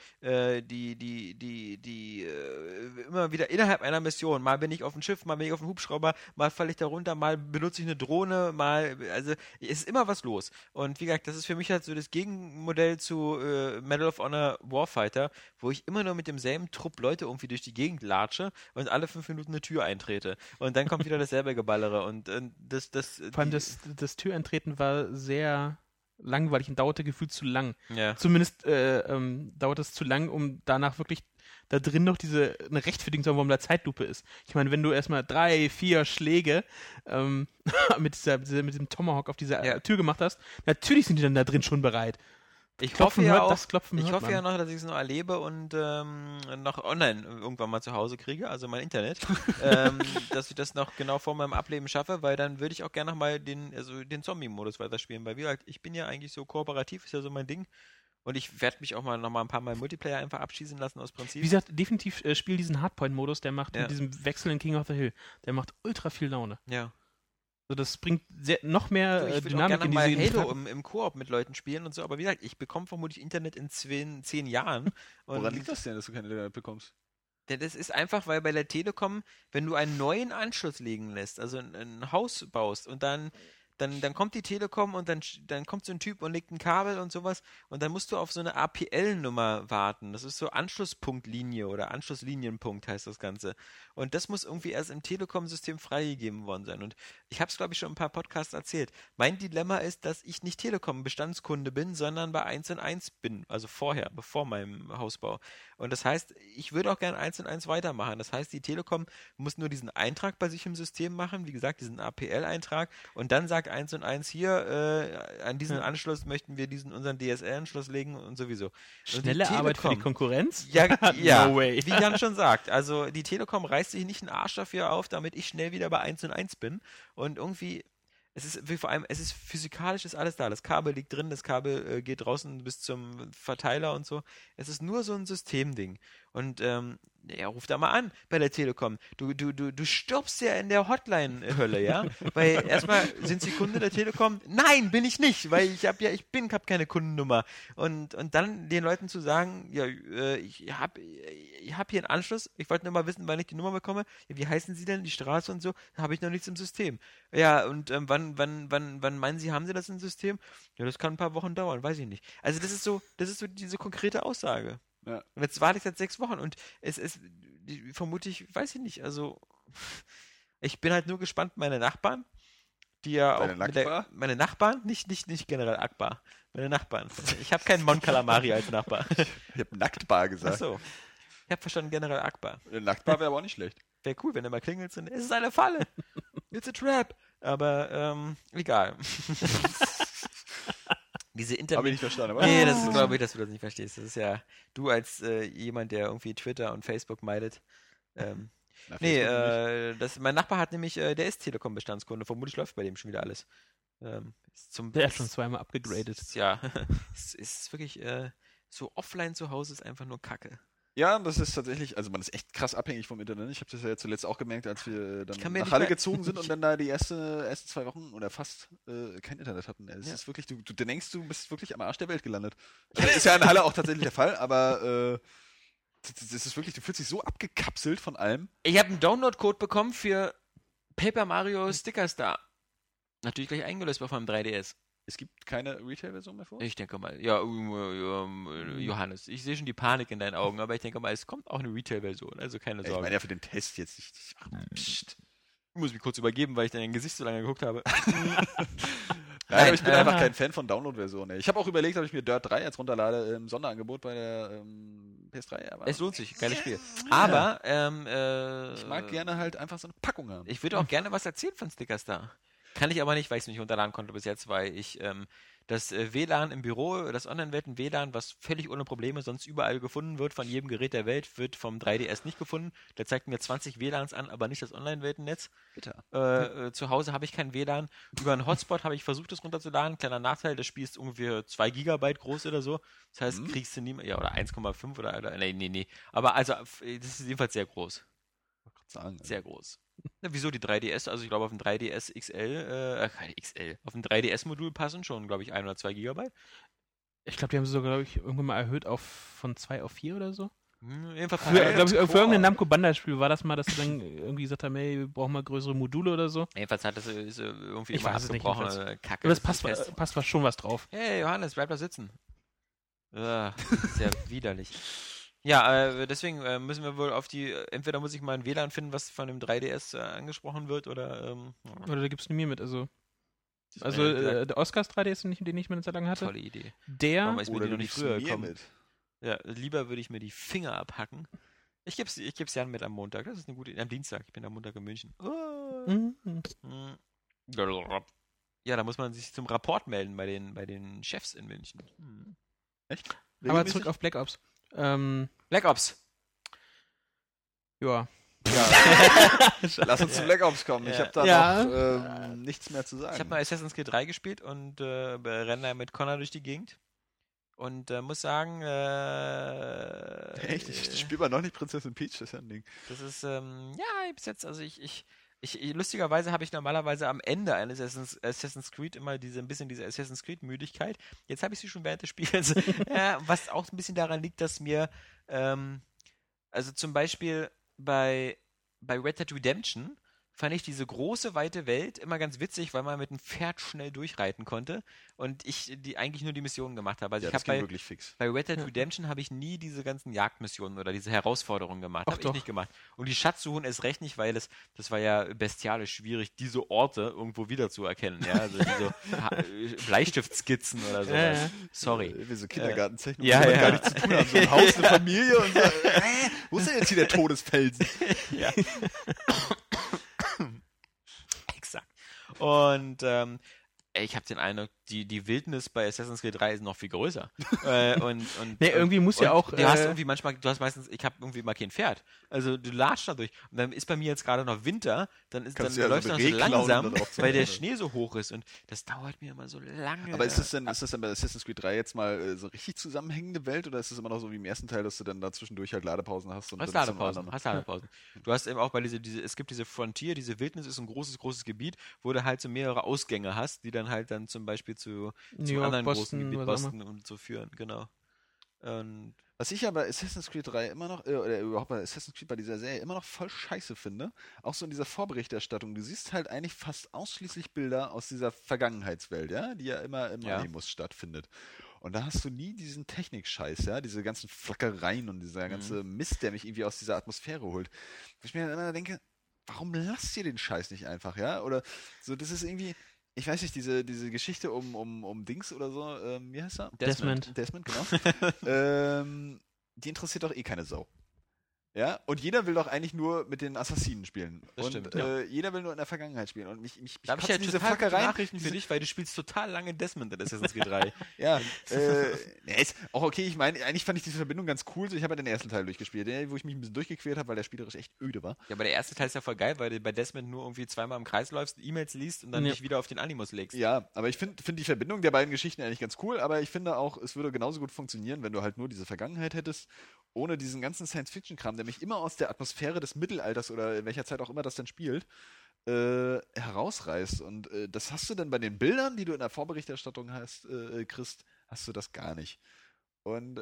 Immer wieder innerhalb einer Mission. Mal bin ich auf dem Schiff, mal bin ich auf dem Hubschrauber, mal falle ich da runter, mal benutze ich eine Drohne, also es ist immer was los. Und wie gesagt, das ist für mich halt so das Gegenmodell zu Medal of Honor Warfighter, wo ich immer nur mit demselben Trupp Leute irgendwie durch die Gegend latsche und alle 5 Minuten eine Tür eintrete. Und dann kommt wieder dasselbe Geballere. Und vor allem das Türeintreten war sehr langweilig und dauerte gefühlt zu lang. Ja. Zumindest dauert es zu lang, um danach wirklich da drin noch eine Rechtfertigung zu haben, warum da Zeitlupe ist. Ich meine, wenn du erstmal 3, 4 Schläge mit dem Tomahawk auf dieser Tür gemacht hast, natürlich sind die dann da drin schon bereit. Ich hoffe ja noch, dass ich es noch erlebe und noch online irgendwann mal zu Hause kriege, also mein Internet, dass ich das noch genau vor meinem Ableben schaffe, weil dann würde ich auch gerne nochmal den Zombie-Modus weiterspielen, weil wie gesagt, ich bin ja eigentlich so kooperativ, ist ja so mein Ding. Und ich werde mich auch noch mal ein paar Mal Multiplayer einfach abschießen lassen aus Prinzip. Wie gesagt, definitiv spiel diesen Hardpoint-Modus, der macht mit diesem Wechsel in King of the Hill, der macht ultra viel Laune. Ja. So, das bringt noch mehr Dynamik in diese Ich würde Halo im Koop mit Leuten spielen und so, aber wie gesagt, ich bekomme vermutlich Internet in 10 Jahren. Woran liegt das denn, dass du kein Internet bekommst? Das ist einfach, weil bei der Telekom, wenn du einen neuen Anschluss legen lässt, also ein Haus baust und dann kommt die Telekom und dann kommt so ein Typ und legt ein Kabel und sowas und dann musst du auf so eine APL-Nummer warten. Das ist so Anschlusspunktlinie oder Anschlusslinienpunkt heißt das Ganze. Und das muss irgendwie erst im Telekom-System freigegeben worden sein. Und ich habe es, glaube ich, schon ein paar Podcasts erzählt. Mein Dilemma ist, dass ich nicht Telekom-Bestandskunde bin, sondern bei 1&1 bin. Also bevor meinem Hausbau. Und das heißt, ich würde auch gerne 1&1 weitermachen. Das heißt, die Telekom muss nur diesen Eintrag bei sich im System machen, wie gesagt, diesen APL-Eintrag und dann sagt 1&1 hier, an diesen Anschluss möchten wir unseren DSL-Anschluss legen und sowieso. Schnelle Arbeit für die Konkurrenz? Ja, No way. Wie Jan schon sagt. Also die Telekom reißt sich nicht einen Arsch dafür auf, damit ich schnell wieder bei 1&1 bin. Und irgendwie, es ist physikalisch ist alles da. Das Kabel liegt drin, das Kabel geht draußen bis zum Verteiler und so. Es ist nur so ein Systemding. Und ruf da mal an bei der Telekom. Du stirbst ja in der Hotline-Hölle, ja? Weil erstmal sind Sie Kunde der Telekom? Nein, bin ich nicht, weil ich habe keine Kundennummer. Und dann den Leuten zu sagen, ja, ich hab hier einen Anschluss, ich wollte nur mal wissen, wann ich die Nummer bekomme. Ja, wie heißen Sie denn, die Straße und so? Da habe ich noch nichts im System. Ja, und wann meinen Sie, haben Sie das im System? Ja, das kann ein paar Wochen dauern, weiß ich nicht. Also das ist so diese konkrete Aussage. Ja. Und jetzt warte ich seit 6 Wochen und es ist vermutlich, weiß ich nicht, also ich bin halt nur gespannt, meine Nachbarn, die ja auch meine Nachbarn, nicht General Akbar, meine Nachbarn. Ich habe keinen Mon Calamari als Nachbar. Ich habe Nacktbar gesagt. Achso. Ich habe verstanden General Akbar. Nacktbar wäre aber auch nicht schlecht. Wäre cool, wenn du mal klingelst und es ist eine Falle. It's a trap. Aber egal. Habe ich nicht verstanden, aber. Nee, das ist, glaube ich, dass du das nicht verstehst. Das ist ja du als jemand, der irgendwie Twitter und Facebook meidet. Mein Nachbar hat nämlich, der ist Telekom-Bestandskunde. Vermutlich läuft bei dem schon wieder alles. Der hat schon zweimal abgegradet. Ja, es ist wirklich so offline zu Hause ist einfach nur Kacke. Ja, das ist tatsächlich, also man ist echt krass abhängig vom Internet. Ich habe das ja zuletzt auch gemerkt, als wir dann nach Halle gezogen sind und dann da die ersten 2 Wochen oder fast kein Internet hatten. Es ist wirklich, du denkst, du bist wirklich am Arsch der Welt gelandet. Das ist ja in Halle auch tatsächlich der Fall, aber das ist wirklich, du fühlst dich so abgekapselt von allem. Ich habe einen Download-Code bekommen für Paper Mario Sticker Star. Natürlich gleich eingelöst auf meinem 3DS. Es gibt keine Retail-Version mehr vor? Ich denke mal, Johannes, ich sehe schon die Panik in deinen Augen, aber ich denke mal, es kommt auch eine Retail-Version, also keine Sorge. Ich meine ja für den Test jetzt nicht. Ich muss mich kurz übergeben, weil ich dein Gesicht so lange geguckt habe. Nein, aber ich bin einfach kein Fan von Download-Versionen. Ich habe auch überlegt, ob ich mir Dirt 3 jetzt runterlade im Sonderangebot bei der PS3. Aber es lohnt sich, geiles Spiel. Aber ich mag gerne halt einfach so eine Packung haben. Ich würde auch gerne was erzählen von Sticker Star. Kann ich aber nicht, weil ich es nicht runterladen konnte bis jetzt, weil ich Das WLAN im Büro, das Online-Welten-WLAN, was völlig ohne Probleme sonst überall gefunden wird, von jedem Gerät der Welt, wird vom 3DS nicht gefunden. Der zeigt mir 20 WLANs an, aber nicht das Online-Weltennetz. Zu Hause habe ich kein WLAN. Über einen Hotspot habe ich versucht, das runterzuladen. Kleiner Nachteil, das Spiel ist ungefähr 2 Gigabyte groß oder so. Das heißt, kriegst du nie mehr, ja, oder 1,5 oder nee. Aber also, das ist jedenfalls sehr groß. Sehr groß. Na, wieso die 3DS? Also ich glaube auf dem 3DS XL, auf dem 3DS-Modul passen schon, glaube ich, 1 oder 2 Gigabyte. Ich glaube, die haben sie sogar, glaube ich, irgendwann mal erhöht von 2 auf 4 oder so. Jedenfalls Für irgendein Namco Bandai-Spiel war das mal, dass sie dann irgendwie gesagt haben, hey, wir brauchen mal größere Module oder so. Jedenfalls hat das irgendwie immer abgebrochen. Kacke. Aber es passt schon was drauf. Hey, Johannes, bleib da sitzen. Sehr widerlich. Ja, deswegen müssen wir wohl entweder muss ich mal ein WLAN finden, was von dem 3DS angesprochen wird, oder da gibst du mir mit, der Oscars 3DS, den ich mir eine Zeit lang hatte. Tolle Idee. Warum ist mir die noch nicht früher gekommen? Ja, lieber würde ich mir die Finger abhacken. Ich geb's Jan mit am Montag, das ist eine gute Idee. Am Dienstag, ich bin am Montag in München. Ja, da muss man sich zum Rapport melden bei den Chefs in München. Echt? Aber zurück auf Black Ops. Black Ops. Ja. Lass uns zu Black Ops kommen. Ich habe da noch nichts mehr zu sagen. Ich habe mal Assassin's Creed 3 gespielt und renne da mit Connor durch die Gegend. Und muss sagen, echt? Ich spiele mal noch nicht Prinzessin Peach, das ist ja ein Ding. Das ist, bis jetzt, also lustigerweise habe ich normalerweise am Ende eines Assassin's Creed immer diese Assassin's Creed Müdigkeit. Jetzt habe ich sie schon während des Spiels. Was auch ein bisschen daran liegt, dass mir, also zum Beispiel bei Red Dead Redemption fand ich diese große, weite Welt immer ganz witzig, weil man mit einem Pferd schnell durchreiten konnte und ich eigentlich nur die Missionen gemacht habe. Also das ging wirklich fix. Bei Red Dead Redemption habe ich nie diese ganzen Jagdmissionen oder diese Herausforderungen gemacht. Habe ich nicht gemacht. Und die Schatzsuchen ist recht nicht, weil das war ja bestialisch schwierig, diese Orte irgendwo wiederzuerkennen. Ja? Also diese Bleistiftskizzen oder so. Sorry. Wie so Kindergartenzeichen, gar nichts zu tun haben. So ein Haus, eine Familie und so. Wo ist denn jetzt hier der Todesfelsen? Ja. Exakt. Und ich habe den Eindruck, die Wildnis bei Assassin's Creed 3 ist noch viel größer. Irgendwie muss ja auch... Du hast meistens, ich habe irgendwie mal kein Pferd. Also du latschst da durch. Und dann ist bei mir jetzt gerade noch Winter, dann läufst du noch so langsam, weil der Schnee so hoch ist. Und das dauert mir immer so lange. Aber ist das denn bei Assassin's Creed 3 jetzt mal so richtig zusammenhängende Welt oder ist es immer noch so wie im ersten Teil, dass du dann da zwischendurch halt Ladepausen hast? Hast Ladepausen. Du hast eben auch es gibt diese Frontier, diese Wildnis ist ein großes Gebiet, wo du halt so mehrere Ausgänge hast, die dann halt zum Beispiel zum anderen großen Gebiet Boston und so führen, genau. Und was ich aber Assassin's Creed 3 immer noch, oder überhaupt bei Assassin's Creed bei dieser Serie immer noch voll scheiße finde, auch so in dieser Vorberichterstattung, du siehst halt eigentlich fast ausschließlich Bilder aus dieser Vergangenheitswelt, ja, die ja immer im Animus stattfindet. Und da hast du nie diesen Technikscheiß, ja, diese ganzen Flackereien und dieser ganze Mist, der mich irgendwie aus dieser Atmosphäre holt. Wo ich mir dann immer denke, warum lasst ihr den Scheiß nicht einfach, ja? Oder so, das ist irgendwie... Ich weiß nicht, diese Geschichte um Dings oder so, wie heißt er? Desmond, genau. Die interessiert doch eh keine Sau. Ja, und jeder will doch eigentlich nur mit den Assassinen spielen. Das und stimmt, jeder will nur in der Vergangenheit spielen. Und mich da habe ich ja diese Flackereien Nachrichten für dich, weil du spielst total lange Desmond in Assassin's Creed 3. Ja, ist auch okay. Ich meine, eigentlich fand ich diese Verbindung ganz cool. Ich habe ja den ersten Teil durchgespielt, wo ich mich ein bisschen durchgequält habe, weil der spielerisch echt öde war. Ja, aber der erste Teil ist ja voll geil, weil du bei Desmond nur irgendwie zweimal im Kreis läufst, E-Mails liest und dann dich wieder auf den Animus legst. Ja, aber ich finde die Verbindung der beiden Geschichten eigentlich ganz cool, aber ich finde auch, es würde genauso gut funktionieren, wenn du halt nur diese Vergangenheit hättest, ohne diesen ganzen Science-Fiction-Kram, der mich immer aus der Atmosphäre des Mittelalters oder in welcher Zeit auch immer das dann spielt, herausreißt. Und das hast du dann bei den Bildern, die du in der Vorberichterstattung kriegst, hast du das gar nicht. Und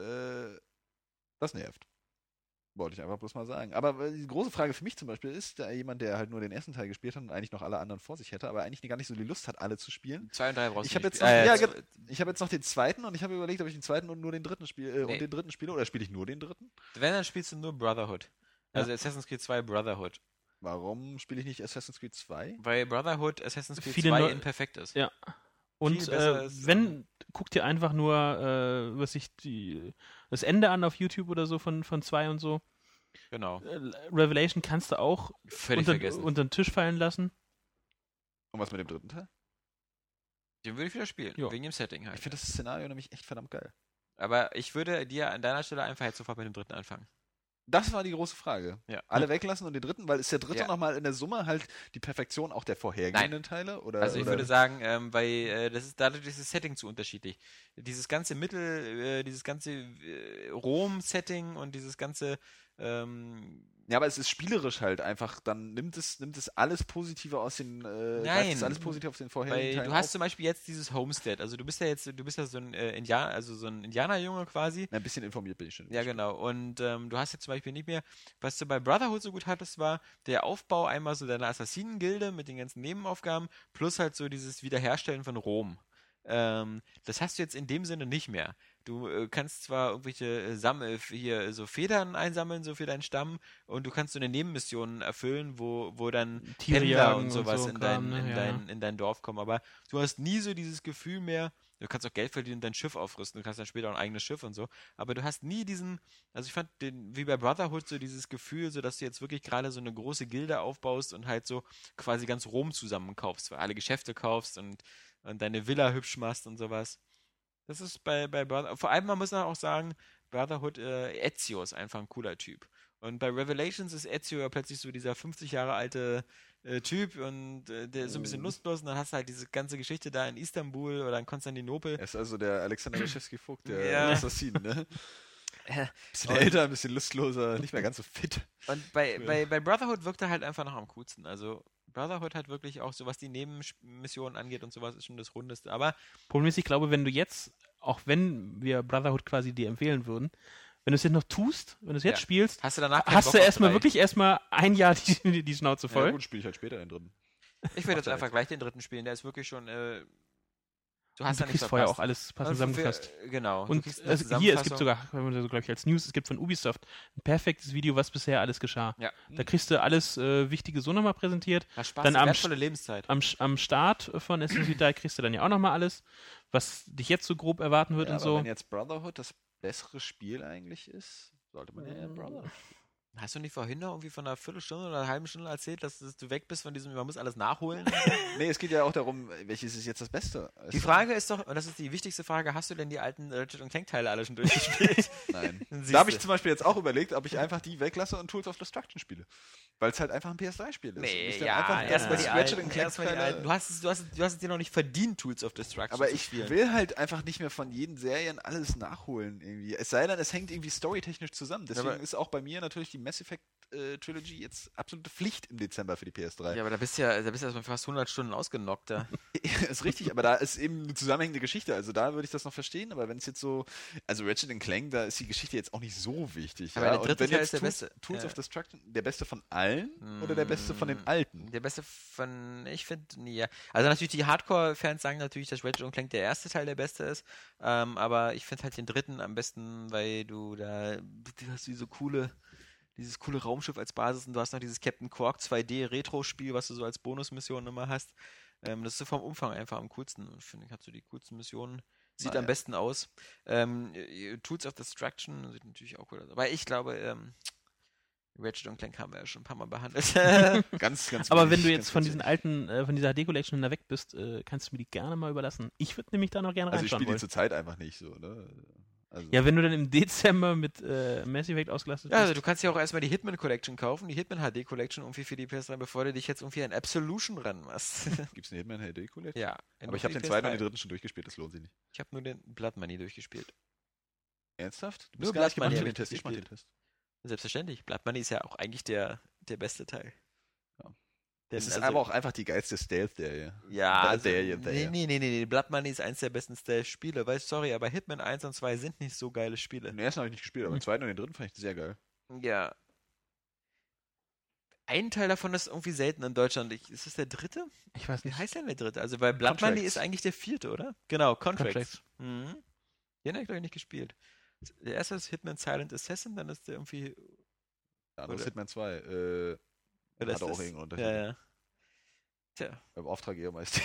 das nervt. Wollte ich einfach bloß mal sagen. Aber die große Frage für mich zum Beispiel ist, da jemand, der halt nur den ersten Teil gespielt hat und eigentlich noch alle anderen vor sich hätte, aber eigentlich gar nicht so die Lust hat, alle zu spielen. 2 und 3 brauchst ich du habe nicht. Ich habe jetzt noch den zweiten und ich habe überlegt, ob ich den zweiten und nur den dritten spiele und den dritten spiele oder spiele ich nur den dritten? Wenn, dann spielst du nur Brotherhood. Also Assassin's Creed 2 Brotherhood. Warum spiele ich nicht Assassin's Creed 2? Weil Brotherhood Assassin's Creed 2 imperfekt ist. Ja. Und guck dir einfach nur das Ende an auf YouTube oder so von 2 und so. Genau. Revelation kannst du auch völlig vergessen. unter den Tisch fallen lassen. Und was mit dem dritten Teil? Den würde ich wieder spielen, wegen dem Setting halt. Ich finde das Szenario nämlich echt verdammt geil. Aber ich würde dir an deiner Stelle einfach jetzt sofort mit dem dritten anfangen. Das war die große Frage. Ja. Alle weglassen und den dritten, weil ist der dritte nochmal in der Summe halt die Perfektion auch der vorhergehenden Teile? Oder, also ich würde sagen, weil das ist dadurch das Setting zu unterschiedlich. Dieses ganze dieses ganze Rom-Setting und dieses ganze ja, aber es ist spielerisch halt einfach, dann nimmt es alles Positive aus den alles positiv auf den vorherigen Teilen du hast zum Beispiel jetzt dieses Homestead, also du bist ja so ein Indianerjunge quasi. Ein bisschen informiert bin ich schon. Ja, genau. Und du hast jetzt zum Beispiel nicht mehr, was du bei Brotherhood so gut hattest, war der Aufbau einmal so deiner Assassinengilde mit den ganzen Nebenaufgaben, plus halt so dieses Wiederherstellen von Rom. Das hast du jetzt in dem Sinne nicht mehr. Du kannst zwar irgendwelche hier so Federn einsammeln, so für deinen Stamm, und du kannst so eine Nebenmission erfüllen, wo dann Händler und sowas in dein Dorf kommen, aber du hast nie so dieses Gefühl mehr, du kannst auch Geld verdienen und dein Schiff aufrüsten, du kannst dann später auch ein eigenes Schiff und so, aber du hast nie also ich fand wie bei Brotherhood so dieses Gefühl, so dass du jetzt wirklich gerade so eine große Gilde aufbaust und halt so quasi ganz Rom zusammenkaufst, weil alle Geschäfte kaufst und deine Villa hübsch machst und sowas. Das ist bei Brotherhood, vor allem, man muss auch sagen, Brotherhood, Ezio ist einfach ein cooler Typ. Und bei Revelations ist Ezio ja plötzlich so dieser 50 Jahre alte Typ und der ist so ein bisschen lustlos und dann hast du halt diese ganze Geschichte da in Istanbul oder in Konstantinopel. Er ist also der Alexander Leschewski-Vogt, der Assassin, ne? Bisschen älter, ein bisschen lustloser, nicht mehr ganz so fit. Und bei Brotherhood wirkt er halt einfach noch am coolsten. Also Brotherhood hat wirklich auch so, was die Nebenmissionen angeht und sowas, ist schon das Rundeste. Aber problemmäßig, ich glaube, wenn du jetzt, auch wenn wir Brotherhood quasi dir empfehlen würden, wenn du es jetzt noch tust, wenn du es jetzt spielst, hast du erstmal ein Jahr die Schnauze voll. Ja gut, spiele ich halt später den dritten. Ich würde jetzt einfach gleich den dritten spielen, der ist wirklich schon du kriegst vorher auch alles passend zusammengefasst. Genau. Und hier, es gibt sogar, glaube ich, als News, es gibt von Ubisoft ein perfektes Video, was bisher alles geschah. Ja. Da kriegst du alles Wichtige so nochmal präsentiert. Dann wertvolle Lebenszeit. Am Start von Assassin's Creed kriegst du dann ja auch nochmal alles, was dich jetzt so grob erwarten wird und so. Wenn jetzt Brotherhood das bessere Spiel eigentlich ist, sollte man ja Brotherhood spielen. Hast du nicht vorhin noch irgendwie von einer Viertelstunde oder einer halben Stunde erzählt, dass du weg bist von diesem, man muss alles nachholen? Nee, es geht ja auch darum, welches ist jetzt das Beste? Die Frage ist doch, und das ist die wichtigste Frage, hast du denn die alten Ratchet & Clank-Teile alle schon durchgespielt? Nein. Da habe ich zum Beispiel jetzt auch überlegt, ob ich einfach die weglasse und Tools of Destruction spiele. Weil es halt einfach ein PS3-Spiel ist. Nee, erstmal die Ratchet & Clank-Teile. Du hast es dir noch nicht verdient, Tools of Destruction aber ich will halt einfach nicht mehr von jeden Serien alles nachholen irgendwie. Es sei denn, es hängt irgendwie storytechnisch zusammen. Deswegen ist auch bei mir natürlich die Mass Effect Trilogy jetzt absolute Pflicht im Dezember für die PS3. Ja, aber da bist du ja fast 100 Stunden ausgenockt da. Ist richtig, aber da ist eben eine zusammenhängende Geschichte. Also da würde ich das noch verstehen, aber wenn es jetzt so, also Ratchet & Clank, da ist die Geschichte jetzt auch nicht so wichtig. Aber ja? der dritte Teil ist der beste. Tools of Destruction, der beste von allen oder der beste von den alten? Der beste von, ich finde, ja. Also natürlich die Hardcore-Fans sagen natürlich, dass Ratchet & Clank der erste Teil der beste ist, aber ich finde halt den dritten am besten, weil du hast dieses coole Raumschiff als Basis und du hast noch dieses Captain Quark 2D Retro-Spiel, was du so als Bonusmission immer hast. Das ist so vom Umfang einfach am coolsten. Und finde ich, hat so die coolsten Missionen. Sieht am besten aus. Tools of Destruction sieht natürlich auch cool aus. Aber ich glaube, Ratchet & Clank haben wir ja schon ein paar Mal behandelt. Ganz aber wenn du jetzt von diesen alten, von dieser HD-Collection da weg bist, kannst du mir die gerne mal überlassen. Ich würde nämlich da noch gerne reinschauen. Also ich spiele die zurzeit einfach nicht so, ne? Also ja, wenn du dann im Dezember mit Mass Effect ausgelastet bist. Ja, also du kannst ja auch erstmal die Hitman Collection kaufen, die Hitman HD Collection irgendwie für die PS3, bevor du dich jetzt irgendwie an Absolution rennen machst. Gibt's eine Hitman HD Collection? Ja. Aber ich habe den zweiten und den dritten schon durchgespielt, das lohnt sich nicht. Ich habe nur den Blood Money durchgespielt. Ernsthaft? Du bist gar nicht gemacht für den Test, ich mach den Test. Selbstverständlich. Blood Money ist ja auch eigentlich der beste Teil. Ja. Das ist aber auch einfach die geilste Stealth-Serie. Ja, nee. Blood Money ist eins der besten Stealth-Spiele. Sorry, aber Hitman 1 und 2 sind nicht so geile Spiele. Den ersten habe ich nicht gespielt, aber den zweiten und den dritten fand ich sehr geil. Ja. Ein Teil davon ist irgendwie selten in Deutschland. Ist das der dritte? Ich weiß nicht. Wie heißt denn der dritte? Also bei Blood Money ist eigentlich der vierte, oder? Genau, Contracts. Mhm. Den habe ich, glaube ich, nicht gespielt. Der erste ist Hitman Silent Assassin, dann ist der irgendwie... Der andere ist Hitman 2. Hat auch irgendeinen Unterschied. Ja. Tja. Beim Auftrag eher meist.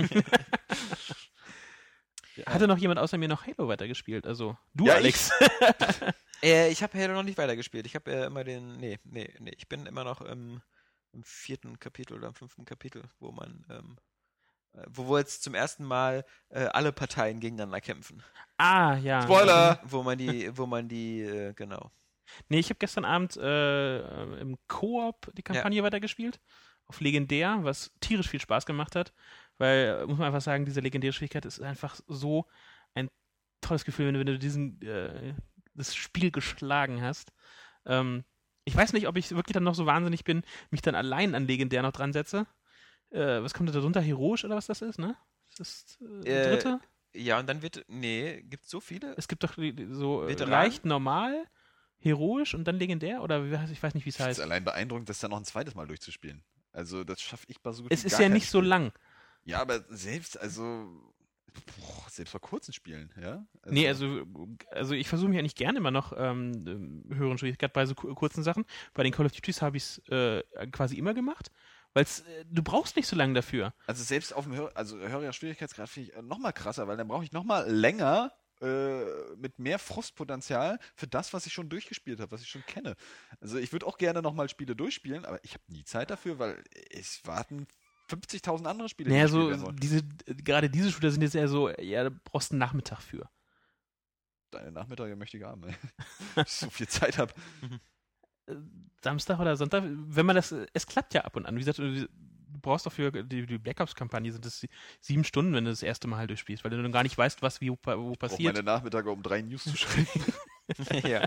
Hatte noch jemand außer mir noch Halo weitergespielt? Also du, ja, Alex. Ich habe Halo noch nicht weitergespielt. Ich habe immer den... Nee. Ich bin immer noch im 4. Kapitel oder im 5. Kapitel, wo man wo jetzt zum ersten Mal alle Parteien gegeneinander kämpfen. Ah, ja. Spoiler! Wo man die, genau. Nee, ich habe gestern Abend im Koop die Kampagne weitergespielt. Auf Legendär, was tierisch viel Spaß gemacht hat. Weil, muss man einfach sagen, diese legendäre Schwierigkeit ist einfach so ein tolles Gefühl, wenn du das Spiel geschlagen hast. Ich weiß nicht, ob ich wirklich dann noch so wahnsinnig bin, mich dann allein an Legendär noch dran setze. Was kommt da drunter? Heroisch oder was das ist, ne? Das ist dritte? Ja, und dann gibt es so viele? Es gibt doch so Veteran? leicht normal, heroisch und dann legendär? Oder ich weiß nicht, wie es Es ist heißt. allein beeindruckend, das dann noch ein zweites Mal durchzuspielen. Also das schaffe ich bei so gut Es wie ist gar ja kein nicht so Spiel. lang. Ja, aber selbst bei kurzen Spielen, ja? Nee, also ich versuche mich eigentlich gerne immer noch höheren Schwierigkeiten bei so kurzen Sachen. Bei den Call of Duties habe ich es quasi immer gemacht, weil du brauchst nicht so lange dafür. Also selbst auf dem höherer Schwierigkeitsgrad finde ich noch mal krasser, weil dann brauche ich noch mal länger mit mehr Frustpotenzial für das, was ich schon durchgespielt habe, was ich schon kenne. Also ich würde auch gerne noch mal Spiele durchspielen, aber ich habe nie Zeit dafür, weil es warten 50.000 andere Spiele, Naja, die so gespielt werden wollen. gerade diese Shooter sind jetzt eher so, ja, du brauchst einen Nachmittag für. Deine Nachmittage möchte ich haben, ey. Dass ich so viel Zeit habe. Samstag oder Sonntag, wenn man es klappt ja ab und an. Wie gesagt, du brauchst auch für die Black Ops-Kampagne sind es 7 Stunden, wenn du das erste Mal durchspielst, weil du dann gar nicht weißt, was wo Ich brauche passiert. meine Nachmittage, um 3 News zu schreiben. Ja.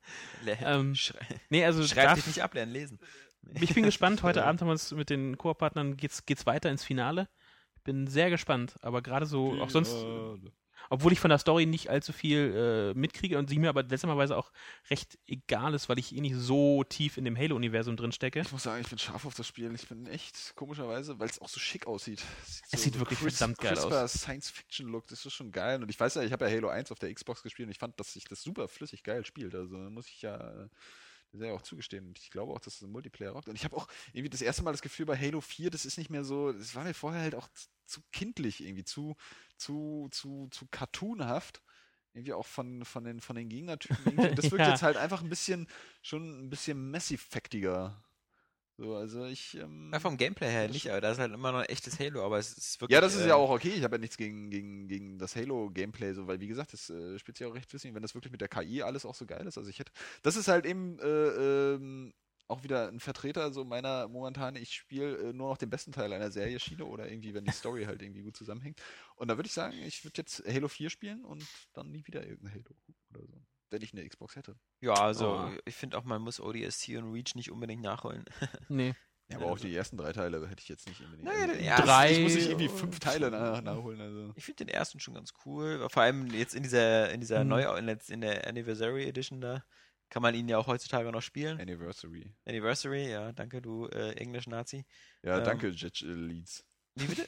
Nee, also Schreib dich nicht ab, lernen lesen. ich bin gespannt. Heute Abend haben wir uns mit den Koop-Partnern geht's weiter ins Finale. Bin sehr gespannt, aber gerade so auch sonst, obwohl ich von der Story nicht allzu viel mitkriege und sie mir aber letzterweise auch recht egal ist, weil ich nicht so tief in dem Halo-Universum drin stecke. Ich muss sagen, ich bin scharf auf das Spiel. Ich bin echt, komischerweise, weil es auch so schick aussieht. Es sieht wirklich verdammt geil aus. Science-Fiction-Look, das ist schon geil. Und ich weiß ja, ich habe ja Halo 1 auf der Xbox gespielt und ich fand, dass sich das super flüssig geil spielt. Also muss ich ja sehr auch zugestehen. Und ich glaube auch, dass es im Multiplayer rockt. Und ich habe auch irgendwie das erste Mal das Gefühl bei Halo 4, das ist nicht mehr so, das war mir vorher halt auch zu kindlich irgendwie, zu cartoonhaft. Irgendwie auch von den Gegnertypen. Irgendwie. Das wirkt Ja. jetzt halt einfach schon ein bisschen Mass-Effectiger. So, also Ja, vom Gameplay her nicht, aber da ist halt immer noch ein echtes Halo, aber es ist wirklich. ja, das ist ja auch okay. Ich habe ja nichts gegen das Halo-Gameplay, so, weil wie gesagt, das spielt sich auch recht flüssig, wenn das wirklich mit der KI alles auch so geil ist. Also das ist halt eben auch wieder ein Vertreter so meiner momentan, ich spiele nur noch den besten Teil einer Serie Schiene oder irgendwie, wenn die Story halt irgendwie gut zusammenhängt. Und da würde ich sagen, ich würde jetzt Halo 4 spielen und dann nie wieder irgendein Halo oder so. Wenn ich eine Xbox hätte. Ja, also ich finde auch, man muss ODST und Reach nicht unbedingt nachholen. Nee. Ja, aber auch die ersten 3 Teile hätte ich jetzt nicht unbedingt. Naja, den Also, ersten- ich muss nicht irgendwie 5 Teile nachholen. Also. Ich finde den ersten schon ganz cool. Vor allem jetzt in der in der Anniversary Edition da kann man ihn ja auch heutzutage noch spielen. Anniversary. Anniversary, ja, danke, du Englisch-Nazi. Ja, danke, Jet Leads. Wie bitte?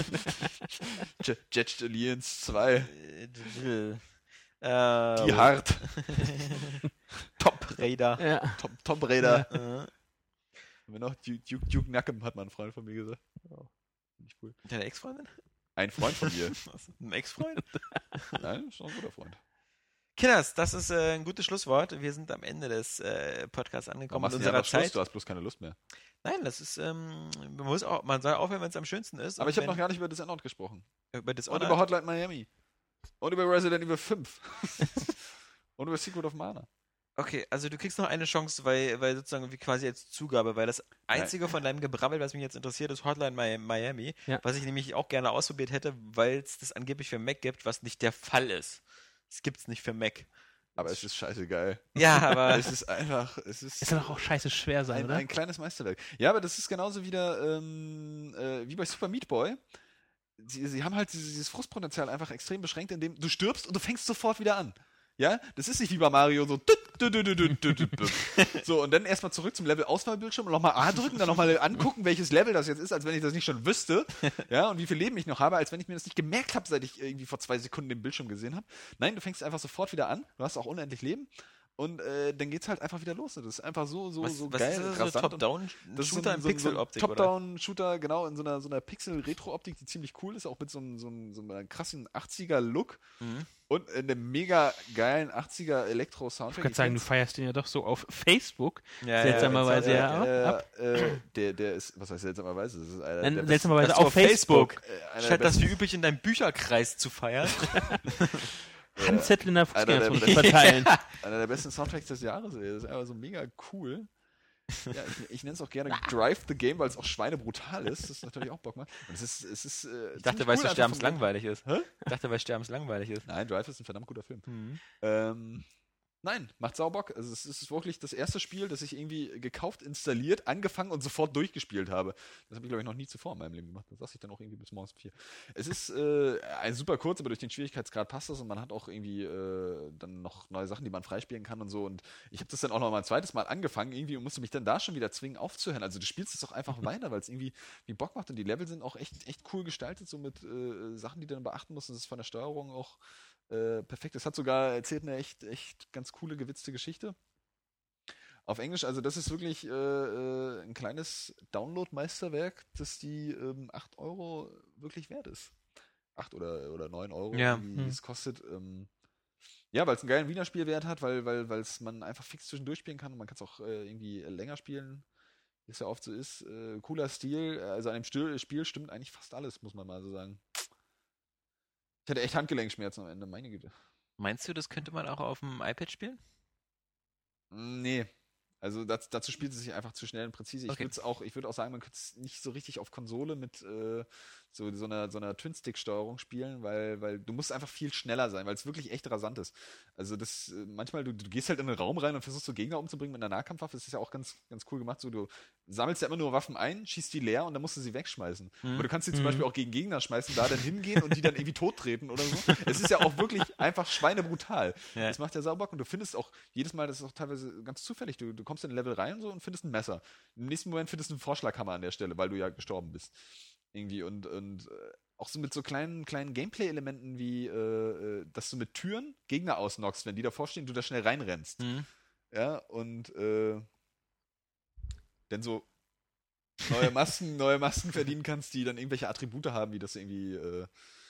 Jet Aliens 2. Die Die hart. Top Raider. Ja. Top Raider. Äh, Haben wir noch Duke Nukem, hat mal ein Freund von mir gesagt. Oh, finde ich cool. Deine Ex-Freundin? Ein Freund von mir. Was, ein Ex-Freund? Nein, ist doch ein guter Freund. Kinders, das ist ein gutes Schlusswort. Wir sind am Ende des Podcasts Warum angekommen machst in du nicht unserer einfach Schluss? Zeit. Du hast bloß keine Lust mehr. Nein, das ist, man soll aufhören, wenn es am schönsten ist. Aber Und ich habe wenn- noch gar nicht über Dishonored gesprochen. über Und Dishonored. über Hotline Miami. Und über Resident Evil 5. Und über Secret of Mana. Okay, also du kriegst noch eine Chance, weil sozusagen wie quasi als Zugabe, weil das einzige von deinem Gebrabbel, was mich jetzt interessiert, ist Hotline Miami, Ja. was ich nämlich auch gerne ausprobiert hätte, weil es das angeblich für Mac gibt, was nicht der Fall ist. Es gibt's nicht für Mac. Aber es ist scheiße geil. Ja, aber Es ist einfach, es ist Es soll doch auch scheiße schwer sein, oder? ein kleines Meisterwerk. Ja, aber das ist genauso wieder wie bei Super Meat Boy. Sie haben halt dieses Frustpotenzial einfach extrem beschränkt, indem du stirbst und du fängst sofort wieder an. Ja, das ist nicht wie bei Mario so. So, und dann erstmal zurück zum Level-Auswahlbildschirm und nochmal A drücken, dann nochmal angucken, welches Level das jetzt ist, als wenn ich das nicht schon wüsste. Ja, und wie viel Leben ich noch habe, als wenn ich mir das nicht gemerkt habe, seit ich irgendwie vor 2 Sekunden den Bildschirm gesehen habe. Nein, du fängst einfach sofort wieder an. Du hast auch unendlich Leben. Und dann geht's halt einfach wieder los. Das ist einfach so geil. Was ist das? Top-Down-Shooter in Pixel-Optik, Top-Down-Shooter, genau, in so einer Pixel-Retro-Optik, die ziemlich cool ist, auch mit so einem krassen 80er-Look und einem mega geilen 80er Elektro-Soundtrack. Ich kann sagen, du feierst den ja doch so auf Facebook. Seltsamerweise ab. Der ist, was heißt seltsamerweise? Das ist einer seltsamerweise auf Facebook. Statt das wie üblich in deinem Bücherkreis zu feiern. Handzettel in der Fußgängerzone verteilen. Einer der besten Soundtracks des Jahres, ey. Das ist einfach so mega cool. Ja, ich nenne es auch gerne Drive the Game, weil es auch schweinebrutal ist. Das ist natürlich auch Bock macht. Ich dachte, weil es sterbenslangweilig ist. Hä? Ich dachte, weil es sterbenslangweilig ist. Nein, Drive ist ein verdammt guter Film. Nein, macht Saubock. Also es ist wirklich das erste Spiel, das ich irgendwie gekauft, installiert, angefangen und sofort durchgespielt habe. Das habe ich, glaube ich, noch nie zuvor in meinem Leben gemacht. Das saß ich dann auch irgendwie bis morgens 4. Es ist super kurz, aber durch den Schwierigkeitsgrad passt das und man hat auch irgendwie dann noch neue Sachen, die man freispielen kann und so. Und ich habe das dann auch noch mal ein zweites Mal angefangen irgendwie und musste mich dann da schon wieder zwingen aufzuhören. Also du spielst es auch einfach weiter, weil es irgendwie wie Bock macht und die Level sind auch echt cool gestaltet, so mit Sachen, die du dann beachten musst. Das ist von der Steuerung auch perfekt. Es hat sogar erzählt eine echt ganz coole, gewitzte Geschichte. Auf Englisch, also das ist wirklich ein kleines Download-Meisterwerk, das die 8 € wirklich wert ist. 8 oder 9 €, wie es kostet. Ja, weil es einen geilen Wiener Spielwert hat, weil es man einfach fix zwischendurch spielen kann und man kann es auch irgendwie länger spielen, wie es ja oft so ist. Cooler Stil, also an dem Spiel stimmt eigentlich fast alles, muss man mal so sagen. Ich hatte echt Handgelenkschmerzen am Ende, meine Güte. Meinst du, das könnte man auch auf dem iPad spielen? Nee. Also dazu spielt es sich einfach zu schnell und präzise. Okay. Ich würde auch sagen, man könnte es nicht so richtig auf Konsole mit so einer Twin-Stick-Steuerung spielen, weil du musst einfach viel schneller sein, weil es wirklich echt rasant ist. Also das manchmal, du gehst halt in einen Raum rein und versuchst so Gegner umzubringen mit einer Nahkampfwaffe. Das ist ja auch ganz, ganz cool gemacht. So, du sammelst ja immer nur Waffen ein, schießt die leer und dann musst du sie wegschmeißen. Aber du kannst sie zum Beispiel auch gegen Gegner schmeißen, da dann hingehen und die dann irgendwie tot treten oder so. Es ist ja auch wirklich einfach schweinebrutal. Ja. Das macht ja Saubock und du findest auch jedes Mal, das ist auch teilweise ganz zufällig, du kommst in ein Level rein so und findest ein Messer. Im nächsten Moment findest du einen Vorschlaghammer an der Stelle, weil du ja gestorben bist. Irgendwie und auch so mit so kleinen Gameplay-Elementen wie, dass du mit Türen Gegner ausnockst, wenn die davor stehen, du da schnell reinrennst. Ja, und dann so neue Masken verdienen kannst, die dann irgendwelche Attribute haben, wie dass du irgendwie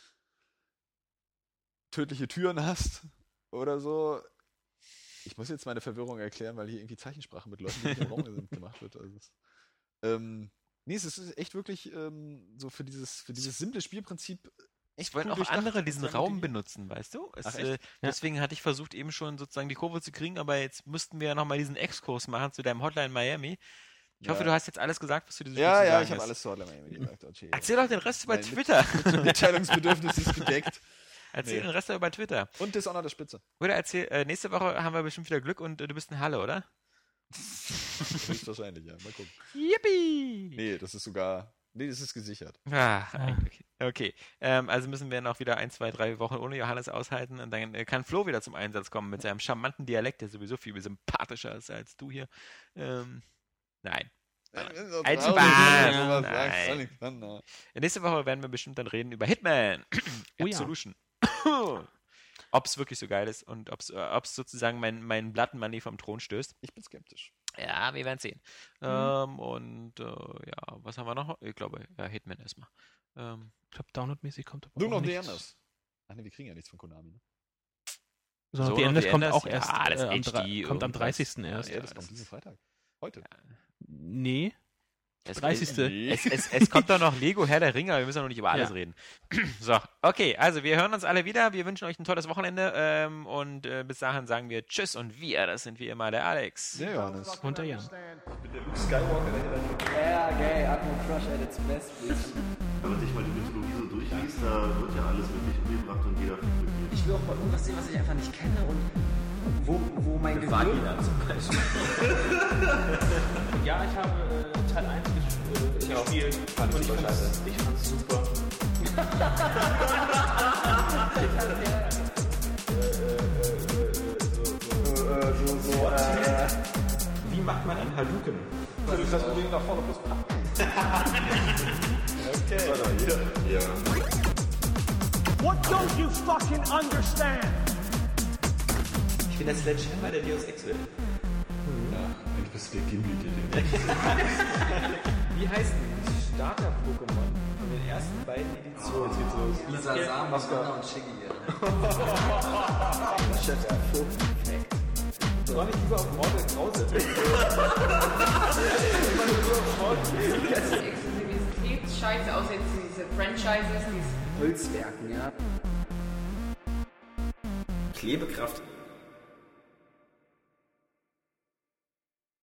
tödliche Türen hast oder so. Ich muss jetzt meine Verwirrung erklären, weil hier irgendwie Zeichensprache mit Leuten, die nicht im Raum sind, gemacht wird. Also nee, es ist echt wirklich so für dieses simple Spielprinzip echt wollen auch andere diesen Raum benutzen, weißt du? Deswegen hatte ich versucht, eben schon sozusagen die Kurve zu kriegen, aber jetzt müssten wir ja nochmal diesen Exkurs machen zu deinem Hotline Miami. Ich hoffe, du hast jetzt alles gesagt, was du dieses Spiel zu sagen hast. Ja, ich habe alles zu Hotline Miami gesagt. Okay. Erzähl doch den Rest über Twitter. Mitteilungsbedürfnis ist gedeckt. Erzähl den Rest über Twitter. Und Dishonored der Spitze. Oder erzähl, nächste Woche haben wir bestimmt wieder Glück und du bist in Halle, oder? Höchstwahrscheinlich, ja. Mal gucken. Yippie! Nee, das ist gesichert. Okay. Also müssen wir noch wieder 1, 2, 3 Wochen ohne Johannes aushalten und dann kann Flo wieder zum Einsatz kommen mit seinem charmanten Dialekt, der sowieso viel sympathischer ist als du hier. Nein. Nächste Woche werden wir bestimmt dann reden über Hitman Absolution. Ob es wirklich so geil ist und ob es sozusagen mein Blood Money vom Thron stößt. Ich bin skeptisch. Ja, wir werden sehen. Was haben wir noch? Ich glaube, Hitman erstmal. Ich glaube, downloadmäßig kommt aber nur noch die Enders. Ach ne, wir kriegen ja nichts von Konami, ne? So die Enders kommt auch erst kommt am 30. erst. Ja, das kommt diesen Freitag. Heute. Nee. 30. Es kommt doch noch Lego Herr der Ringe, wir müssen ja noch nicht über alles reden. So, okay, also wir hören uns alle wieder, wir wünschen euch ein tolles Wochenende und bis dahin sagen wir Tschüss und das sind wie immer der Alex. Der Johannes. Und der Jan. Ich bin der Luke Skywalker. Ja, geil, Admiral Crush at its best. Wenn man sich mal die Mythologie so durchliest, da wird ja alles wirklich umgebracht und jeder verfügt. Ich will auch mal irgendwas sehen, was ich einfach nicht kenne und wo mein Vagina zum Beispiel. Ja, ich habe Teil 1 gespielt und ich fand's super. Wie macht man einen Hadouken? Also das Problem nach vorne plus. Okay. Ja. What don't you fucking understand? bin der Sledgehammer der Deus Ex-Welt. Ja, eigentlich bist du der Gimli. Wie heißt denn die Starter-Pokémon von den ersten beiden Editionen? Bisasam, Mascara und Shiggy. Ich freue mich lieber auf Mortal Krause. Exklusivität, scheiße, außer jetzt diese Franchises, diese Holzwerken, ja. Klebekraft